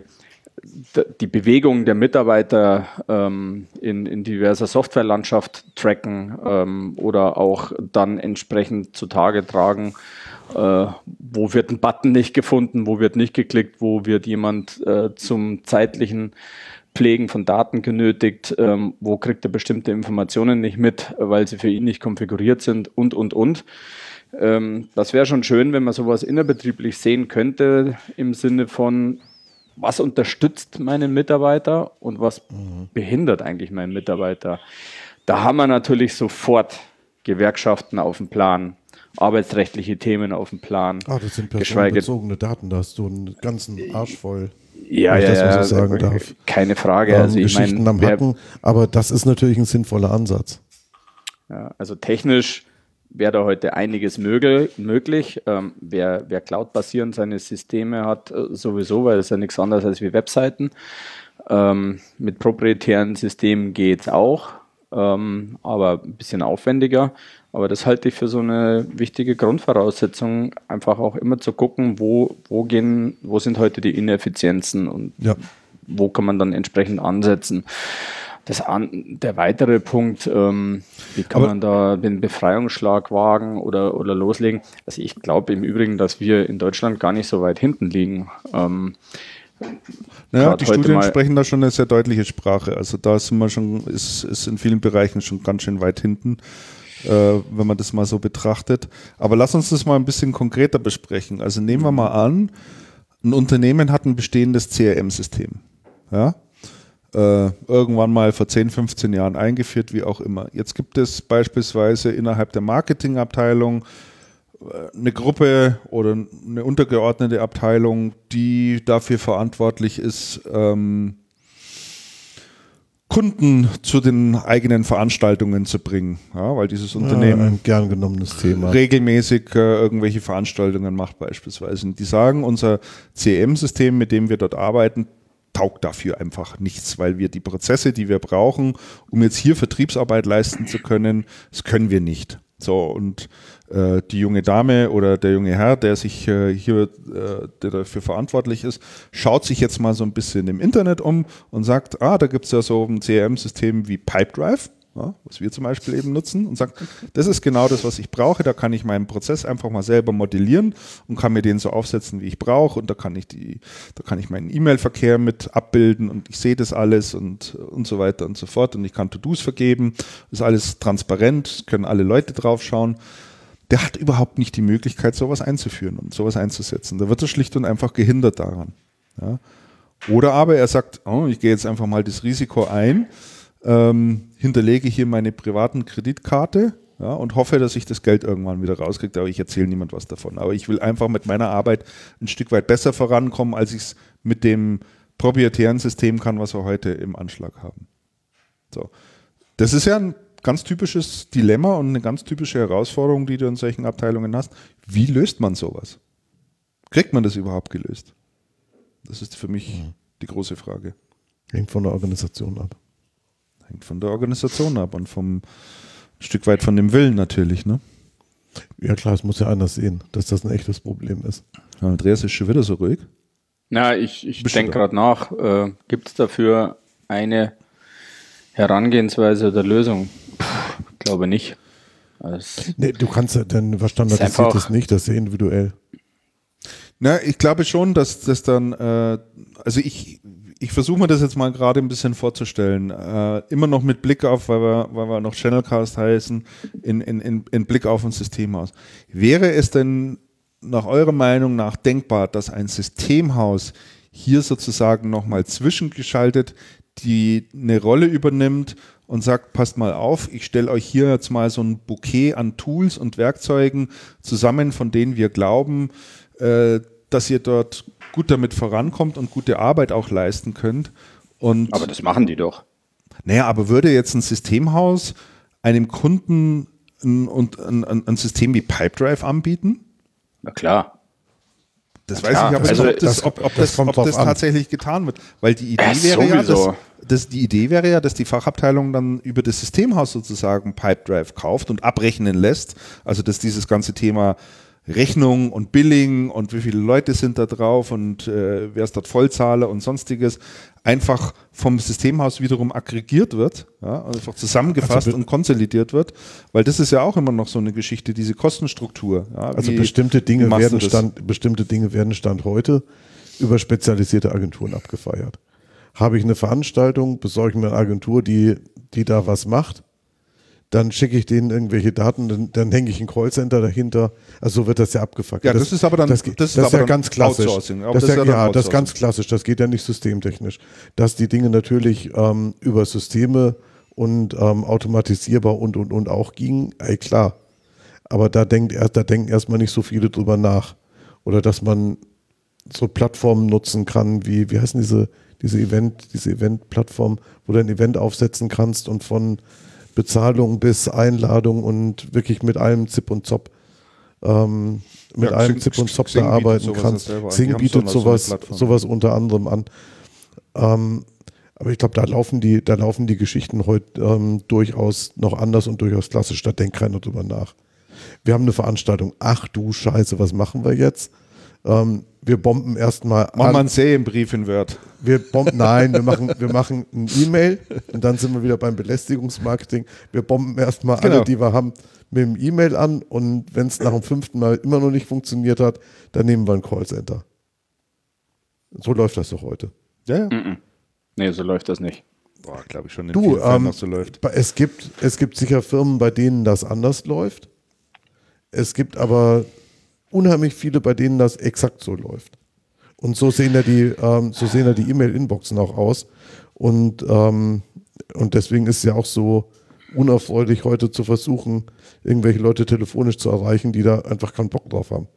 die Bewegung der Mitarbeiter ähm, in, in diverser Softwarelandschaft tracken ähm, oder auch dann entsprechend zutage tragen, äh, wo wird ein Button nicht gefunden, wo wird nicht geklickt, wo wird jemand äh, zum zeitlichen Pflegen von Daten genötigt, ähm, wo kriegt er bestimmte Informationen nicht mit, weil sie für ihn nicht konfiguriert sind und, und, und. Ähm, das wäre schon schön, wenn man sowas innerbetrieblich sehen könnte, im Sinne von, was unterstützt meinen Mitarbeiter und was mhm. behindert eigentlich meinen Mitarbeiter. Da haben wir natürlich sofort Gewerkschaften auf dem Plan, arbeitsrechtliche Themen auf dem Plan. Ah, das sind personenbezogene Daten, da hast du einen ganzen Arsch voll. Ja, ja, das, ja, ich sagen darf. Keine Frage. Ähm, also ich Geschichten mein, am Hacken, aber das ist natürlich ein sinnvoller Ansatz. Ja, also technisch wäre da heute einiges möglich. Ähm, wer, wer cloud-basierend seine Systeme hat, sowieso, weil das ist ja nichts anderes als wie Webseiten. Ähm, mit proprietären Systemen geht es auch, ähm, aber ein bisschen aufwendiger. Aber das halte ich für so eine wichtige Grundvoraussetzung, einfach auch immer zu gucken, wo, wo, gehen, wo sind heute die Ineffizienzen und ja. wo kann man dann entsprechend ansetzen. Das an, der weitere Punkt, ähm, wie kann Aber man da den Befreiungsschlag wagen oder, oder loslegen? Also ich glaube im Übrigen, dass wir in Deutschland gar nicht so weit hinten liegen. Ähm, naja, die Studien sprechen da schon eine sehr deutliche Sprache. Also da sind wir schon, ist, ist in vielen Bereichen schon ganz schön weit hinten, äh, wenn man das mal so betrachtet. Aber lass uns das mal ein bisschen konkreter besprechen. Also nehmen wir mal an, ein Unternehmen hat ein bestehendes C R M-System. Ja? Äh, irgendwann mal vor zehn, fünfzehn Jahren eingeführt, wie auch immer. Jetzt gibt es beispielsweise innerhalb der Marketingabteilung äh, eine Gruppe oder eine untergeordnete Abteilung, die dafür verantwortlich ist, ähm, Kunden zu den eigenen Veranstaltungen zu bringen, ja, weil dieses Unternehmen ja, ein gern genommenes Thema. regelmäßig äh, irgendwelche Veranstaltungen macht beispielsweise. Und die sagen, unser C R M-System, mit dem wir dort arbeiten, taugt dafür einfach nichts, weil wir die Prozesse, die wir brauchen, um jetzt hier Vertriebsarbeit leisten zu können, das können wir nicht. So, und äh, die junge Dame oder der junge Herr, der sich äh, hier, äh, der dafür verantwortlich ist, schaut sich jetzt mal so ein bisschen im Internet um und sagt, ah, da gibt es ja so ein C R M-System wie Pipedrive, ja, was wir zum Beispiel eben nutzen, und sagt, das ist genau das, was ich brauche, da kann ich meinen Prozess einfach mal selber modellieren und kann mir den so aufsetzen, wie ich brauche, und da kann ich die, da kann ich meinen E-Mail-Verkehr mit abbilden und ich sehe das alles und, und so weiter und so fort, und ich kann To-Dos vergeben, ist alles transparent, können alle Leute drauf schauen. Der hat überhaupt nicht die Möglichkeit, sowas einzuführen und sowas einzusetzen. Da wird er schlicht und einfach gehindert daran. Ja. Oder aber er sagt, oh, ich gehe jetzt einfach mal das Risiko ein, Ähm, hinterlege hier meine privaten Kreditkarte, ja, und hoffe, dass ich das Geld irgendwann wieder rauskriege, aber ich erzähle niemand was davon. Aber ich will einfach mit meiner Arbeit ein Stück weit besser vorankommen, als ich es mit dem proprietären System kann, was wir heute im Anschlag haben. So. Das ist ja ein ganz typisches Dilemma und eine ganz typische Herausforderung, die du in solchen Abteilungen hast. Wie löst man sowas? Kriegt man das überhaupt gelöst? Das ist für mich mhm. die große Frage. Hängt von der Organisation ab. Hängt von der Organisation ab und vom ein Stück weit von dem Willen natürlich, ne? Ja klar, es muss ja einer sehen, dass das ein echtes Problem ist. Ja, Andreas ist schon wieder so ruhig. Na, ich, ich denke gerade nach, äh, gibt es dafür eine Herangehensweise oder Lösung? Puh, glaube nicht. Also nee, du kannst ja, denn was standardisiert ist nicht, das ist ja individuell. Na, ich glaube schon, dass das dann, äh, also ich, ich versuche mir das jetzt mal gerade ein bisschen vorzustellen, äh, immer noch mit Blick auf, weil wir, weil wir noch Channelcast heißen, in, in, in, in Blick auf ein Systemhaus. Wäre es denn nach eurer Meinung nach denkbar, dass ein Systemhaus hier sozusagen nochmal zwischengeschaltet die eine Rolle übernimmt und sagt, passt mal auf, ich stelle euch hier jetzt mal so ein Bouquet an Tools und Werkzeugen zusammen, von denen wir glauben, äh, dass ihr dort gut damit vorankommt und gute Arbeit auch leisten könnt. Und aber das machen die doch. Naja, aber würde jetzt ein Systemhaus einem Kunden ein, und ein, ein System wie Pipedrive anbieten? Na klar. Das Na weiß klar. ich aber also nicht, ob das, ob, ob das, das, ob das tatsächlich getan wird. Weil die Idee ja, wäre ja, dass, sowieso. dass die Idee wäre ja, dass die Fachabteilung dann über das Systemhaus sozusagen Pipedrive kauft und abrechnen lässt. Also dass dieses ganze Thema Rechnung und Billing und wie viele Leute sind da drauf und äh, wer ist dort Vollzahler und sonstiges einfach vom Systemhaus wiederum aggregiert wird, ja, einfach zusammengefasst also und konsolidiert wird, weil das ist ja auch immer noch so eine Geschichte, diese Kostenstruktur. Ja, also wie, bestimmte Dinge werden Stand, bestimmte Dinge werden Stand heute über spezialisierte Agenturen abgefeiert. Habe ich eine Veranstaltung, besorge ich mir eine Agentur, die, die da was macht, dann schicke ich denen irgendwelche Daten, dann, dann hänge ich ein Callcenter dahinter. Also so wird das ja abgefackelt. Ja, das, das ist aber dann, das, das das ist aber ja dann ganz klassisch. Outsourcing. Das, das ist ja, ja, ja das ist ganz klassisch. Das geht ja nicht systemtechnisch. Dass die Dinge natürlich ähm, über Systeme und ähm, automatisierbar und und und auch gingen, ey, klar. Aber da denkt erst, da denken erstmal nicht so viele drüber nach. Oder dass man so Plattformen nutzen kann, wie, wie heißen diese, diese Event, diese Event-Plattform, wo du ein Event aufsetzen kannst und von Bezahlung bis Einladung und wirklich mit allem Zip und Zop ähm, mit ja, allem Xing, Zip und Zop da arbeiten kannst. Xing bietet sowas, so sowas unter anderem an. Ähm, aber ich glaube, da laufen die, da laufen die Geschichten heute ähm, durchaus noch anders und durchaus klassisch. Da denkt keiner drüber nach. Wir haben eine Veranstaltung. Ach du Scheiße, was machen wir jetzt? Ähm, wir bomben erstmal. Machen wir einen Serienbrief in Word. Wir bomben, nein, wir machen, wir machen ein E-Mail und dann sind wir wieder beim Belästigungsmarketing. Wir bomben erstmal genau. alle, die wir haben, mit dem E-Mail an und wenn es nach dem fünften Mal immer noch nicht funktioniert hat, dann nehmen wir ein Callcenter. So läuft das doch heute. Ja, ja. Mm-mm. Nee, so läuft das nicht. Boah, glaube ich schon in du, vielen Fällen ähm, noch so läuft. Es gibt, es gibt sicher Firmen, bei denen das anders läuft. Es gibt aber unheimlich viele, bei denen das exakt so läuft. Und so sehen ja die, ähm, so sehen ja die E-Mail-Inboxen auch aus. Und, ähm, und deswegen ist es ja auch so unerfreulich, heute zu versuchen, irgendwelche Leute telefonisch zu erreichen, die da einfach keinen Bock drauf haben.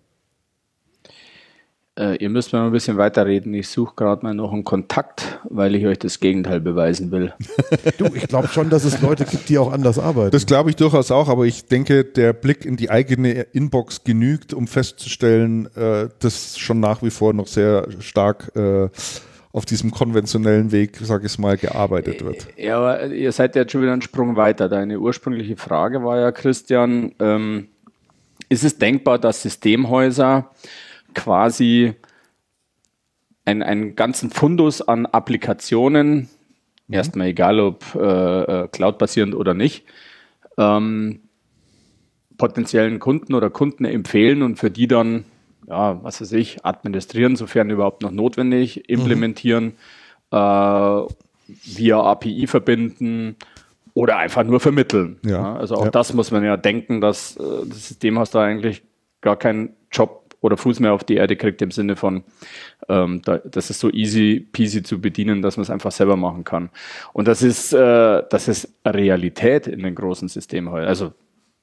Äh, ihr müsst mal ein bisschen weiterreden. Ich suche gerade mal noch einen Kontakt, weil ich euch das Gegenteil beweisen will. Du, ich glaube schon, dass es Leute gibt, die auch anders arbeiten. Das glaube ich durchaus auch, aber ich denke, der Blick in die eigene Inbox genügt, um festzustellen, äh, dass schon nach wie vor noch sehr stark äh, auf diesem konventionellen Weg, sage ich mal, gearbeitet wird. Ja, aber ihr seid jetzt schon wieder einen Sprung weiter. Deine ursprüngliche Frage war ja, Christian, ähm, ist es denkbar, dass Systemhäuser quasi einen, einen ganzen Fundus an Applikationen, mhm. erstmal egal ob äh, Cloud-basierend oder nicht, ähm, potenziellen Kunden oder Kunden empfehlen und für die dann, ja, was weiß ich, administrieren, sofern überhaupt noch notwendig, implementieren, mhm. äh, via A P I verbinden oder einfach nur vermitteln. Ja. Ja, also auch ja. das muss man ja denken, dass äh, das Systemhaus da eigentlich gar keinen Job oder Fuß mehr auf die Erde kriegt, im Sinne von, ähm, da, das ist so easy peasy zu bedienen, dass man es einfach selber machen kann. Und das ist, äh, das ist Realität in den großen Systemen heute. Also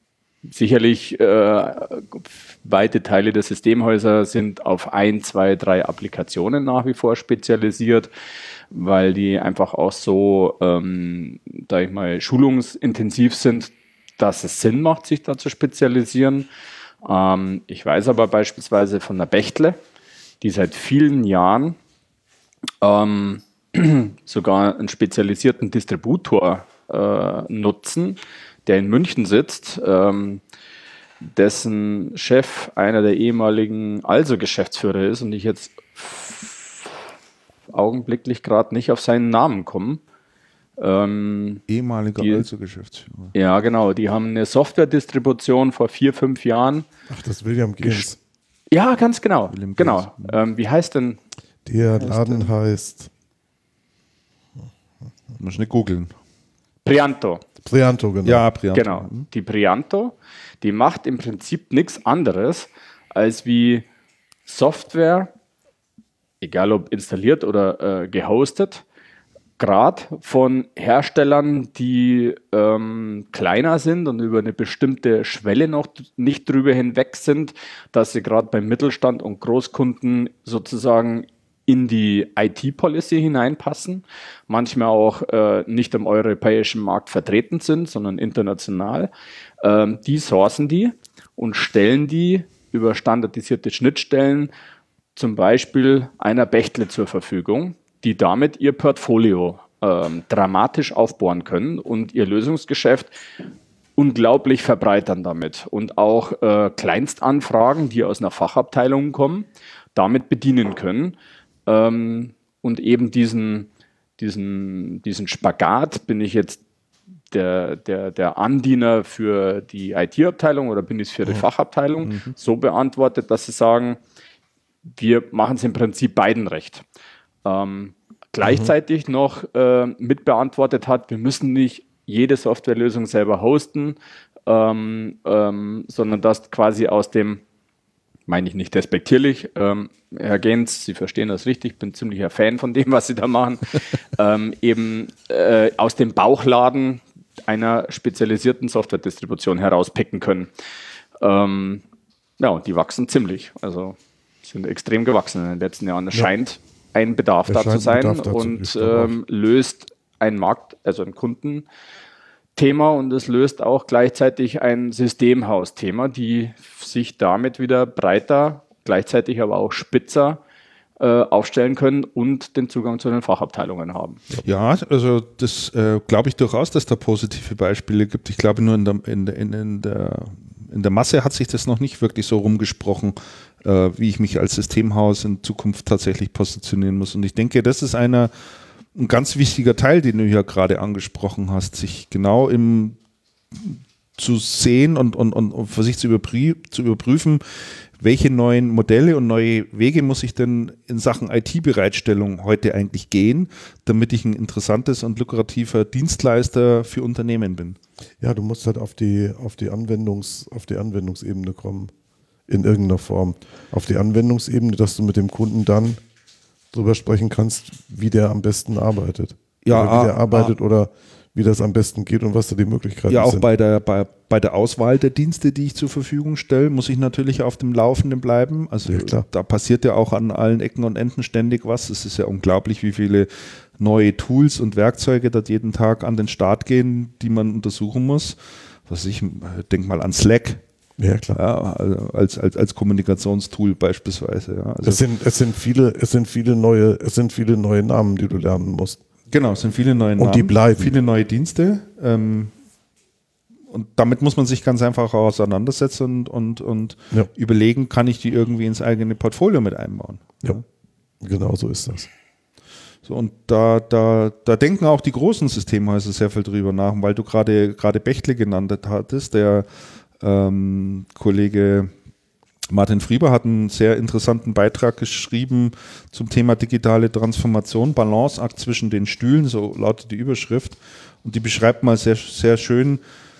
sicherlich äh, weite Teile der Systemhäuser sind auf ein, zwei, drei Applikationen nach wie vor spezialisiert, weil die einfach auch so, ähm, sag ich mal, schulungsintensiv sind, dass es Sinn macht, sich da zu spezialisieren. Ähm, ich weiß aber beispielsweise von der Bechtle, die seit vielen Jahren ähm, sogar einen spezialisierten Distributor äh, nutzen, der in München sitzt, ähm, dessen Chef einer der ehemaligen Also-Geschäftsführer ist und ich jetzt augenblicklich gerade nicht auf seinen Namen komme. Ähm, Ehemaliger die, Also-Geschäftsführer. Ja, genau. Die haben eine Software-Distribution vor vier, fünf Jahren. Ach, das ist William Gaines. Ja, ganz genau. William genau. Ähm, wie heißt denn? Der Laden heißt Muss nicht googeln. Prianto. Prianto, genau. Ja, Prianto. Genau. Die Prianto, die macht im Prinzip nichts anderes, als wie Software, egal ob installiert oder äh, gehostet, gerade von Herstellern, die ähm, kleiner sind und über eine bestimmte Schwelle noch nicht drüber hinweg sind, dass sie gerade beim Mittelstand und Großkunden sozusagen in die I T-Policy hineinpassen, manchmal auch äh, nicht am europäischen Markt vertreten sind, sondern international. Ähm, die sourcen die und stellen die über standardisierte Schnittstellen zum Beispiel einer Bechtle zur Verfügung, die damit ihr Portfolio ähm, dramatisch aufbauen können und ihr Lösungsgeschäft unglaublich verbreitern damit und auch äh, Kleinstanfragen, die aus einer Fachabteilung kommen, damit bedienen können. Ähm, und eben diesen, diesen, diesen Spagat, bin ich jetzt der, der, der Andiener für die I T-Abteilung oder bin ich es für die mhm. Fachabteilung, mhm. so beantwortet, dass sie sagen, wir machen es im Prinzip beiden recht. Ähm, gleichzeitig mhm. noch äh, mitbeantwortet hat, wir müssen nicht jede Softwarelösung selber hosten, ähm, ähm, sondern das quasi aus dem, meine ich nicht despektierlich, ähm, Herr Gens, Sie verstehen das richtig, ich bin ziemlicher Fan von dem, was Sie da machen, ähm, eben äh, aus dem Bauchladen einer spezialisierten Software-Distribution herauspicken können. Ähm, ja, und die wachsen ziemlich, also sind extrem gewachsen in den letzten Jahren. Es ja. scheint ein Bedarf da zu sein und ähm, löst ein Markt, also ein Kundenthema und es löst auch gleichzeitig ein Systemhausthema, die sich damit wieder breiter, gleichzeitig aber auch spitzer äh, aufstellen können und den Zugang zu den Fachabteilungen haben. Ja, also das äh, glaube ich durchaus, dass da positive Beispiele gibt. Ich glaube nur in der, in, in, in der In der Masse hat sich das noch nicht wirklich so rumgesprochen, äh, wie ich mich als Systemhaus in Zukunft tatsächlich positionieren muss. Und ich denke, das ist einer, ein ganz wichtiger Teil, den du hier gerade angesprochen hast, sich genau im zu sehen und, und, und, und für sich zu, überprü zu überprüfen, welche neuen Modelle und neue Wege muss ich denn in Sachen I T-Bereitstellung heute eigentlich gehen, damit ich ein interessantes und lukrativer Dienstleister für Unternehmen bin. Ja, du musst halt auf die, auf die Anwendungs, auf die Anwendungsebene kommen, in irgendeiner Form. Auf die Anwendungsebene, dass du mit dem Kunden dann drüber sprechen kannst, wie der am besten arbeitet. Ja, oder wie der ah, arbeitet ah. oder wie das am besten geht und was da die Möglichkeiten sind. Ja, auch sind. bei der, bei, bei der Auswahl der Dienste, die ich zur Verfügung stelle, muss ich natürlich auf dem Laufenden bleiben. Also ja, klar. Da passiert ja auch an allen Ecken und Enden ständig was. Es ist ja unglaublich, wie viele neue Tools und Werkzeuge dort jeden Tag an den Start gehen, die man untersuchen muss. Was ich denke mal an Slack. Ja, klar. Ja, als, als, als Kommunikationstool beispielsweise. Ja. Also es sind, es sind viele, es sind viele neue, es sind viele neue Namen, die du lernen musst. Genau, es sind viele neue Namen. Und die bleiben. Viele neue Dienste. Ähm, und damit muss man sich ganz einfach auseinandersetzen und, und, und ja. überlegen, kann ich die irgendwie ins eigene Portfolio mit einbauen. Ja, ja. Genau so ist das. So, und da, da, da denken auch die großen Systemhäuser sehr viel drüber nach, weil du gerade gerade Bechtle genannt hattest. Der ähm, Kollege Martin Frieber hat einen sehr interessanten Beitrag geschrieben zum Thema digitale Transformation, Balanceakt zwischen den Stühlen, so lautet die Überschrift. Und die beschreibt mal sehr, sehr schön,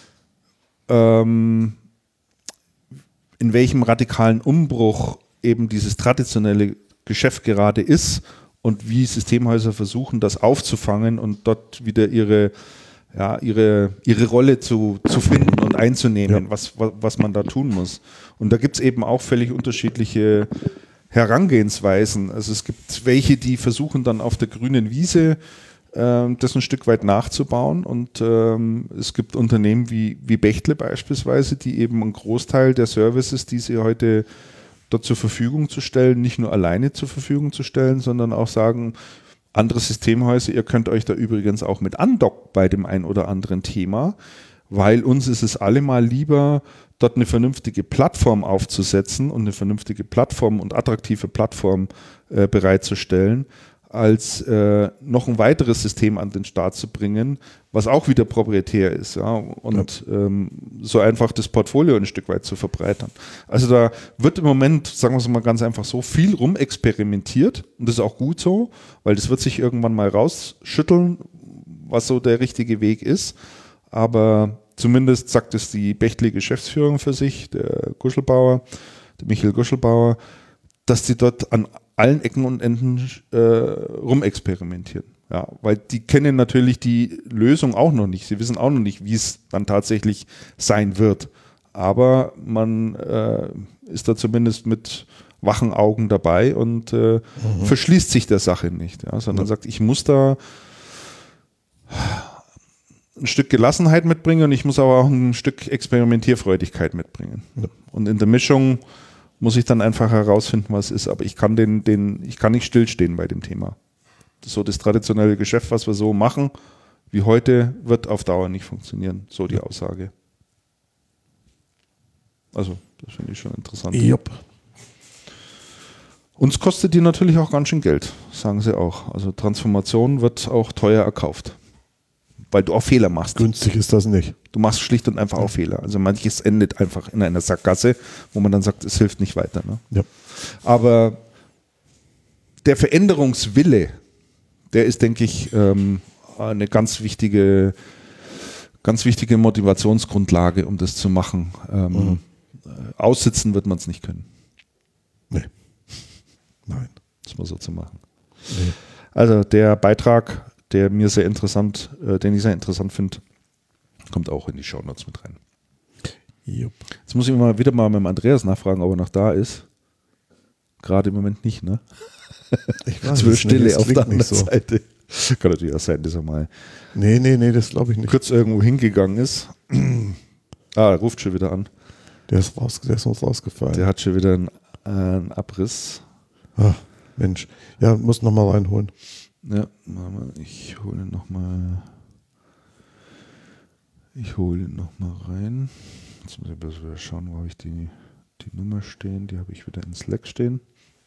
ähm, in welchem radikalen Umbruch eben dieses traditionelle Geschäft gerade ist und wie Systemhäuser versuchen, das aufzufangen und dort wieder ihre ja, ihre, ihre Rolle zu, zu finden und einzunehmen, ja. was, was, was man da tun muss. Und da gibt es eben auch völlig unterschiedliche Herangehensweisen. Also es gibt welche, die versuchen dann auf der grünen Wiese äh, das ein Stück weit nachzubauen, und ähm, es gibt Unternehmen wie, wie Bechtle beispielsweise, die eben einen Großteil der Services, die sie heute dort zur Verfügung zu stellen, nicht nur alleine zur Verfügung zu stellen, sondern auch sagen, andere Systemhäuser, ihr könnt euch da übrigens auch mit andocken bei dem ein oder anderen Thema, weil uns ist es allemal lieber, dort eine vernünftige Plattform aufzusetzen und eine vernünftige Plattform und attraktive Plattform äh, bereitzustellen, als äh, noch ein weiteres System an den Start zu bringen, was auch wieder proprietär ist, ja, und ja. Ähm, so einfach das Portfolio ein Stück weit zu verbreitern. Also da wird im Moment, sagen wir es mal ganz einfach so, viel rumexperimentiert, und das ist auch gut so, weil das wird sich irgendwann mal rausschütteln, was so der richtige Weg ist, aber zumindest sagt es die Bechtle Geschäftsführung für sich, der Guschelbauer, der Michael Guschelbauer, dass die dort an allen Ecken und Enden äh, rumexperimentieren. Ja, weil die kennen natürlich die Lösung auch noch nicht. Sie wissen auch noch nicht, wie es dann tatsächlich sein wird. Aber man äh, ist da zumindest mit wachen Augen dabei und äh, mhm. verschließt sich der Sache nicht, ja, sondern ja. sagt, ich muss da ein Stück Gelassenheit mitbringen, und ich muss aber auch ein Stück Experimentierfreudigkeit mitbringen. Ja. Und in der Mischung muss ich dann einfach herausfinden, was es ist. Aber ich kann den, den, ich kann nicht stillstehen bei dem Thema. Das ist so das traditionelle Geschäft, was wir so machen, wie heute, wird auf Dauer nicht funktionieren. So die Aussage. Also, das finde ich schon interessant. Jupp. Uns kostet die natürlich auch ganz schön Geld, sagen sie auch. Also Transformation wird auch teuer erkauft. Weil du auch Fehler machst. Günstig ist das nicht. Du machst schlicht und einfach auch Fehler. Also manches endet einfach in einer Sackgasse, wo man dann sagt, es hilft nicht weiter. Ne? Ja. Aber der Veränderungswille, der ist, denke ich, ähm, eine ganz wichtige, ganz wichtige Motivationsgrundlage, um das zu machen. Ähm, mhm. Aussitzen wird man es nicht können. Nee. Nein. Das mal so zu machen. Nee. Also der Beitrag, der mir sehr interessant, äh, den ich sehr interessant finde, kommt auch in die Shownotes mit rein. Jupp. Jetzt muss ich mal wieder mal mit dem Andreas nachfragen, ob er noch da ist. Gerade im Moment nicht, ne? Ich weiß es wird Stille nicht, auf der anderen so. Seite. Kann natürlich auch sein, dass er mal nee, nee, nee, das glaube ich nicht. kurz irgendwo hingegangen ist. Ah, er ruft schon wieder an. Der ist, raus, der ist uns rausgefallen. Der hat schon wieder einen, äh, einen Abriss. Ach, Mensch. Ja, muss noch mal reinholen. Ja, ich hole ihn noch mal. Ich hole ihn noch mal rein. Jetzt muss ich bloß wieder schauen, wo habe ich die, die Nummer stehen. Die habe ich wieder in Slack stehen.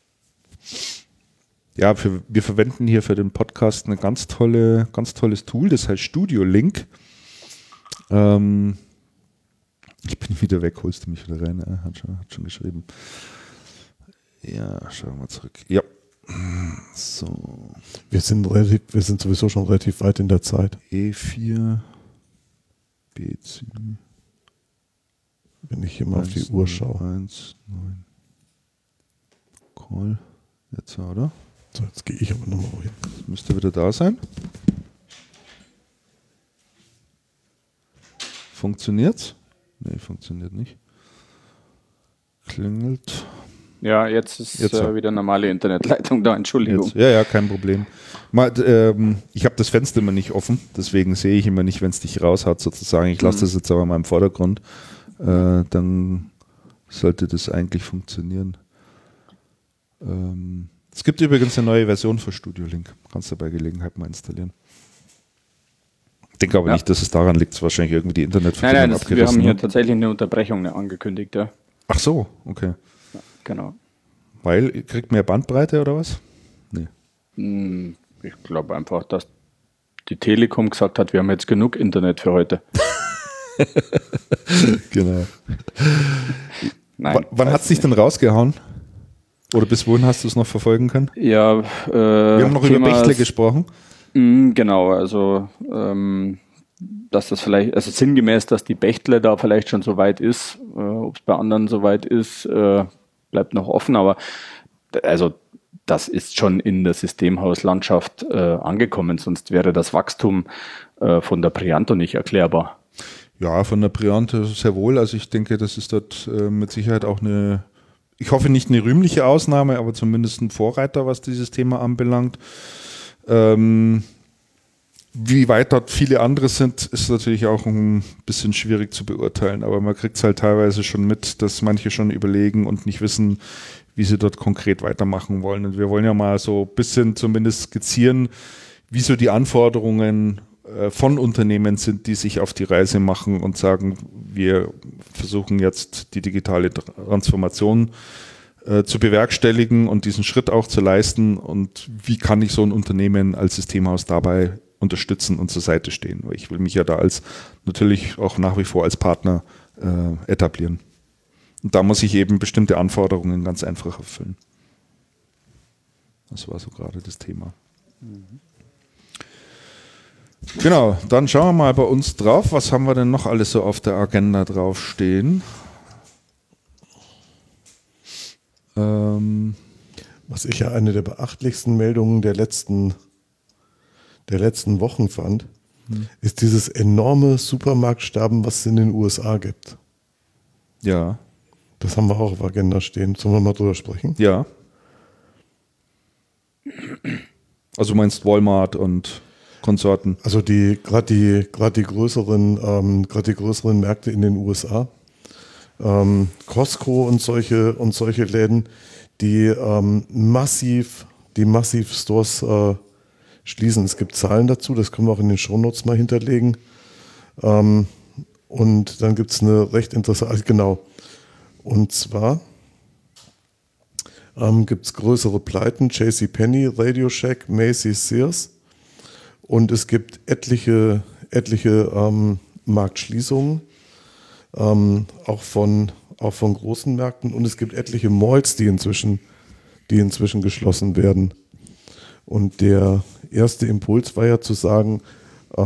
Ja, für, wir verwenden hier für den Podcast eine ganz tolle, ganz tolles Tool, das heißt Studio Link. Ähm, ich bin wieder weg, holst du mich wieder rein? Er hat schon, hat schon geschrieben. Ja, schauen wir mal zurück. Ja. So. Wir sind relativ, wir sind sowieso schon relativ weit in der Zeit. E vier B C. Wenn ich hier mal auf die Uhr schaue. eins, neun. Call. Jetzt, oder? So, jetzt gehe ich aber nochmal hin. Das müsste wieder da sein. Funktioniert's? Nee, funktioniert nicht. Klingelt. Ja, jetzt ist jetzt, äh, wieder normale Internetleitung da, Entschuldigung. Jetzt, ja, ja, kein Problem. Mal, ähm, ich habe das Fenster immer nicht offen, deswegen sehe ich immer nicht, wenn es dich raushaut sozusagen. Ich lasse mhm. das jetzt aber mal im Vordergrund. Äh, dann sollte das eigentlich funktionieren. Ähm, es gibt übrigens eine neue Version für Studio Link. Kannst du bei Gelegenheit mal installieren. Ich denke aber ja. nicht, dass es daran liegt. Es ist wahrscheinlich irgendwie die Internetverbindung nein, nein, das, abgerissen. Wir haben hier tatsächlich eine Unterbrechung angekündigt. Ja. Ach so, okay. Ja, genau. Weil, ihr kriegt mehr Bandbreite oder was? Nee. Ich glaube einfach, dass die Telekom gesagt hat, wir haben jetzt genug Internet für heute. Genau. Nein, W wann hat es dich denn rausgehauen? Oder bis wohin hast du es noch verfolgen können? Ja, äh, wir haben noch Thema über Bechtle gesprochen. Mh, genau, also ähm, dass das vielleicht, also sinngemäß, dass die Bechtle da vielleicht schon so weit ist, äh, ob es bei anderen so weit ist, äh, bleibt noch offen, aber also das ist schon in der Systemhauslandschaft äh, angekommen, sonst wäre das Wachstum äh, von der Prianto nicht erklärbar. Ja, von der Prianto sehr wohl. Also ich denke, das ist dort äh, mit Sicherheit auch eine, ich hoffe nicht eine rühmliche Ausnahme, aber zumindest ein Vorreiter, was dieses Thema anbelangt. Ähm, wie weit dort viele andere sind, ist natürlich auch ein bisschen schwierig zu beurteilen, aber man kriegt es halt teilweise schon mit, dass manche schon überlegen und nicht wissen, wie sie dort konkret weitermachen wollen. Und wir wollen ja mal so ein bisschen zumindest skizzieren, wie so die Anforderungen äh, von Unternehmen sind, die sich auf die Reise machen und sagen, wir versuchen jetzt die digitale Transformation äh, zu bewerkstelligen und diesen Schritt auch zu leisten. Und wie kann ich so ein Unternehmen als Systemhaus dabei unterstützen und zur Seite stehen? Weil ich will mich ja da als natürlich auch nach wie vor als Partner äh, etablieren. Und da muss ich eben bestimmte Anforderungen ganz einfach erfüllen. Das war so gerade das Thema. Mhm. Genau, dann schauen wir mal bei uns drauf. Was haben wir denn noch alles so auf der Agenda draufstehen? Ähm Was ich ja eine der beachtlichsten Meldungen der letzten, der letzten Wochen fand, hm. ist dieses enorme Supermarktsterben, was es in den U S A gibt. Ja. Das haben wir auch auf Agenda stehen. Sollen wir mal drüber sprechen? Ja. Also du meinst Walmart und Konsorten? Also die gerade die gerade die größeren ähm, gerade die größeren Märkte in den U S A, ähm, Costco und solche und solche Läden, die ähm, massiv die massiv Stores äh, schließen. Es gibt Zahlen dazu, das können wir auch in den Shownotes mal hinterlegen. Ähm, und dann gibt es eine recht interessante, also genau. Und zwar ähm, gibt es größere Pleiten, JCPenney, Radio Shack, Macy's, Sears. Und es gibt etliche, etliche ähm, Marktschließungen, ähm, auch, von, auch von großen Märkten. Und es gibt etliche Malls, die inzwischen, die inzwischen geschlossen werden. Und der erste Impuls war ja zu sagen, äh,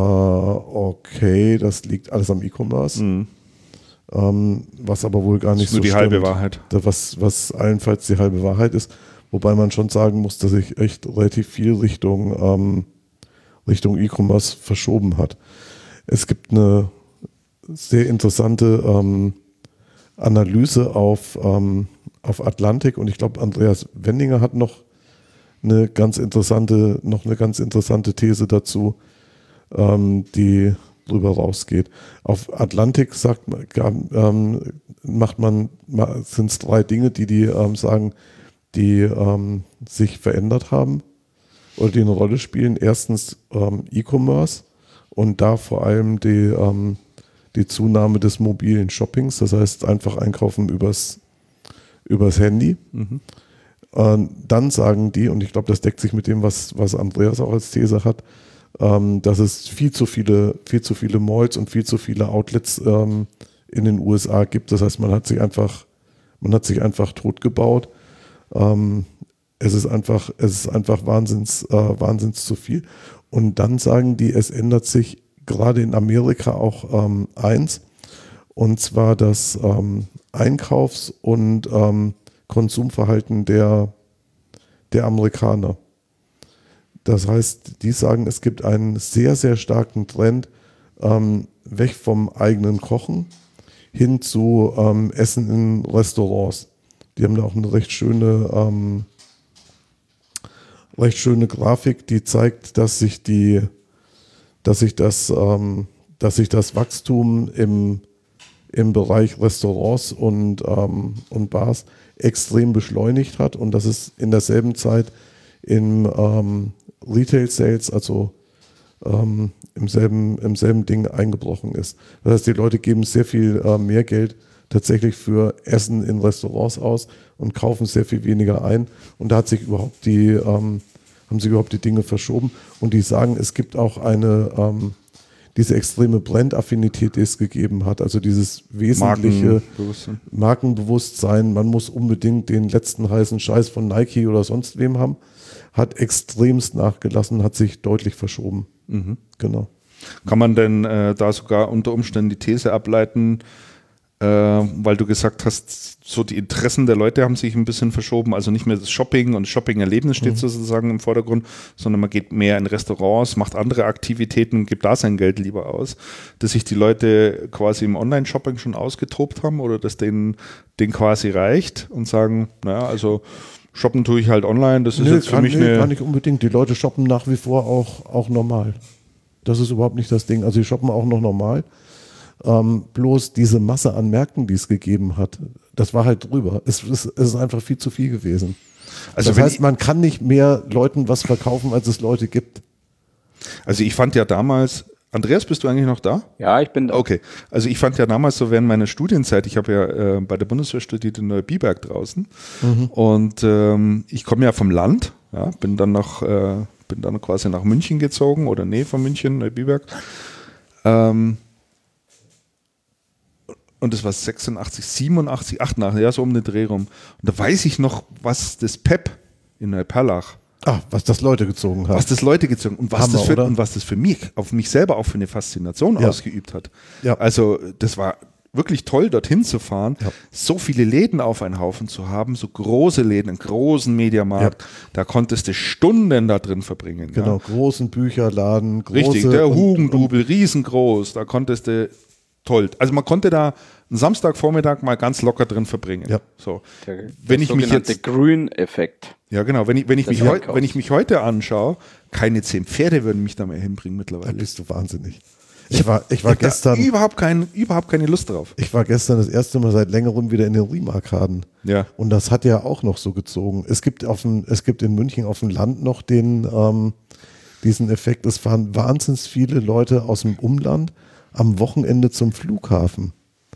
okay, das liegt alles am E-Commerce. Mhm. Ähm, was aber wohl gar nicht so nur die stimmt. halbe Wahrheit. Was, was allenfalls die halbe Wahrheit ist. Wobei man schon sagen muss, dass sich echt relativ viel Richtung, ähm, Richtung E-Commerce verschoben hat. Es gibt eine sehr interessante ähm, Analyse auf, ähm, auf Atlantik und ich glaube, Andreas Wenninger hat noch eine ganz interessante, noch eine ganz interessante These dazu, ähm, die drüber rausgeht. Auf Atlantik sagt, ähm, macht man, sind es drei Dinge, die die ähm, sagen, die ähm, sich verändert haben oder die eine Rolle spielen. Erstens ähm, E-Commerce und da vor allem die, ähm, die Zunahme des mobilen Shoppings, das heißt einfach einkaufen übers, übers Handy. Mhm. Und dann sagen die, und ich glaube, das deckt sich mit dem, was, was Andreas auch als These hat, ähm, dass es viel zu viele, viel zu viele Malls und viel zu viele Outlets ähm, in den U S A gibt. Das heißt, man hat sich einfach, man hat sich einfach totgebaut. Ähm, es ist einfach, es ist einfach wahnsinns, äh, wahnsinns zu viel. Und dann sagen die, es ändert sich gerade in Amerika auch ähm, eins, und zwar das ähm, Einkaufs- und ähm, Konsumverhalten der, der Amerikaner. Das heißt, die sagen, es gibt einen sehr, sehr starken Trend ähm, weg vom eigenen Kochen hin zu ähm, Essen in Restaurants. Die haben da auch eine recht schöne, ähm, recht schöne Grafik, die zeigt, dass sich die, dass sich das, ähm, dass sich das Wachstum im, im Bereich Restaurants und, ähm, und Bars extrem beschleunigt hat und dass es in derselben Zeit im ähm, Retail Sales, also ähm, im selben, im selben Ding eingebrochen ist. Das heißt, die Leute geben sehr viel äh, mehr Geld tatsächlich für Essen in Restaurants aus und kaufen sehr viel weniger ein. Und da hat sich überhaupt die, ähm, haben sich überhaupt die Dinge verschoben. Und die sagen, es gibt auch eine, ähm, diese extreme Brandaffinität, die es gegeben hat, also dieses wesentliche Markenbewusstsein. Markenbewusstsein, man muss unbedingt den letzten heißen Scheiß von Nike oder sonst wem haben, hat extremst nachgelassen, hat sich deutlich verschoben. Mhm. Genau. Kann man denn äh, da sogar unter Umständen die These ableiten, äh, weil du gesagt hast, so die Interessen der Leute haben sich ein bisschen verschoben, also nicht mehr das Shopping und das Shopping-Erlebnis steht mhm. sozusagen im Vordergrund, sondern man geht mehr in Restaurants, macht andere Aktivitäten, gibt da sein Geld lieber aus, dass sich die Leute quasi im Online-Shopping schon ausgetobt haben oder dass denen, denen quasi reicht und sagen, naja, also shoppen tue ich halt online, das ist nee, jetzt für kann, mich nee, eine... Gar nicht unbedingt, die Leute shoppen nach wie vor auch, auch normal. Das ist überhaupt nicht das Ding, also die shoppen auch noch normal. Ähm, bloß diese Masse an Märkten, die es gegeben hat, das war halt drüber. Es, es, es ist einfach viel zu viel gewesen. Also das heißt, man kann nicht mehr Leuten was verkaufen, als es Leute gibt. Also ich fand ja damals, Andreas, bist du eigentlich noch da? Ja, ich bin da. Okay, also ich fand ja damals so während meiner Studienzeit, ich habe ja äh, bei der Bundeswehr studiert in Neubiberg draußen mhm. und ähm, ich komme ja vom Land, ja, bin dann noch, äh, bin dann quasi nach München gezogen oder Nähe von München, Neubiberg. Ähm, Und das war sechsundachtzig, siebenundachtzig, achtundachtzig, ja, so um den Dreh rum. Und da weiß ich noch, was das P E P in Neuperlach, ah, was das Leute gezogen hat. Was das Leute gezogen und was, Hammer, das, für, oder? und was das für mich, auf mich selber auch für eine Faszination ja. ausgeübt hat. Ja. Also das war wirklich toll, dorthin zu fahren, ja. so viele Läden auf einen Haufen zu haben, so große Läden, einen großen Mediamarkt, ja. da konntest du Stunden da drin verbringen. Genau, ja. großen Bücherladen, große... Richtig, der und, Hugendubel, riesengroß, da konntest du... Toll. Also man konnte da einen Samstagvormittag mal ganz locker drin verbringen. Ja. So. Der, wenn der ich mich jetzt Grün-Effekt. Ja, genau. Wenn ich, wenn, ich mich heu, Einkaufs. wenn ich mich heute anschaue, keine zehn Pferde würden mich da mehr hinbringen mittlerweile. Da bist du wahnsinnig. Ich war, ich war ich gestern. Überhaupt, kein, überhaupt keine Lust drauf. Ich war gestern das erste Mal seit längerem wieder in den Riemarkaden. Ja. Und das hat ja auch noch so gezogen. Es gibt, auf dem, es gibt in München auf dem Land noch den, ähm, diesen Effekt. Es fahren wahnsinnig viele Leute aus dem Umland am Wochenende zum Flughafen,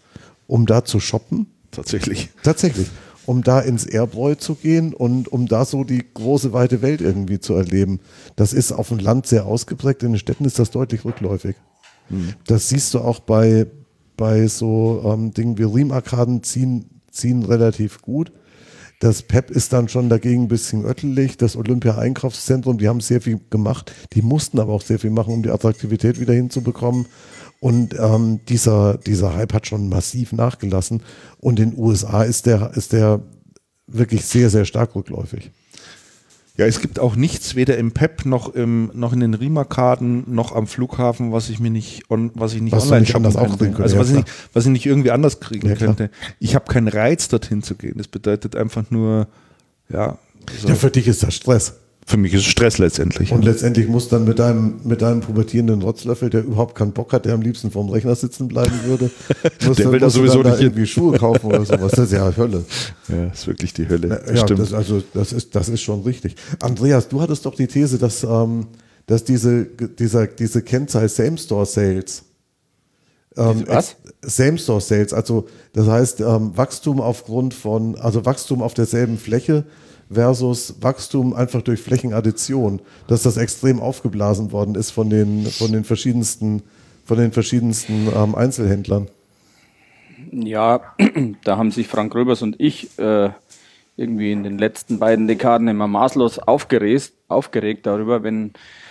um da zu shoppen. Tatsächlich. Tatsächlich. Um da ins Erbräu zu gehen und um da so die große, weite Welt irgendwie zu erleben. Das ist auf dem Land sehr ausgeprägt, in den Städten ist das deutlich rückläufig. Hm. Das siehst du auch bei, bei so ähm, Dingen wie Riemarkaden ziehen, ziehen relativ gut. Das P E P ist dann schon dagegen ein bisschen öttelig. Das Olympia-Einkaufszentrum, die haben sehr viel gemacht. Die mussten aber auch sehr viel machen, um die Attraktivität wieder hinzubekommen. Und ähm, dieser, dieser Hype hat schon massiv nachgelassen. Und in den U S A ist der, ist der wirklich sehr, sehr stark rückläufig. Ja, es gibt auch nichts, weder im P E P noch, im, noch in den Riemarkaden noch am Flughafen, was ich mir nicht, on, was ich nicht was online nicht shoppen anders könnte. Können, also ja, was, ich nicht, was ich nicht irgendwie anders kriegen ja, könnte. Ich habe keinen Reiz, dorthin zu gehen. Das bedeutet einfach nur, ja. So. Ja, für dich ist das Stress. Für mich ist es Stress letztendlich. Und letztendlich muss dann mit deinem, mit deinem pubertierenden Rotzlöffel, der überhaupt keinen Bock hat, der am liebsten vorm Rechner sitzen bleiben würde, muss der dann, will da sowieso da nicht irgendwie Schuhe kaufen oder sowas. Das ist ja Hölle. Ja, das ist wirklich die Hölle. Das ja, stimmt. Das, also, das ist, das ist schon richtig. Andreas, du hattest doch die These, dass, ähm, dass diese, dieser, diese Kennzahl Same-Store-Sales, ähm, was? Same-Store-Sales, also das heißt ähm, Wachstum aufgrund von, also Wachstum auf derselben Fläche versus Wachstum einfach durch Flächenaddition, dass das extrem aufgeblasen worden ist von den, von den verschiedensten, von den verschiedensten ähm, Einzelhändlern. Ja, da haben sich Frank Röbers und ich äh, irgendwie in den letzten beiden Dekaden immer maßlos aufgeregt, aufgeregt darüber, wenn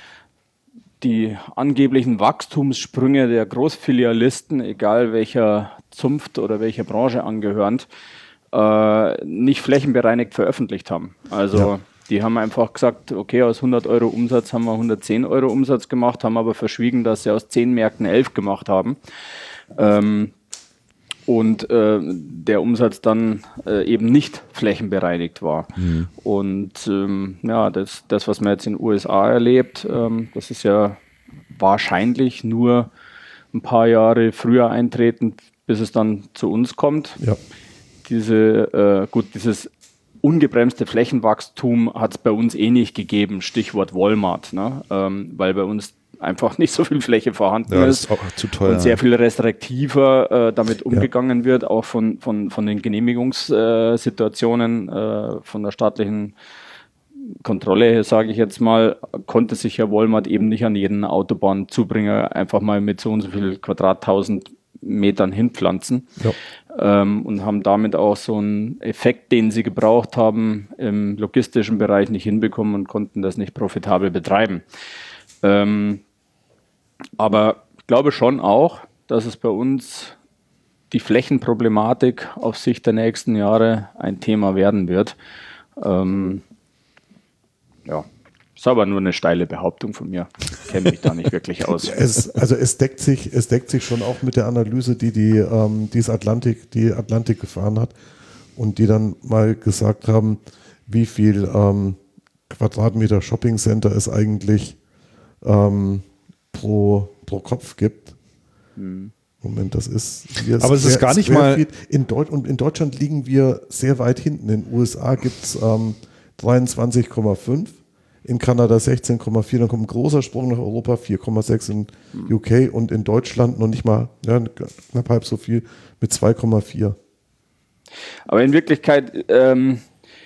die angeblichen Wachstumssprünge der Großfilialisten, egal welcher Zunft oder welcher Branche angehörend, äh, nicht flächenbereinigt veröffentlicht haben. Also ja. Die haben einfach gesagt, okay, aus hundert Euro Umsatz haben wir hundertzehn Euro Umsatz gemacht, haben aber verschwiegen, dass sie aus zehn Märkten elf gemacht haben. Ähm, und äh, der Umsatz dann äh, eben nicht flächenbereinigt war. Mhm. Und ähm, ja, das, das, was man jetzt in den U S A erlebt, ähm, das ist ja wahrscheinlich nur ein paar Jahre früher eintreten, bis es dann zu uns kommt. Ja. Diese, äh, gut, dieses ungebremste Flächenwachstum hat es bei uns eh nicht gegeben, Stichwort Walmart, ne? ähm, weil bei uns einfach nicht so viel Fläche vorhanden ja, ist, ist auch zu teuer, und sehr viel restriktiver äh, damit umgegangen ja. wird, auch von, von, von den Genehmigungssituationen äh, von der staatlichen Kontrolle, sage ich jetzt mal, konnte sich ja Walmart eben nicht an jeden Autobahnzubringer einfach mal mit so und so viel Quadrattausend Metern hinpflanzen ja. ähm, und haben damit auch so einen Effekt, den sie gebraucht haben, im logistischen Bereich nicht hinbekommen und konnten das nicht profitabel betreiben. Ähm, aber ich glaube schon auch, dass es bei uns die Flächenproblematik auf Sicht der nächsten Jahre ein Thema werden wird. Ähm, ja, ist aber nur eine steile Behauptung von mir. Ich kenne mich da nicht wirklich aus. Es, also es deckt sich, es deckt sich schon auch mit der Analyse, die die, ähm, die Atlantik, die Atlantik gefahren hat und die dann mal gesagt haben, wie viel ähm, Quadratmeter Shoppingcenter es eigentlich ähm, pro, pro Kopf gibt. Hm. Moment, das ist hier aber es ist gar nicht mal in Deut und in Deutschland liegen wir sehr weit hinten. In den U S A gibt es ähm, dreiundzwanzig Komma fünf, in Kanada sechzehn Komma vier, dann kommt ein großer Sprung nach Europa, vier Komma sechs in U K und in Deutschland noch nicht mal, ja, knapp halb so viel mit zwei Komma vier. Aber in Wirklichkeit ähm,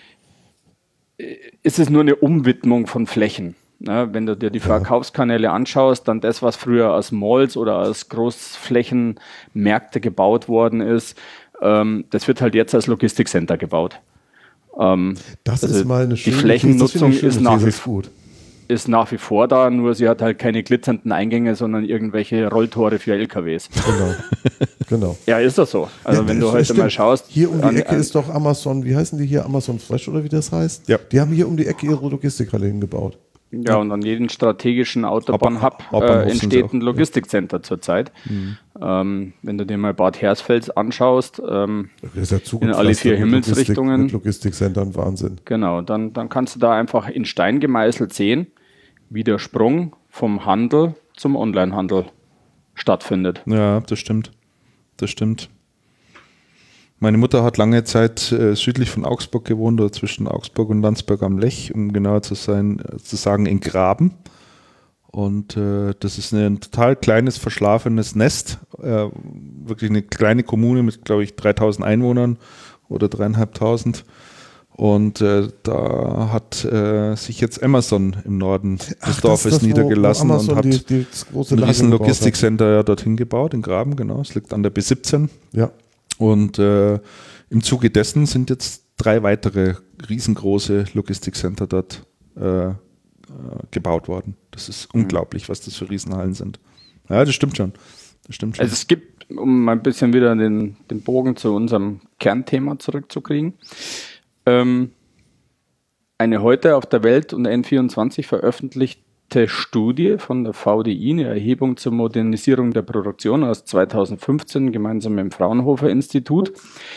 ist es nur eine Umwidmung von Flächen. Ne, wenn du dir die Verkaufskanäle anschaust, dann das, was früher als Malls oder als Großflächenmärkte gebaut worden ist, ähm, das wird halt jetzt als Logistikcenter gebaut. Ähm, das also ist mal eine schöne Die Flächennutzung These, ist, nach wie, gut. ist nach wie vor da, nur sie hat halt keine glitzernden Eingänge, sondern irgendwelche Rolltore für L K Ws. Genau, genau. Ja, ist das so. Also ja, wenn du heute stimmt. mal schaust. Hier um die an, Ecke an, ist doch Amazon, wie heißen die hier? Amazon Fresh oder wie das heißt? Ja. Die haben hier um die Ecke ihre Logistikhalle hingebaut. Ja, und an jedem strategischen Autobahnhub äh, entsteht ein Logistikcenter zurzeit. Mhm. Ähm, wenn du dir mal Bad Hersfeld anschaust, ähm, das ist ja in alle vier Himmelsrichtungen. Mit Logistikcentern Wahnsinn. Genau, dann, dann kannst du da einfach in Stein gemeißelt sehen, wie der Sprung vom Handel zum Onlinehandel stattfindet. Ja, das stimmt. Das stimmt. Meine Mutter hat lange Zeit äh, südlich von Augsburg gewohnt, oder zwischen Augsburg und Landsberg am Lech, um genauer zu sein, äh, zu sagen, in Graben. Und äh, das ist ein total kleines, verschlafenes Nest. Äh, wirklich eine kleine Kommune mit, glaube ich, dreitausend Einwohnern oder dreieinhalbtausend. Und äh, da hat äh, sich jetzt Amazon im Norden des Ach, Dorfes das, niedergelassen wo, wo und hat die, die große ein riesen gebaut Logistikcenter ja dorthin gebaut, in Graben, genau. Es liegt an der B siebzehn. Ja. Und äh, im Zuge dessen sind jetzt drei weitere riesengroße Logistikcenter dort äh, äh, gebaut worden. Das ist mhm. unglaublich, was das für Riesenhallen sind. Ja, das stimmt schon. Das stimmt schon. Also es gibt, um ein bisschen wieder den, den Bogen zu unserem Kernthema zurückzukriegen, ähm, eine heute auf der Welt und N vierundzwanzig veröffentlichte Studie von der V D I, eine Erhebung zur Modernisierung der Produktion aus zweitausendfünfzehn, gemeinsam mit dem Fraunhofer Institut.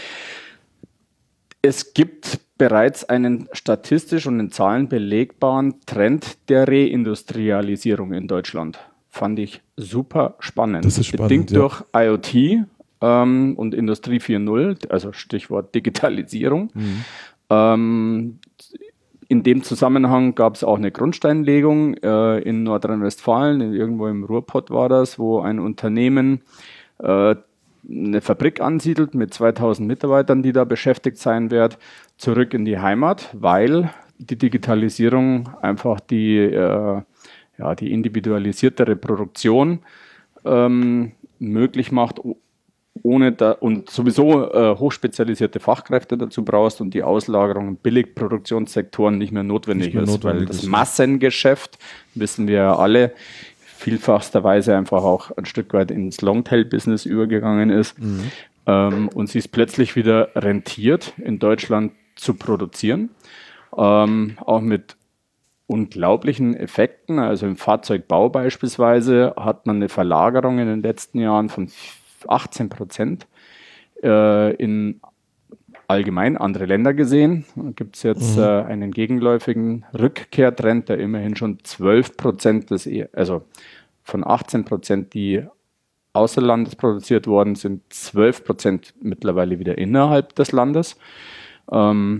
Es gibt bereits einen statistisch und in Zahlen belegbaren Trend der Reindustrialisierung in Deutschland. Fand ich super spannend. Das ist spannend, bedingt ja. durch IoT ähm, und Industrie vier Punkt null, also Stichwort Digitalisierung. Mhm. Ähm, In dem Zusammenhang gab es auch eine Grundsteinlegung äh, in Nordrhein-Westfalen, irgendwo im Ruhrpott war das, wo ein Unternehmen äh, eine Fabrik ansiedelt mit zweitausend Mitarbeitern, die da beschäftigt sein wird, zurück in die Heimat, weil die Digitalisierung einfach die, äh, ja, die individualisiertere Produktion ähm, möglich macht, ohne da, und sowieso äh, hochspezialisierte Fachkräfte dazu brauchst und die Auslagerung in Billigproduktionssektoren nicht mehr notwendig nicht mehr ist, notwendig weil das ist, Massengeschäft, wissen wir ja alle, vielfachsterweise einfach auch ein Stück weit ins Longtail-Business übergegangen ist mhm. ähm, und sie es plötzlich wieder rentiert, in Deutschland zu produzieren, ähm, auch mit unglaublichen Effekten. Also im Fahrzeugbau beispielsweise hat man eine Verlagerung in den letzten Jahren von achtzehn Prozent äh, in allgemein andere Länder gesehen. Da gibt es jetzt mhm. äh, einen gegenläufigen Rückkehrtrend, der immerhin schon zwölf Prozent des, e- also von achtzehn Prozent, die außer Landes produziert worden sind, zwölf Prozent mittlerweile wieder innerhalb des Landes. Ähm,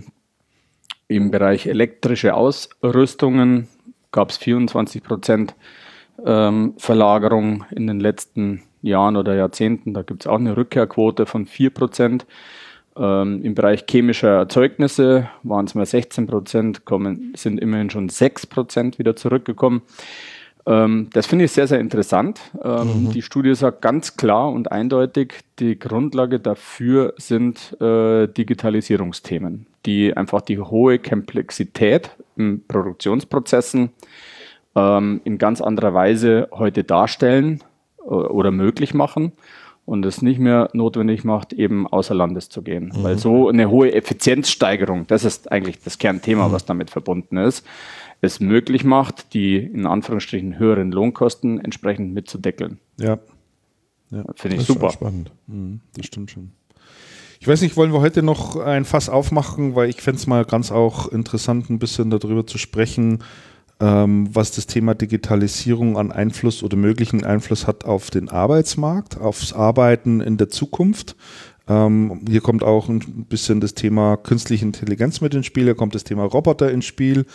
Im Bereich elektrische Ausrüstungen gab es vierundzwanzig Prozent ähm, Verlagerung in den letzten Jahren oder Jahrzehnten. Da gibt es auch eine Rückkehrquote von vier Prozent. Ähm, Im Bereich chemischer Erzeugnisse waren es mal sechzehn Prozent, kommen, sind immerhin schon sechs Prozent wieder zurückgekommen. Ähm, das finde ich sehr, sehr interessant. Ähm, mhm. Die Studie sagt ganz klar und eindeutig, die Grundlage dafür sind äh, Digitalisierungsthemen, die einfach die hohe Komplexität in Produktionsprozessen ähm, in ganz anderer Weise heute darstellen oder möglich machen und es nicht mehr notwendig macht, eben außer Landes zu gehen. Mhm. Weil so eine hohe Effizienzsteigerung, das ist eigentlich das Kernthema, mhm. was damit verbunden ist, es möglich macht, die in Anführungsstrichen höheren Lohnkosten entsprechend mitzudeckeln. Ja. ja. Finde ich super. Spannend. Mhm, das stimmt schon. Ich weiß nicht, wollen wir heute noch ein Fass aufmachen, weil ich fände es mal ganz auch interessant, ein bisschen darüber zu sprechen, ähm, was das Thema Digitalisierung an Einfluss oder möglichen Einfluss hat auf den Arbeitsmarkt, aufs Arbeiten in der Zukunft. Ähm, hier kommt auch ein bisschen das Thema künstliche Intelligenz mit ins Spiel, hier kommt das Thema Roboter ins Spiel.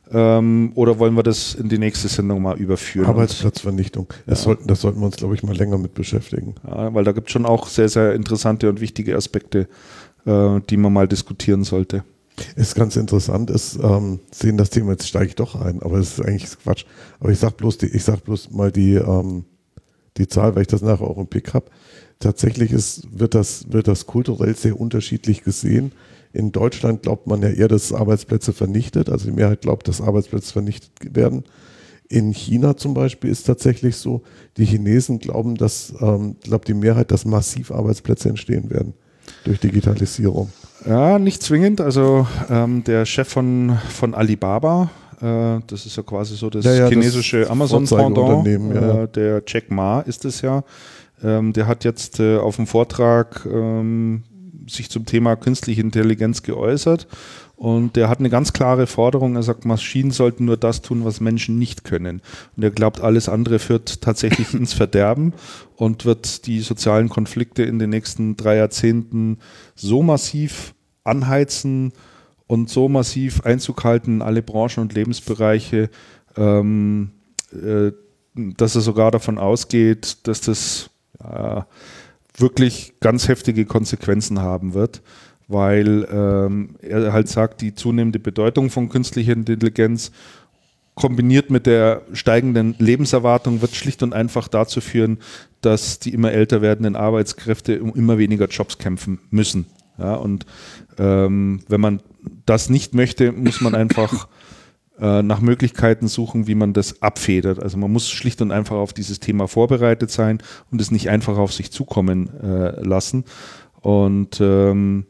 Ähm, oder wollen wir das in die nächste Sendung mal überführen? Arbeitsplatzvernichtung. Das, ja. sollten, das sollten wir uns, glaube ich, mal länger mit beschäftigen. Ja, weil da gibt es schon auch sehr, sehr interessante und wichtige Aspekte, äh, die man mal diskutieren sollte. Ist ganz interessant, ist, ähm, sehen das Thema, jetzt steige ich doch ein, aber es ist eigentlich Quatsch. Aber ich sage bloß, die, ich sag bloß mal die, ähm, die Zahl, weil ich das nachher auch im Pick habe. Tatsächlich ist, wird, das, wird das kulturell sehr unterschiedlich gesehen. In Deutschland glaubt man ja eher, dass Arbeitsplätze vernichtet, also die Mehrheit glaubt, dass Arbeitsplätze vernichtet werden. In China zum Beispiel ist tatsächlich so, die Chinesen glauben, dass, ähm, glaubt die Mehrheit, dass massiv Arbeitsplätze entstehen werden durch Digitalisierung. Ja, nicht zwingend. Also ähm, der Chef von, von Alibaba, äh, das ist ja quasi so das ja, ja, chinesische Amazon-Pendant, ja. äh, der Jack Ma ist es ja, ähm, der hat jetzt äh, auf dem Vortrag ähm, sich zum Thema künstliche Intelligenz geäußert und der hat eine ganz klare Forderung. Er sagt, Maschinen sollten nur das tun, was Menschen nicht können. Und er glaubt, alles andere führt tatsächlich ins Verderben und wird die sozialen Konflikte in den nächsten drei Jahrzehnten so massiv anheizen und so massiv Einzug halten in alle Branchen und Lebensbereiche, ähm, äh, dass er sogar davon ausgeht, dass das äh, wirklich ganz heftige Konsequenzen haben wird, weil ähm, er halt sagt, die zunehmende Bedeutung von künstlicher Intelligenz kombiniert mit der steigenden Lebenserwartung wird schlicht und einfach dazu führen, dass die immer älter werdenden Arbeitskräfte um immer weniger Jobs kämpfen müssen. Ja, und ähm, wenn man das nicht möchte, muss man einfach äh, nach Möglichkeiten suchen, wie man das abfedert. Also man muss schlicht und einfach auf dieses Thema vorbereitet sein und es nicht einfach auf sich zukommen äh, lassen. Und ähm,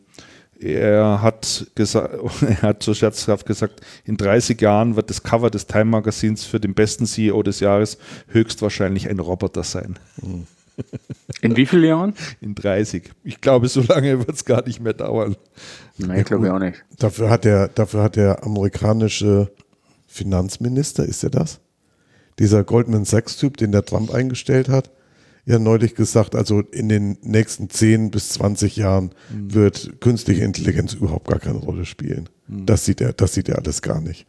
er hat gesagt, er hat so scherzhaft gesagt, in dreißig Jahren wird das Cover des Time Magazins für den besten C E O des Jahres höchstwahrscheinlich ein Roboter sein. Mhm. In wie vielen Jahren? In dreißig. Ich glaube, so lange wird es gar nicht mehr dauern. Nein, ich glaube ja, auch nicht. Dafür hat der, dafür hat der amerikanische Finanzminister, ist er das? Dieser Goldman Sachs-Typ, den der Trump eingestellt hat, ja neulich gesagt, also in den nächsten zehn bis zwanzig Jahren mhm. wird künstliche Intelligenz überhaupt gar keine Rolle spielen. Mhm. Das sieht er, das sieht er alles gar nicht.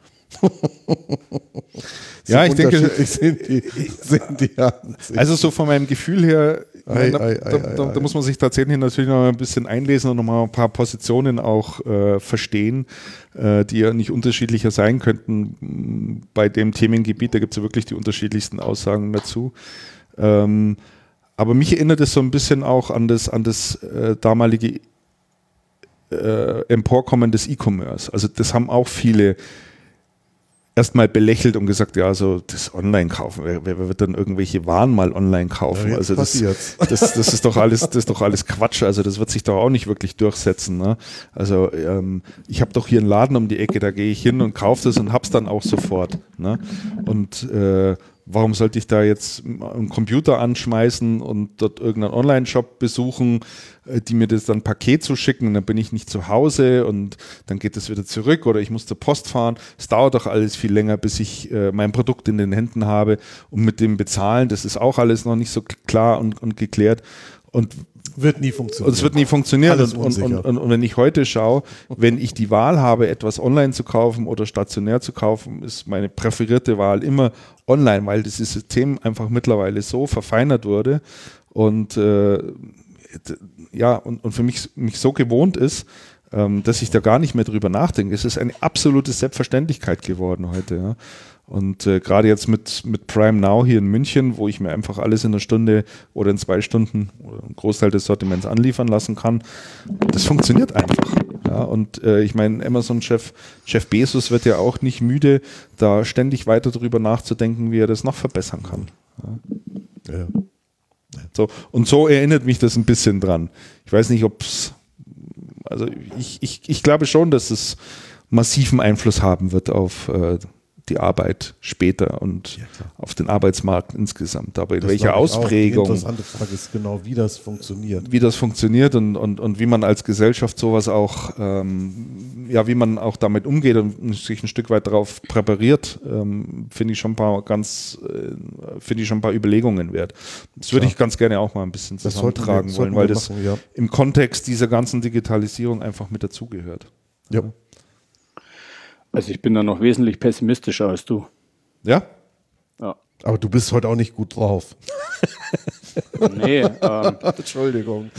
So ja, ich denke, sind die, sind die also so von meinem Gefühl her, ei, da, ei, da, ei, da, ei, da muss man sich tatsächlich natürlich noch ein bisschen einlesen und noch mal ein paar Positionen auch äh, verstehen, äh, die ja nicht unterschiedlicher sein könnten bei dem Themengebiet. Da gibt es ja wirklich die unterschiedlichsten Aussagen dazu. Ähm, aber mich erinnert es so ein bisschen auch an das, an das äh, damalige äh, Emporkommen des E-Commerce. Also das haben auch viele erstmal belächelt und gesagt, ja, so das Online-Kaufen, wer, wer wird dann irgendwelche Waren mal online kaufen? Ja, also das, das, das ist doch alles, das ist doch alles Quatsch. Also das wird sich doch auch nicht wirklich durchsetzen. Ne? Also ähm, ich habe doch hier einen Laden um die Ecke, da gehe ich hin und kaufe das und hab's dann auch sofort. Ne? Und äh, warum sollte ich da jetzt einen Computer anschmeißen und dort irgendeinen Online-Shop besuchen, die mir das dann Paket zuschicken und dann bin ich nicht zu Hause und dann geht es wieder zurück oder ich muss zur Post fahren. Es dauert doch alles viel länger, bis ich äh, mein Produkt in den Händen habe und mit dem Bezahlen, das ist auch alles noch nicht so klar und, und geklärt. Und wird nie funktionieren. Es wird nie funktionieren. Und, und, und, und wenn ich heute schaue, wenn ich die Wahl habe, etwas online zu kaufen oder stationär zu kaufen, ist meine präferierte Wahl immer online, weil das System einfach mittlerweile so verfeinert wurde und äh, ja, und, und für mich, mich so gewohnt ist, ähm, dass ich da gar nicht mehr drüber nachdenke. Es ist eine absolute Selbstverständlichkeit geworden heute. Ja. Und äh, gerade jetzt mit, mit Prime Now hier in München, wo ich mir einfach alles in einer Stunde oder in zwei Stunden oder einen Großteil des Sortiments anliefern lassen kann, das funktioniert einfach. Ja, und äh, ich meine, Amazon-Chef Jeff Bezos wird ja auch nicht müde, da ständig weiter drüber nachzudenken, wie er das noch verbessern kann. Ja. Ja. So, und so erinnert mich das ein bisschen dran. Ich weiß nicht, ob es, also ich, ich, ich glaube schon, dass es massiven Einfluss haben wird auf äh, die Arbeit später und ja, auf den Arbeitsmarkt insgesamt. Aber in das welcher Ausprägung. Die interessante Frage ist genau, wie das funktioniert. Wie das funktioniert und, und, und wie man als Gesellschaft sowas auch, ähm, ja, wie man auch damit umgeht und sich ein Stück weit darauf präpariert, ähm, finde ich schon ein paar ganz, äh, finde ich schon ein paar Überlegungen wert. Das würde ich ganz gerne auch mal ein bisschen zusammentragen wollen, weil das machen, ja. im Kontext dieser ganzen Digitalisierung einfach mit dazugehört. Ja. Also ich bin da noch wesentlich pessimistischer als du. Ja? Ja. Aber du bist heute auch nicht gut drauf. Nee. Ähm. Entschuldigung.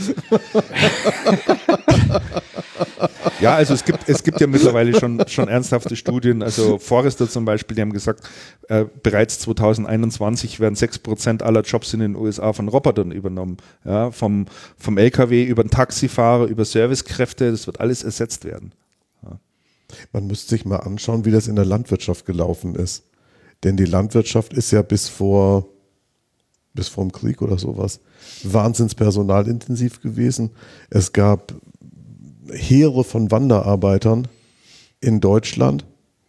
Ja, also es gibt, es gibt ja mittlerweile schon, schon ernsthafte Studien. Also Forrester zum Beispiel, die haben gesagt, äh, bereits zwanzig einundzwanzig werden sechs Prozent aller Jobs in den U S A von Robotern übernommen. Ja, vom, vom L K W über den Taxifahrer, über Servicekräfte, das wird alles ersetzt werden. Ja. Man müsste sich mal anschauen, wie das in der Landwirtschaft gelaufen ist. Denn die Landwirtschaft ist ja bis vor, bis vor dem Krieg oder sowas wahnsinns personalintensiv gewesen. Es gab Heere von Wanderarbeitern in Deutschland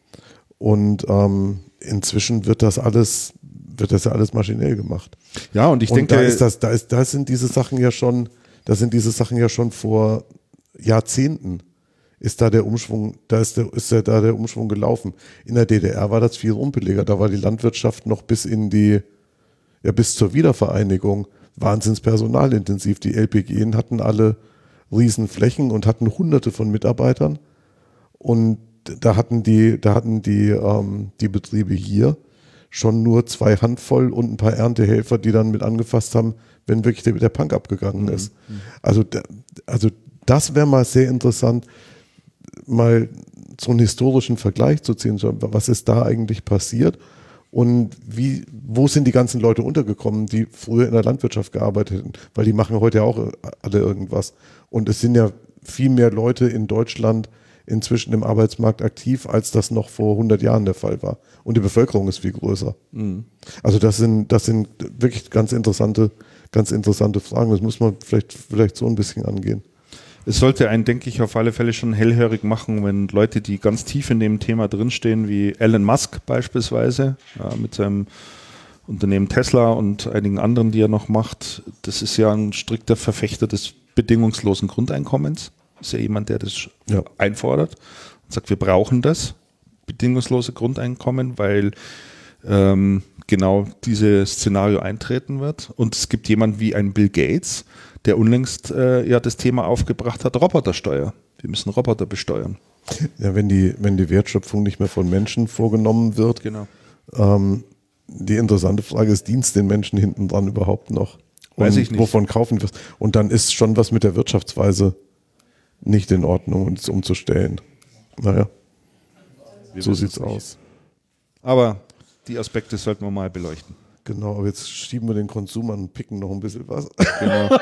und ähm, inzwischen wird das alles, wird das ja alles maschinell gemacht. Ja, und ich und denke, da ist das, da ist, da sind diese Sachen ja schon, da sind diese Sachen ja schon vor Jahrzehnten. Ist da der Umschwung, da ist, der, ist der, da der Umschwung gelaufen. In der D D R war das viel rumpeliger. Da war die Landwirtschaft noch bis in die, ja bis zur Wiedervereinigung wahnsinns personalintensiv. Die L P G hatten alle riesen Flächen und hatten hunderte von Mitarbeitern. Und da hatten die, da hatten die, ähm, die Betriebe hier schon nur zwei Handvoll und ein paar Erntehelfer, die dann mit angefasst haben, wenn wirklich der, der Punk abgegangen ist. Mhm. Also, also das wäre mal sehr interessant, mal so einen historischen Vergleich zu ziehen, was ist da eigentlich passiert und wie, wo sind die ganzen Leute untergekommen, die früher in der Landwirtschaft gearbeitet hätten, weil die machen heute ja auch alle irgendwas. Und es sind ja viel mehr Leute in Deutschland inzwischen im Arbeitsmarkt aktiv, als das noch vor hundert Jahren der Fall war. Und die Bevölkerung ist viel größer. Mhm. Also das sind, das sind wirklich ganz interessante, ganz interessante Fragen. Das muss man vielleicht, vielleicht so ein bisschen angehen. Es sollte einen, denke ich, auf alle Fälle schon hellhörig machen, wenn Leute, die ganz tief in dem Thema drinstehen, wie Elon Musk beispielsweise, ja, mit seinem Unternehmen Tesla und einigen anderen, die er noch macht, das ist ja ein strikter Verfechter des bedingungslosen Grundeinkommens. Das ist ja jemand, der das ja. einfordert und sagt, wir brauchen das bedingungslose Grundeinkommen, weil ähm, genau dieses Szenario eintreten wird. Und es gibt jemanden wie einen Bill Gates, der unlängst äh, ja das Thema aufgebracht hat, Robotersteuer. Wir müssen Roboter besteuern. Ja, wenn die, wenn die Wertschöpfung nicht mehr von Menschen vorgenommen wird. Genau. Ähm, die interessante Frage ist, dient den Menschen hinten dran überhaupt noch? Und weiß ich nicht. Wovon kaufen wir? Und dann ist schon was mit der Wirtschaftsweise nicht in Ordnung, uns umzustellen. Naja, wir so sieht's aus. Aber die Aspekte sollten wir mal beleuchten. Genau, aber jetzt schieben wir den Konsum an und picken noch ein bisschen was. Genau.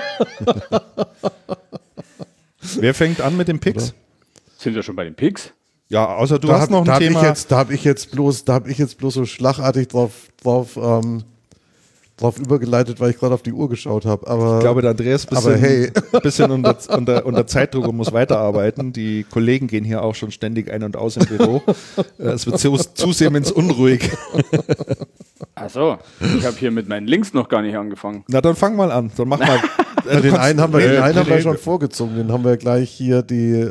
Wer fängt an mit den Picks? Oder? Sind wir schon bei den Picks? Ja, außer du da hast hab, noch ein da Thema. Hab ich jetzt, da habe ich jetzt bloß, da habe ich jetzt bloß so schlagartig drauf, drauf, ähm, drauf übergeleitet, weil ich gerade auf die Uhr geschaut habe. Aber ich glaube, der Andreas ist ein bisschen, hey. bisschen unter, unter, unter Zeitdruck und muss weiterarbeiten. Die Kollegen gehen hier auch schon ständig ein und aus im Büro. Es wird zu, zusehends unruhig. Achso, ich habe hier mit meinen Links noch gar nicht angefangen. Na, dann fang mal an. Dann mach mal. Ja, den einen haben wir, den einen haben wir schon vorgezogen. Den haben wir gleich hier die,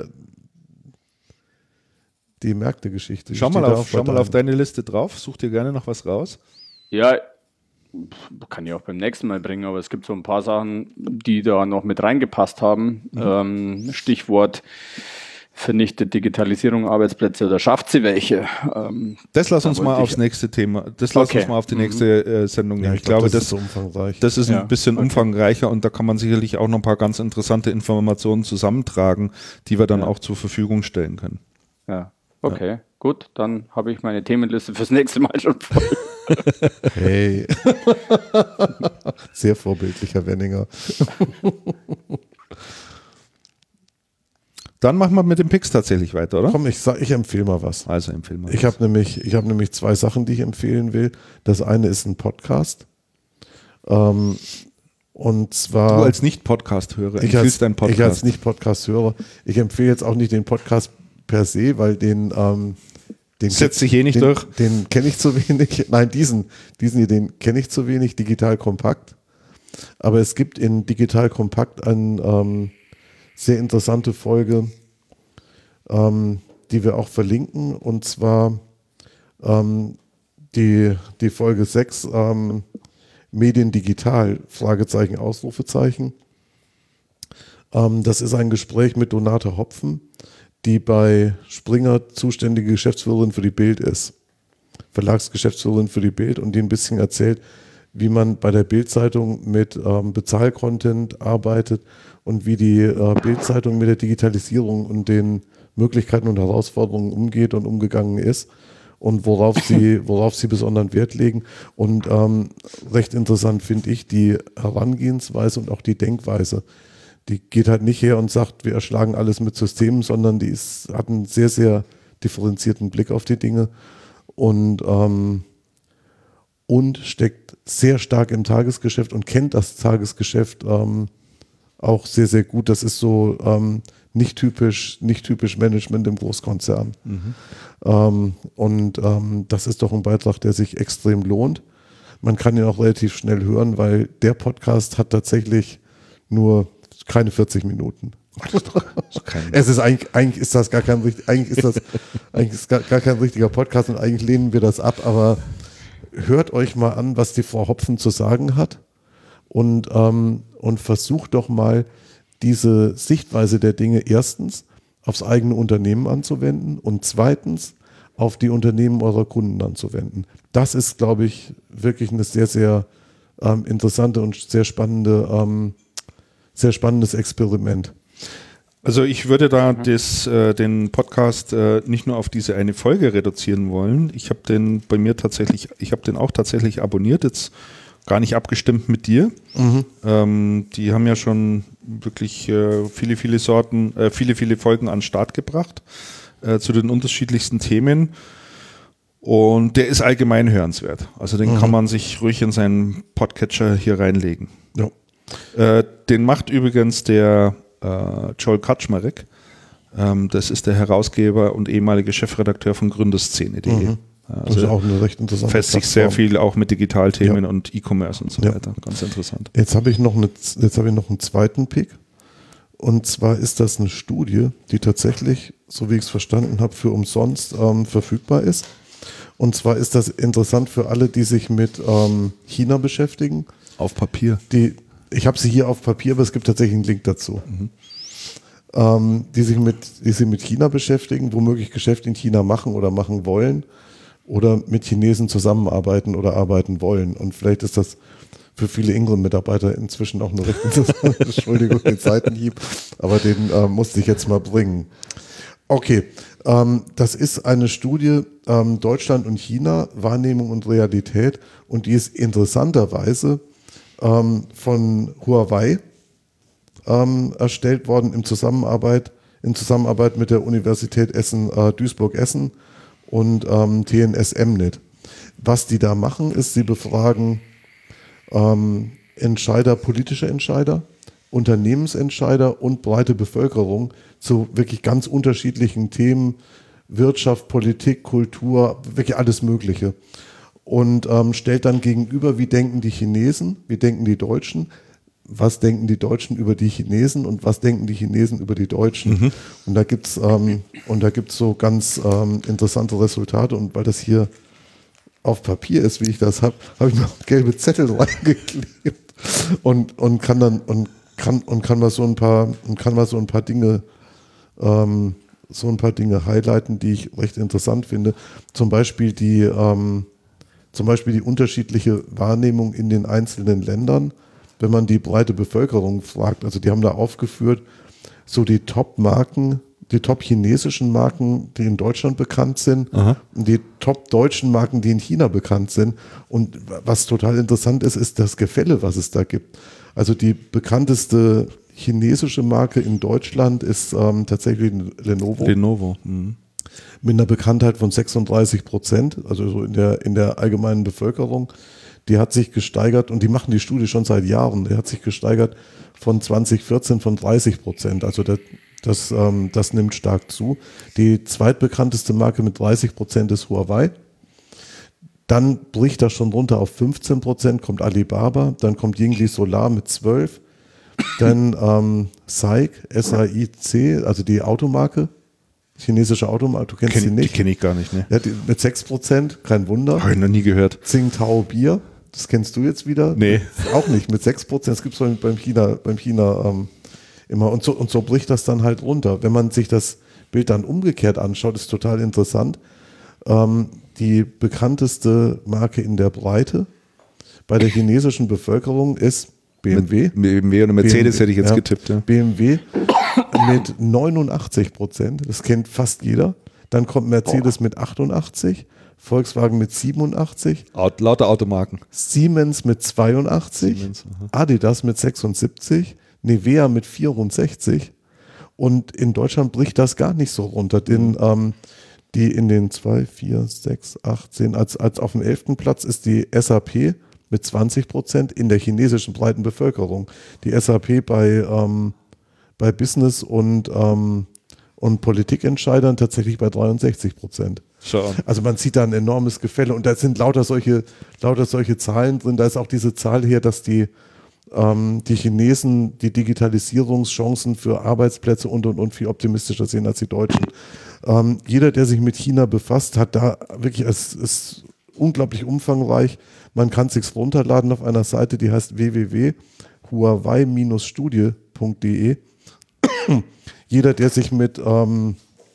die Märkte-Geschichte. Schau mal, auf, schau mal auf deine Liste drauf. Such dir gerne noch was raus. Ja, kann ich auch beim nächsten Mal bringen, aber es gibt so ein paar Sachen, die da noch mit reingepasst haben. Mhm. Ähm, Stichwort vernichtet Digitalisierung Arbeitsplätze oder schafft sie welche? Ähm, das lass uns da mal aufs nächste Thema, das lass okay. uns mal auf die nächste äh, Sendung nehmen. Ja, ich, ich glaube, glaube, das, das, ist umfangreich. das ist ein ja. bisschen okay. umfangreicher und da kann man sicherlich auch noch ein paar ganz interessante Informationen zusammentragen, die wir dann ja. auch zur Verfügung stellen können. Ja, okay, ja. gut, dann habe ich meine Themenliste fürs nächste Mal schon voll. Hey, sehr vorbildlicher Wenninger. Dann machen wir mit den Picks tatsächlich weiter, oder? Komm, ich, sag, ich empfehle mal was. Also empfehle mal ich habe nämlich, ich hab nämlich zwei Sachen, die ich empfehlen will. Das eine ist ein Podcast. Ähm, Und zwar. Du als Nicht-Podcast-Hörer ich empfiehlst als, deinen Podcast. Ich als Nicht-Podcast-Hörer. Ich empfehle jetzt auch nicht den Podcast per se, weil den. Ähm, den setzt sich eh nicht den, durch. Den kenne ich zu wenig. Nein, diesen, diesen hier, den kenne ich zu wenig. Digital Kompakt. Aber es gibt in Digital Kompakt eine ähm, sehr interessante Folge, ähm, die wir auch verlinken. Und zwar ähm, die, die Folge sechs. Ähm, Medien digital, Fragezeichen, Ausrufezeichen. Ähm, das ist ein Gespräch mit Donata Hopfen, die bei Springer zuständige Geschäftsführerin für die Bild ist. Verlagsgeschäftsführerin für die Bild und die ein bisschen erzählt, wie man bei der Bild-Zeitung mit ähm, Bezahlcontent arbeitet und wie die äh, Bild-Zeitung mit der Digitalisierung und den Möglichkeiten und Herausforderungen umgeht und umgegangen ist. Und worauf sie, worauf sie besonderen Wert legen. Und ähm, recht interessant finde ich die Herangehensweise und auch die Denkweise. Die geht halt nicht her und sagt, wir erschlagen alles mit Systemen, sondern die ist, hat einen sehr, sehr differenzierten Blick auf die Dinge und, ähm, und steckt sehr stark im Tagesgeschäft und kennt das Tagesgeschäft ähm, auch sehr, sehr gut. Das ist so ähm, nicht typisch, nicht typisch Management im Großkonzern. Mhm. Ähm, und ähm, das ist doch ein Beitrag, der sich extrem lohnt. Man kann ihn auch relativ schnell hören, weil der Podcast hat tatsächlich nur keine vierzig Minuten. Es ist eigentlich, eigentlich ist das gar kein eigentlich ist das eigentlich ist gar, gar kein richtiger Podcast und eigentlich lehnen wir das ab, aber hört euch mal an, was die Frau Hopfen zu sagen hat und, ähm, und versucht doch mal diese Sichtweise der Dinge erstens aufs eigene Unternehmen anzuwenden und zweitens auf die Unternehmen eurer Kunden anzuwenden. Das ist, glaube ich, wirklich eine sehr, sehr ähm, interessante und sehr spannende, ähm, sehr spannendes Experiment. Also ich würde da das, äh, den Podcast äh, nicht nur auf diese eine Folge reduzieren wollen. Ich habe den bei mir tatsächlich, ich habe den auch tatsächlich abonniert, jetzt gar nicht abgestimmt mit dir. Mhm. Ähm, die haben ja schon wirklich äh, viele, viele Sorten, äh, viele, viele Folgen an den Start gebracht äh, zu den unterschiedlichsten Themen. Und der ist allgemein hörenswert. Also den mhm. kann man sich ruhig in seinen Podcatcher hier reinlegen. Ja. Äh, den macht übrigens der äh, Joel Kaczmarek. Ähm, das ist der Herausgeber und ehemalige Chefredakteur von Gründerszene punkt de. Mhm. Also das ist auch eine recht interessante fest sich sehr viel auch mit Digitalthemen ja. und E-Commerce und so ja. weiter. Ganz interessant. Jetzt habe ich noch eine, jetzt habe ich noch einen zweiten Pick. Und zwar ist das eine Studie, die tatsächlich, so wie ich es verstanden habe, für umsonst ähm, verfügbar ist. Und zwar ist das interessant für alle, die sich mit ähm, China beschäftigen. Auf Papier. Die, ich habe sie hier auf Papier, aber es gibt tatsächlich einen Link dazu. Mhm. Ähm, die sich mit, die sich mit China beschäftigen, womöglich Geschäfte in China machen oder machen wollen. Oder mit Chinesen zusammenarbeiten oder arbeiten wollen. Und vielleicht ist das für viele Ingram-Mitarbeiter inzwischen auch eine recht interessante, Entschuldigung, den Seitenhieb, aber den äh, musste ich jetzt mal bringen. Okay, ähm, das ist eine Studie ähm, Deutschland und China, Wahrnehmung und Realität und die ist interessanterweise ähm, von Huawei ähm, erstellt worden in Zusammenarbeit, in Zusammenarbeit mit der Universität Essen, äh, Duisburg-Essen und ähm, T N S Mnet. Was die da machen, ist, sie befragen ähm, Entscheider, politische Entscheider, Unternehmensentscheider und breite Bevölkerung zu wirklich ganz unterschiedlichen Themen, Wirtschaft, Politik, Kultur, wirklich alles Mögliche. Und ähm, stellt dann gegenüber, wie denken die Chinesen, wie denken die Deutschen, was denken die Deutschen über die Chinesen und was denken die Chinesen über die Deutschen. Mhm. Und da gibt's ähm, und da gibt's so ganz ähm, interessante Resultate. Und weil das hier auf Papier ist, wie ich das habe, habe ich noch gelbe Zettel reingeklebt und und kann dann und kann und kann mal so ein paar und kann mal so ein paar Dinge ähm, so ein paar Dinge highlighten, die ich recht interessant finde. Zum Beispiel die ähm, zum Beispiel die unterschiedliche Wahrnehmung in den einzelnen Ländern. Wenn man die breite Bevölkerung fragt, also die haben da aufgeführt, so die Top-Marken, die top-chinesischen Marken, die in Deutschland bekannt sind, Aha. und die top-deutschen Marken, die in China bekannt sind. Und was total interessant ist, ist das Gefälle, was es da gibt. Also die bekannteste chinesische Marke in Deutschland ist ähm, tatsächlich Lenovo. Lenovo. Mhm. Mit einer Bekanntheit von sechsunddreißig Prozent, also so in der, in der allgemeinen Bevölkerung. die hat sich gesteigert und die machen die Studie schon seit Jahren, die hat sich gesteigert von zwanzig vierzehn von dreißig Prozent. Also das, das, ähm, das nimmt stark zu. Die zweitbekannteste Marke mit dreißig Prozent ist Huawei. Dann bricht das schon runter auf fünfzehn Prozent, kommt Alibaba, dann kommt Yingli Solar mit zwölf, dann ähm, S A I C, S A I C, also die Automarke, chinesische Automarke, du kennst Kenn, sie nicht. Die kenne ich gar nicht, ne? Ja, die, mit sechs Prozent, kein Wunder. Habe ich noch nie gehört. Tsingtao Bier, das kennst du jetzt wieder? Nee. Auch nicht, mit sechs Prozent, das gibt es beim, beim China, beim China ähm, immer. Und so, und so bricht das dann halt runter. Wenn man sich das Bild dann umgekehrt anschaut, ist total interessant. Ähm, die bekannteste Marke in der Breite bei der chinesischen Bevölkerung ist B M W. B M W und Mercedes B M W, hätte ich jetzt ja, getippt. Ja. B M W mit neunundachtzig Prozent, das kennt fast jeder. Dann kommt Mercedes Boah. mit achtundachtzig, Volkswagen mit siebenundachtzig, Aut, lauter Automarken. Siemens mit zweiundachtzig, Siemens, Adidas mit sechsundsiebzig, Nivea mit vierundsechzig und in Deutschland bricht das gar nicht so runter, denn ähm, die in den zwei, vier, sechs, acht, zehn, als, als auf dem elften Platz ist die S A P mit zwanzig Prozent in der chinesischen breiten Bevölkerung. Die S A P bei, ähm, bei Business- und, ähm, und Politikentscheidern tatsächlich bei dreiundsechzig Prozent. Schon. Also man sieht da ein enormes Gefälle und da sind lauter solche, lauter solche Zahlen drin. Da ist auch diese Zahl hier, dass die, ähm, die Chinesen die Digitalisierungschancen für Arbeitsplätze und und und viel optimistischer sehen als die Deutschen. Ähm, jeder, der sich mit China befasst, hat da wirklich, es ist unglaublich umfangreich. Man kann es sich runterladen auf einer Seite, die heißt w w w punkt huawei Bindestrich studie punkt de. Jeder, der sich mit, ähm,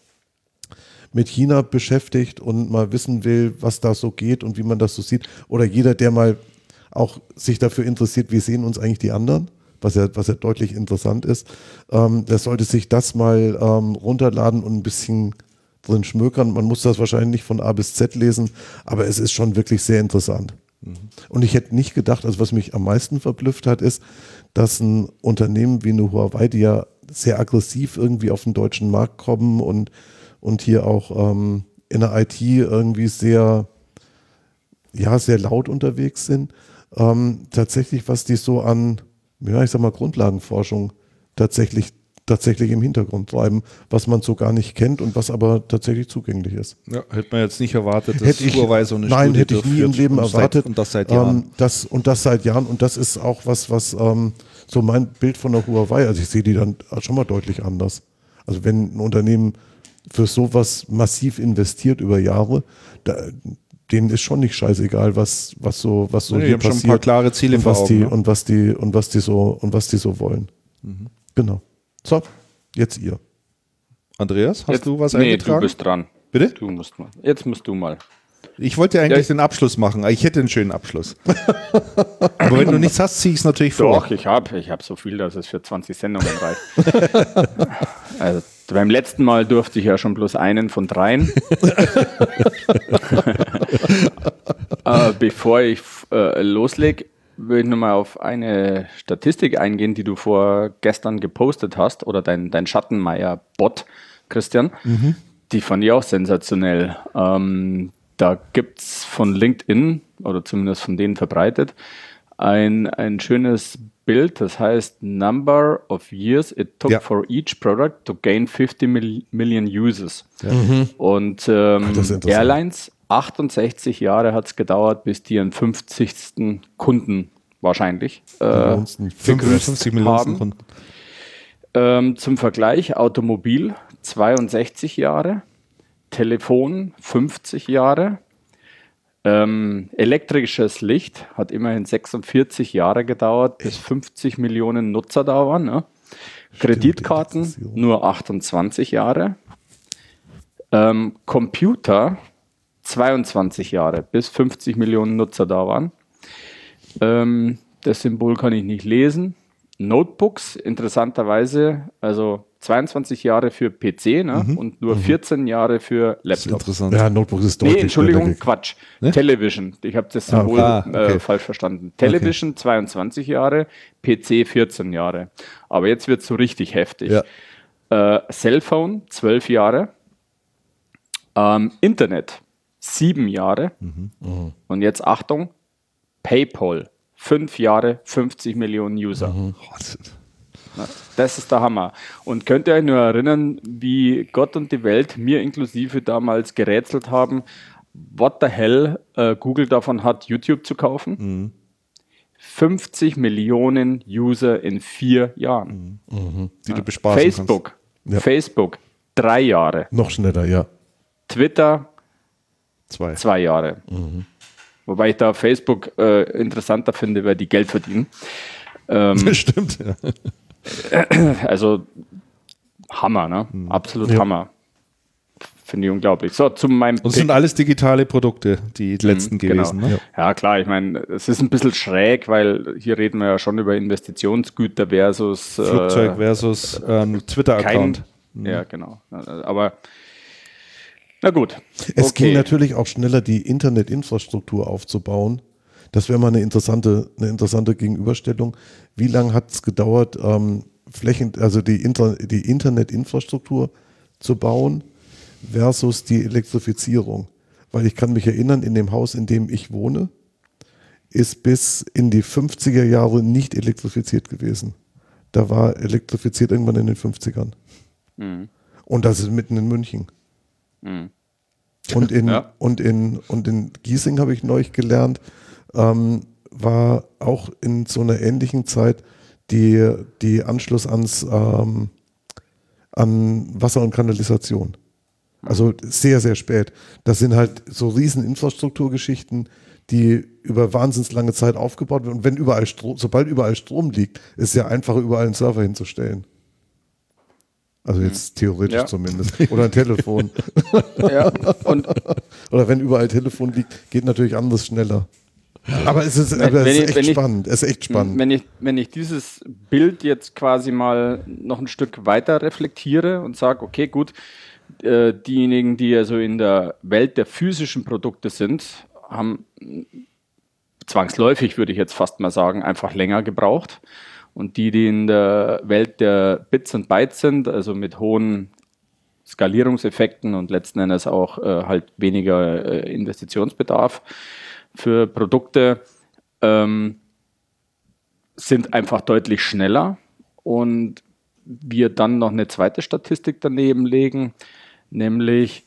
mit China beschäftigt und mal wissen will, was da so geht und wie man das so sieht, oder jeder, der mal auch sich dafür interessiert, wie sehen uns eigentlich die anderen, was ja, was ja deutlich interessant ist, ähm, der sollte sich das mal ähm, runterladen und ein bisschen drin schmökern. Man muss das wahrscheinlich nicht von A bis Z lesen, aber es ist schon wirklich sehr interessant. Mhm. Und ich hätte nicht gedacht, also was mich am meisten verblüfft hat, ist, dass ein Unternehmen wie eine Huawei, die ja sehr aggressiv irgendwie auf den deutschen Markt kommen und, und hier auch ähm, in der I T irgendwie sehr, ja, sehr laut unterwegs sind, ähm, tatsächlich, was die so an, ja, ich sag mal, Grundlagenforschung tatsächlich, tatsächlich im Hintergrund treiben, was man so gar nicht kennt und was aber tatsächlich zugänglich ist. Ja, hätte man jetzt nicht erwartet, dass hätte ich, Huawei so eine nein, Studie hätte ich nie im Leben und erwartet. Seit, und das seit Jahren. Ähm, das, und das seit Jahren. Und das ist auch was, was ähm, so mein Bild von der Huawei, also ich sehe die dann schon mal deutlich anders. Also wenn ein Unternehmen für sowas massiv investiert über Jahre, da, denen ist schon nicht scheißegal, was, was so, was so nee, hier die haben passiert. Schon ein paar klare Ziele und was vor die, Augen, ne? und was die, und was die so, und was die so wollen. Mhm. Genau. So, jetzt ihr. Andreas, hast jetzt, du was nee, eingetragen? Nee, du bist dran. Bitte? Du musst mal. Jetzt musst du mal. Ich wollte ja eigentlich ja, den Abschluss machen. Ich hätte einen schönen Abschluss. Aber wenn du nichts hast, ziehe ich es natürlich vor. Doch, ich habe ich hab so viel, dass es für zwanzig Sendungen reicht. Also beim letzten Mal durfte ich ja schon bloß einen von dreien. äh, bevor ich äh, loslege, will ich nochmal auf eine Statistik eingehen, die du vor gestern gepostet hast, oder dein, dein Schattenmeier-Bot, Christian. Mhm. Die fand ich auch sensationell. Ähm, da gibt es von LinkedIn, oder zumindest von denen verbreitet, ein, ein schönes Bild, das heißt Number of years it took ja. for each product to gain fifty million users. Ja. Mhm. Und ähm, Ach, Airlines, achtundsechzig Jahre hat es gedauert, bis die ihren fünfzigsten Kunden wahrscheinlich äh, fünfundfünfzig Millionen Kunden. Ähm, zum Vergleich, Automobil zweiundsechzig Jahre, Telefon fünfzig Jahre, ähm, elektrisches Licht hat immerhin sechsundvierzig Jahre gedauert, bis fünfzig Millionen Nutzer da waren. Ne? Kreditkarten nur achtundzwanzig Jahre, ähm, Computer zweiundzwanzig Jahre, bis fünfzig Millionen Nutzer da waren. Ähm, das Symbol kann ich nicht lesen. Notebooks, interessanterweise, also zweiundzwanzig Jahre für P C, ne? Mhm. Und nur vierzehn mhm. Jahre für Laptop. Interessant. Ja, Notebooks ist deutlich. Nee, Entschuldigung, Quatsch. Ne? Television. Ich habe das Symbol ah, okay. äh, falsch verstanden. Television okay. zweiundzwanzig Jahre, P C vierzehn Jahre. Aber jetzt wird es so richtig heftig. Ja. Äh, Cellphone zwölf Jahre. Ähm, Internet sieben Jahre. Mhm. Mhm. Und jetzt Achtung, PayPal, fünf Jahre, fünfzig Millionen User. Mhm. Das ist der Hammer. Und könnt ihr euch nur erinnern, wie Gott und die Welt, mir inklusive, damals gerätselt haben, what the hell äh, Google davon hat, YouTube zu kaufen? Mhm. fünfzig Millionen User in vier Jahren. Mhm. Die du bespaßen Facebook, Ja. Facebook, drei Jahre. Noch schneller, ja. Twitter, kannst. Zwei. zwei Jahre. Wobei ich da Facebook äh, interessanter finde, weil die Geld verdienen. Ähm, Stimmt, ja. also Hammer, ne? Absolut Ja. Hammer. Finde ich unglaublich. So, zu meinem Und es sind alles digitale Produkte, die letzten Genau. gewesen. Ne? Ja, klar, ich meine, es ist ein bisschen schräg, weil hier reden wir ja schon über Investitionsgüter versus Flugzeug äh, versus ähm, Twitter-Account. kein, ja, genau. Aber na gut. Es okay. ging natürlich auch schneller, die Internetinfrastruktur aufzubauen. Das wäre mal eine interessante, eine interessante Gegenüberstellung. Wie lange hat es gedauert, ähm, Flächen, also die, Inter, die Internetinfrastruktur zu bauen versus die Elektrifizierung? Weil ich kann mich erinnern, in dem Haus, in dem ich wohne, ist bis in die fünfziger Jahre nicht elektrifiziert gewesen. Da war elektrifiziert irgendwann in den fünfzigern. Mhm. Und das ist mitten in München. Mhm. Und in, Ja. und in, und in Giesing habe ich neulich gelernt, ähm, war auch in so einer ähnlichen Zeit die, die Anschluss ans, ähm, an Wasser und Kanalisation. Also sehr, sehr spät. Das sind halt so riesen Infrastrukturgeschichten, die über wahnsinnig lange Zeit aufgebaut werden. Und wenn überall Strom, sobald überall Strom liegt, ist es ja einfacher, überall einen Server hinzustellen. Also jetzt theoretisch Ja. zumindest. Oder ein Telefon. Ja, und Oder wenn überall Telefon liegt, geht natürlich anders schneller. Aber es ist, Wenn- aber es wenn ist ich- echt wenn ich- spannend. Es ist echt spannend. wenn ich, wenn ich dieses Bild jetzt quasi mal noch ein Stück weiter reflektiere und sage, okay, gut, äh, diejenigen, die also in der Welt der physischen Produkte sind, haben zwangsläufig, würde ich jetzt fast mal sagen, einfach länger gebraucht. Und die, die in der Welt der Bits und Bytes sind, also mit hohen Skalierungseffekten und letzten Endes auch äh, halt weniger äh, Investitionsbedarf für Produkte, ähm, sind einfach deutlich schneller. Und wir dann noch eine zweite Statistik daneben legen, nämlich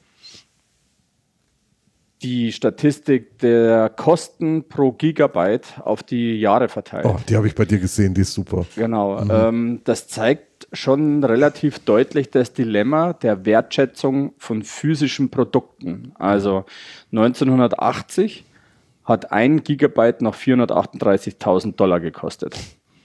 die Statistik der Kosten pro Gigabyte auf die Jahre verteilt. Oh, die habe ich bei dir gesehen, die ist super. Genau, ähm, das zeigt schon relativ deutlich das Dilemma der Wertschätzung von physischen Produkten. Also neunzehnhundertachtzig hat ein Gigabyte noch vierhundertachtunddreißigtausend Dollar gekostet.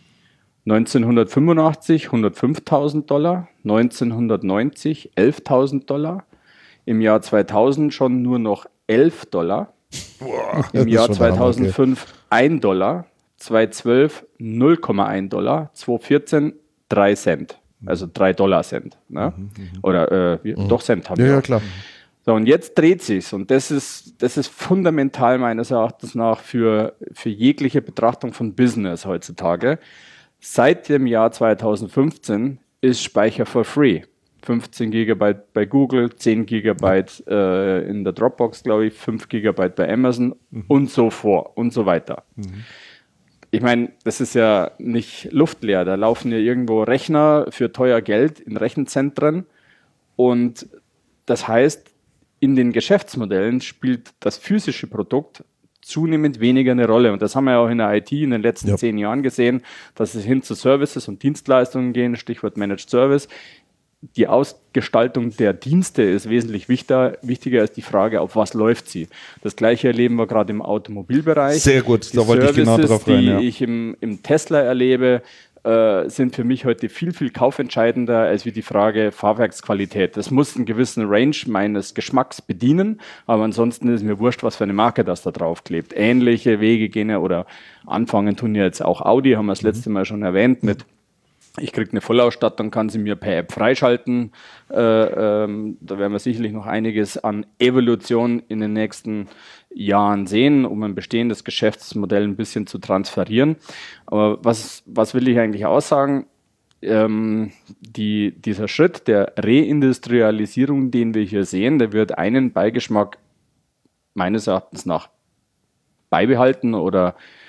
neunzehnhundertfünfundachtzig hundertfünftausend Dollar, neunzehnhundertneunzig elftausend Dollar, im Jahr zweitausend schon nur noch elf Dollar, Das im ist Jahr schon der Hammer, zweitausendfünf ein Dollar, zweitausendzwölf null Komma eins Dollar, zweitausendvierzehn drei Cent, also drei Dollar Cent. Ne? Oder äh, wir, doch Cent haben Ja, wir ja, auch. klar. So, und jetzt dreht sich's und das ist, das ist fundamental meines Erachtens nach für, für jegliche Betrachtung von Business heutzutage. Seit dem Jahr zweitausendfünfzehn ist Speicher for free. fünfzehn Gigabyte bei Google, zehn Gigabyte äh, in der Dropbox, glaube ich, fünf Gigabyte bei Amazon und so vor und so weiter. Ich meine, das ist ja nicht luftleer. Da laufen ja irgendwo Rechner für teuer Geld in Rechenzentren und das heißt, in den Geschäftsmodellen spielt das physische Produkt zunehmend weniger eine Rolle. Und das haben wir ja auch in der I T in den letzten Ja. zehn Jahren gesehen, dass es hin zu Services und Dienstleistungen gehen, Stichwort Managed Service. Die Ausgestaltung der Dienste ist wesentlich wichtiger, wichtiger als die Frage, auf was läuft sie. Das Gleiche erleben wir gerade im Automobilbereich. Sehr gut, Die da wollte ich genau Services, drauf rein. die Ja. ich im, im Tesla erlebe, äh, sind für mich heute viel, viel kaufentscheidender als wie die Frage Fahrwerksqualität. Das muss einen gewissen Range meines Geschmacks bedienen, aber ansonsten ist mir wurscht, was für eine Marke das da drauf klebt. Ähnliche Wege gehen ja oder anfangen tun ja jetzt auch Audi, haben wir das letzte Mal schon erwähnt, mit ich kriege eine Vollausstattung, kann sie mir per App freischalten. Äh, ähm, da werden wir sicherlich noch einiges an Evolution in den nächsten Jahren sehen, um ein bestehendes Geschäftsmodell ein bisschen zu transferieren. Aber was, was will ich eigentlich aussagen? Ähm, die, dieser Schritt der Reindustrialisierung, den wir hier sehen, der wird einen Beigeschmack meines Erachtens nach beibehalten oder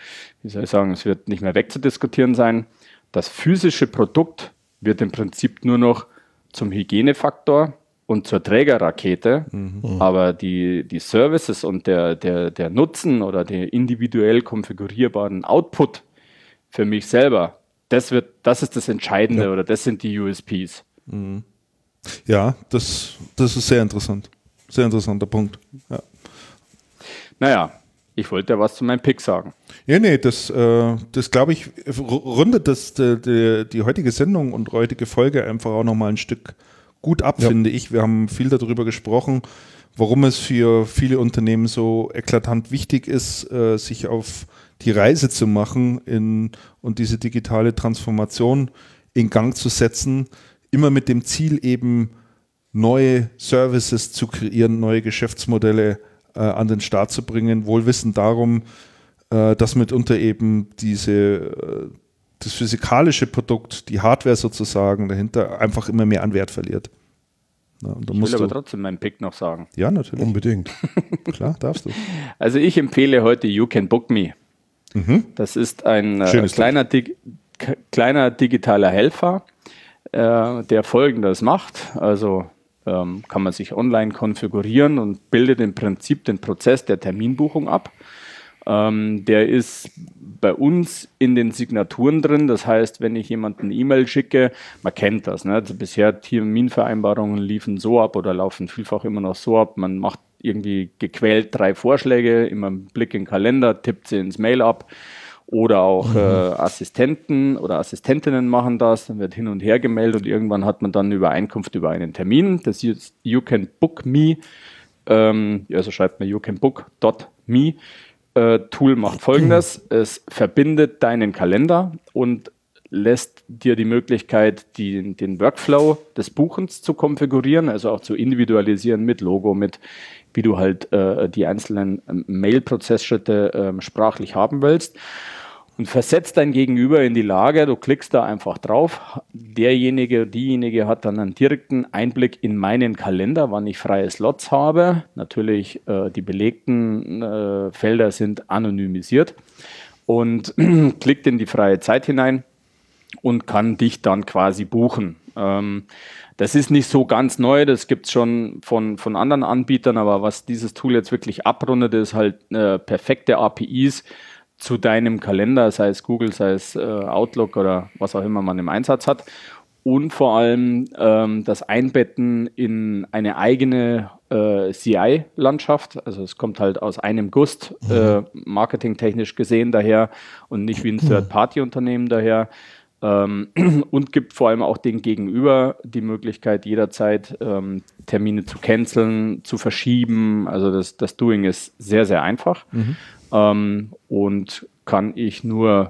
wie soll ich sagen, es wird nicht mehr wegzudiskutieren sein. Das physische Produkt wird im Prinzip nur noch zum Hygienefaktor und zur Trägerrakete, mhm. aber die, die Services und der, der, der Nutzen oder der individuell konfigurierbaren Output für mich selber, das wird, das ist das Entscheidende, ja. oder das sind die U S Ps. Mhm. Ja, das, das ist sehr interessant. Sehr interessanter Punkt. Ja. Naja, ich wollte ja was zu meinem Pick sagen. Ja, nee, das, äh, das glaube ich, rundet das, die, die, die heutige Sendung und heutige Folge einfach auch nochmal ein Stück gut ab, ja. finde ich. Wir haben viel darüber gesprochen, warum es für viele Unternehmen so eklatant wichtig ist, äh, sich auf die Reise zu machen in, und diese digitale Transformation in Gang zu setzen, immer mit dem Ziel eben neue Services zu kreieren, neue Geschäftsmodelle äh, an den Start zu bringen, wohl wissend darum, äh, dass mitunter eben diese, äh, das physikalische Produkt, die Hardware sozusagen dahinter einfach immer mehr an Wert verliert. Ja, und ich will aber trotzdem meinen Pick noch sagen. Ja, natürlich. Unbedingt. Klar, darfst du. Also ich empfehle heute You Can Book Me. Mhm. Das ist ein äh, kleiner, dig- k- kleiner digitaler Helfer, äh, der Folgendes macht. Also ähm, kann man sich online konfigurieren und bildet im Prinzip den Prozess der Terminbuchung ab. Ähm, der ist bei uns in den Signaturen drin. Das heißt, wenn ich jemanden eine E-Mail schicke, man kennt das. Ne? Also bisher Terminvereinbarungen liefen so ab oder laufen vielfach immer noch so ab. Man macht irgendwie gequält drei Vorschläge, immer einen Blick in den Kalender, tippt sie ins Mail ab. Oder auch mhm. äh, Assistenten oder Assistentinnen machen das, dann wird hin und her gemeldet und irgendwann hat man dann eine Übereinkunft über einen Termin. Das ist You Can Book Me, ähm, also schreibt man you can book dot me. Äh, Tool macht Folgendes, es verbindet deinen Kalender und lässt dir die Möglichkeit, die, den Workflow des Buchens zu konfigurieren, also auch zu individualisieren mit Logo, mit wie du halt äh, die einzelnen ähm, Mail-Prozessschritte ähm, sprachlich haben willst. Und versetzt dein Gegenüber in die Lage, du klickst da einfach drauf. Derjenige, diejenige hat dann einen direkten Einblick in meinen Kalender, wann ich freie Slots habe. Natürlich, äh, die belegten äh, Felder sind anonymisiert und klickt in die freie Zeit hinein und kann dich dann quasi buchen. Ähm, das ist nicht so ganz neu, das gibt es schon von, von anderen Anbietern, aber was dieses Tool jetzt wirklich abrundet, ist halt äh, perfekte A P Is zu deinem Kalender, sei es Google, sei es äh, Outlook oder was auch immer man im Einsatz hat. Und vor allem ähm, das Einbetten in eine eigene äh, C I-Landschaft. Also es kommt halt aus einem Guss, mhm. äh, marketingtechnisch gesehen daher und nicht wie ein Third-Party-Unternehmen daher. Ähm, und gibt vor allem auch den Gegenüber die Möglichkeit, jederzeit ähm, Termine zu canceln, zu verschieben. Also das, das Doing ist sehr, sehr einfach. Mhm. Ähm, und kann ich nur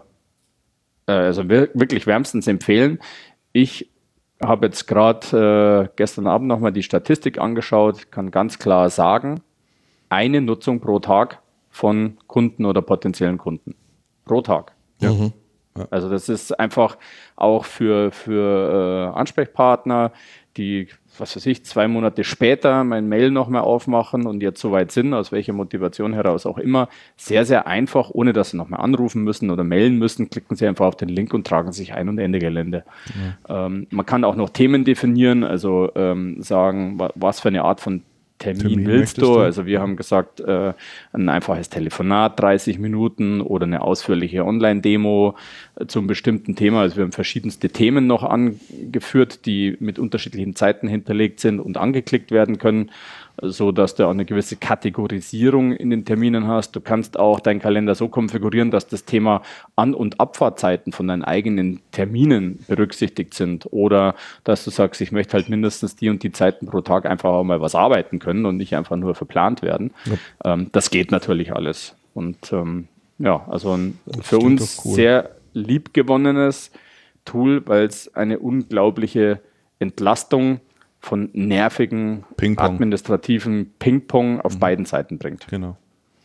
äh, also wir, wirklich wärmstens empfehlen. Ich habe jetzt gerade äh, gestern Abend nochmal die Statistik angeschaut, kann ganz klar sagen, eine Nutzung pro Tag von Kunden oder potenziellen Kunden. Pro Tag. Ja. Mhm. Ja. Also das ist einfach auch für, für äh, Ansprechpartner, die, was weiß ich, zwei Monate später mein Mail nochmal aufmachen und jetzt soweit sind, aus welcher Motivation heraus auch immer, sehr, sehr einfach, ohne dass sie nochmal anrufen müssen oder mailen müssen, klicken sie einfach auf den Link und tragen sich ein und Ende Gelände. Ja. Ähm, man kann auch noch Themen definieren, also ähm, sagen, wa- was für eine Art von Termin, Termin willst du? du? Also wir haben gesagt, äh, ein einfaches Telefonat, dreißig Minuten oder eine ausführliche Online-Demo äh, zum bestimmten Thema. Also wir haben verschiedenste Themen noch angeführt, die mit unterschiedlichen Zeiten hinterlegt sind und angeklickt werden können, so dass du auch eine gewisse Kategorisierung in den Terminen hast. Du kannst auch deinen Kalender so konfigurieren, dass das Thema An- und Abfahrtzeiten von deinen eigenen Terminen berücksichtigt sind oder dass du sagst, ich möchte halt mindestens die und die Zeiten pro Tag einfach auch mal was arbeiten können und nicht einfach nur verplant werden. Ja. Ähm, das geht natürlich alles. Und ähm, ja, also ein für uns cool. sehr liebgewonnenes Tool, weil es eine unglaubliche Entlastung von nervigen, Ping-Pong. administrativen Ping-Pong auf mhm. beiden Seiten bringt. Genau.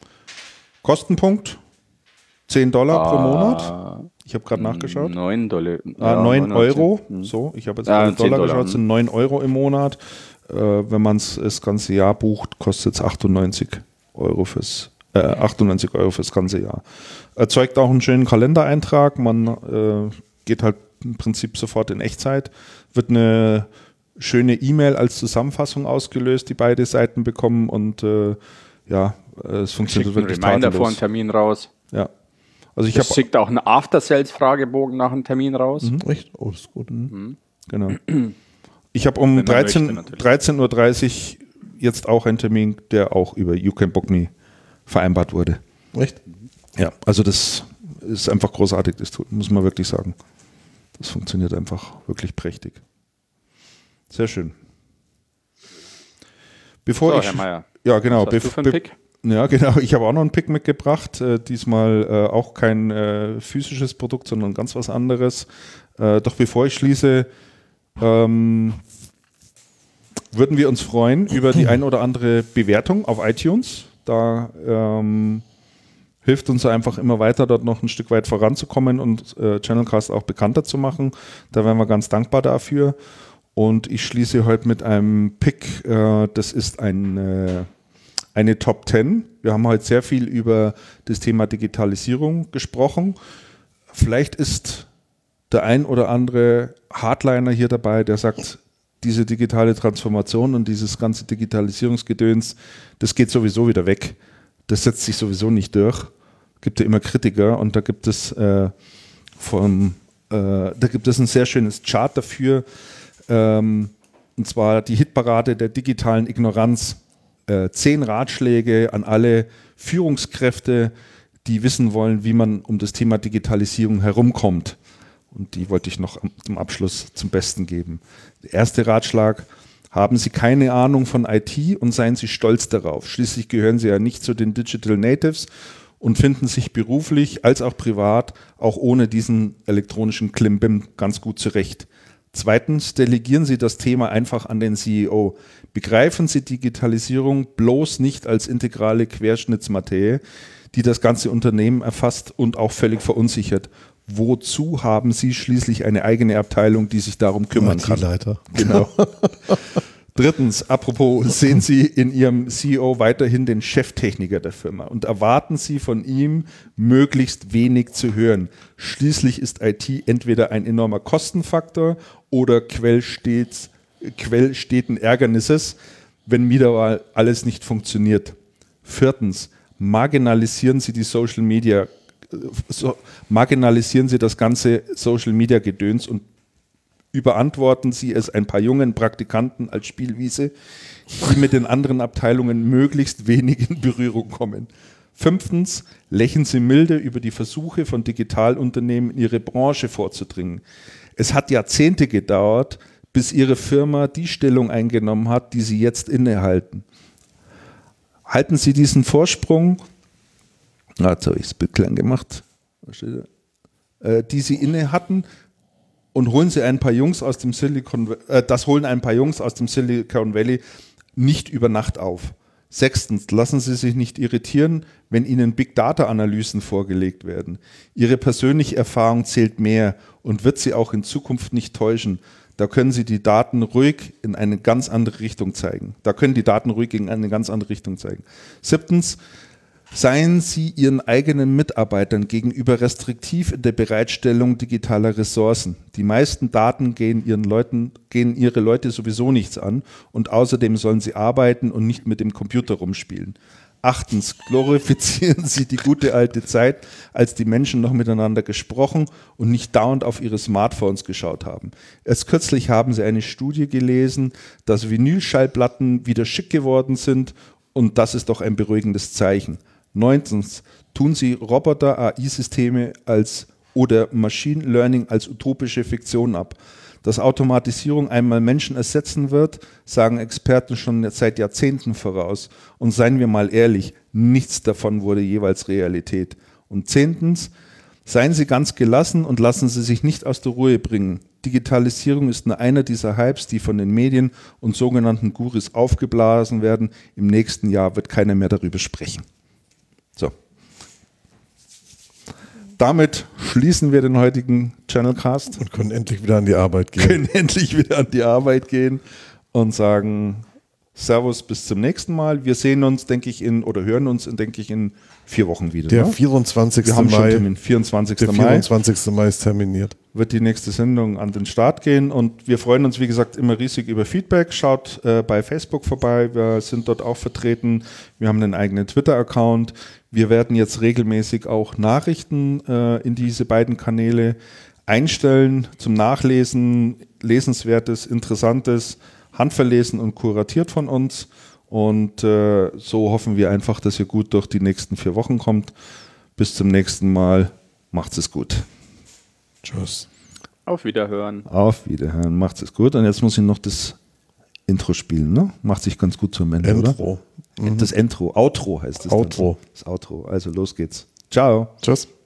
Kostenpunkt? zehn Dollar ah, pro Monat? Ich habe gerade nachgeschaut. neun Dollar. Ah, ja, neun Euro. Mhm. So, ich habe jetzt ja, Dollar, Dollar geschaut, sind neun Euro im Monat. Äh, wenn man es das ganze Jahr bucht, kostet es achtundneunzig Euro fürs, äh, äh, achtundneunzig Euro fürs ganze Jahr. Erzeugt auch einen schönen Kalendereintrag. Man äh, geht halt im Prinzip sofort in Echtzeit. Wird eine schöne E-Mail als Zusammenfassung ausgelöst, die beide Seiten bekommen und äh, ja, es funktioniert wirklich Reminder tadellos. vor einem Termin raus. Ja. Also ich Das habe schickt auch einen After-Sales-Fragebogen nach einem Termin raus. Mhm. Echt? Oh, das ist gut. Mhm. Genau. Ich habe um Wenn man dreizehn, möchte, natürlich. dreizehn Uhr dreißig jetzt auch einen Termin, der auch über You Can Book Me vereinbart wurde. Echt? Ja, also das ist einfach großartig, das tut, muss man wirklich sagen. Das funktioniert einfach wirklich prächtig. Sehr schön. Bevor So, ich, Herr Meier. ja, genau. Was hast du für einen Pick? Ja, genau. Ich habe auch noch einen Pick mitgebracht. Äh, diesmal äh, auch kein äh, physisches Produkt, sondern ganz was anderes. Äh, doch bevor ich schließe, ähm, würden wir uns freuen über die ein oder andere Bewertung auf iTunes. Da ähm, hilft uns einfach immer weiter, dort noch ein Stück weit voranzukommen und äh, Channelcast auch bekannter zu machen. Da wären wir ganz dankbar dafür. Und ich schließe heute mit einem Pick. Äh, das ist ein, äh, eine Top zehn. Wir haben heute sehr viel über das Thema Digitalisierung gesprochen. Vielleicht ist der ein oder andere Hardliner hier dabei, der sagt, diese digitale Transformation und dieses ganze Digitalisierungsgedöns, das geht sowieso wieder weg. Das setzt sich sowieso nicht durch. Gibt ja immer Kritiker und da gibt es äh, vom, äh, da gibt es ein sehr schönes Chart dafür, ähm, und zwar die Hitparade der digitalen Ignoranz. Äh, zehn Ratschläge an alle Führungskräfte, die wissen wollen, wie man um das Thema Digitalisierung herumkommt. Und die wollte ich noch am, zum Abschluss zum Besten geben. Der erste Ratschlag: Haben Sie keine Ahnung von I T und seien Sie stolz darauf. Schließlich gehören Sie ja nicht zu den Digital Natives und finden sich beruflich als auch privat auch ohne diesen elektronischen Klimbim ganz gut zurecht. Zweitens, delegieren Sie das Thema einfach an den C E O. Begreifen Sie Digitalisierung bloß nicht als integrale Querschnittsmaterie, die das ganze Unternehmen erfasst und auch völlig verunsichert. Wozu haben Sie schließlich eine eigene Abteilung, die sich darum kümmern kann? Leiter. Genau. Drittens, apropos, sehen Sie in Ihrem C E O weiterhin den Cheftechniker der Firma und erwarten Sie von ihm, möglichst wenig zu hören. Schließlich ist I T entweder ein enormer Kostenfaktor oder Quell stets, Quell steten Ärgernisses, wenn wieder mal alles nicht funktioniert. Viertens, marginalisieren Sie die Social Media, so, marginalisieren Sie das ganze Social Media Gedöns und überantworten Sie es ein paar jungen Praktikanten als Spielwiese, die mit den anderen Abteilungen möglichst wenig in Berührung kommen. Fünftens, lächeln Sie milde über die Versuche von Digitalunternehmen in Ihre Branche vorzudringen. Es hat Jahrzehnte gedauert, bis Ihre Firma die Stellung eingenommen hat, die Sie jetzt innehalten. Halten Sie diesen Vorsprung, ah, jetzt habe ich das Bild klein gemacht, äh, die Sie inne hatten, und holen Sie ein paar Jungs aus dem Silicon, äh, das holen ein paar Jungs aus dem Silicon Valley nicht über Nacht auf. Sechstens, lassen Sie sich nicht irritieren, wenn Ihnen Big Data Analysen vorgelegt werden. Ihre persönliche Erfahrung zählt mehr und wird Sie auch in Zukunft nicht täuschen. Da können Sie die Daten ruhig in eine ganz andere Richtung zeigen. Da können die Daten ruhig in eine ganz andere Richtung zeigen. Siebtens, seien Sie Ihren eigenen Mitarbeitern gegenüber restriktiv in der Bereitstellung digitaler Ressourcen. Die meisten Daten gehen Ihren Leuten, gehen Ihre Leute sowieso nichts an und außerdem sollen sie arbeiten und nicht mit dem Computer rumspielen. Achtens, glorifizieren Sie die gute alte Zeit, als die Menschen noch miteinander gesprochen und nicht dauernd auf ihre Smartphones geschaut haben. Erst kürzlich haben Sie eine Studie gelesen, dass Vinylschallplatten wieder schick geworden sind und das ist doch ein beruhigendes Zeichen. Neuntens, tun Sie Roboter, A I-Systeme als oder Machine Learning als utopische Fiktion ab. Dass Automatisierung einmal Menschen ersetzen wird, sagen Experten schon seit Jahrzehnten voraus. Und seien wir mal ehrlich, nichts davon wurde jeweils Realität. Und zehntens, seien Sie ganz gelassen und lassen Sie sich nicht aus der Ruhe bringen. Digitalisierung ist nur einer dieser Hypes, die von den Medien und sogenannten Gurus aufgeblasen werden. Im nächsten Jahr wird keiner mehr darüber sprechen. So. Damit schließen wir den heutigen Channelcast. Und können endlich wieder an die Arbeit gehen. Können endlich wieder an die Arbeit gehen und sagen Servus, bis zum nächsten Mal. Wir sehen uns, denke ich, in oder hören uns, in, denke ich, in vier Wochen wieder. Der ne? vierundzwanzigste Wir haben schon Mai. Termin. vierundzwanzigster Der Mai vierundzwanzigste Mai ist terminiert. wird die nächste Sendung an den Start gehen und wir freuen uns, wie gesagt, immer riesig über Feedback. Schaut äh, bei Facebook vorbei, wir sind dort auch vertreten. Wir haben einen eigenen Twitter-Account. Wir werden jetzt regelmäßig auch Nachrichten äh, in diese beiden Kanäle einstellen zum Nachlesen, Lesenswertes, Interessantes, handverlesen und kuratiert von uns. Und äh, so hoffen wir einfach, dass ihr gut durch die nächsten vier Wochen kommt. Bis zum nächsten Mal. Macht's es gut. Tschüss. Auf Wiederhören. Auf Wiederhören. Macht's es gut. Und jetzt muss ich noch das Intro spielen, ne? Macht sich ganz gut zum Ende, Intro. oder? Mhm. Das Intro. Outro heißt es. Outro. Dann. Das Outro. Also los geht's. Ciao. Tschüss.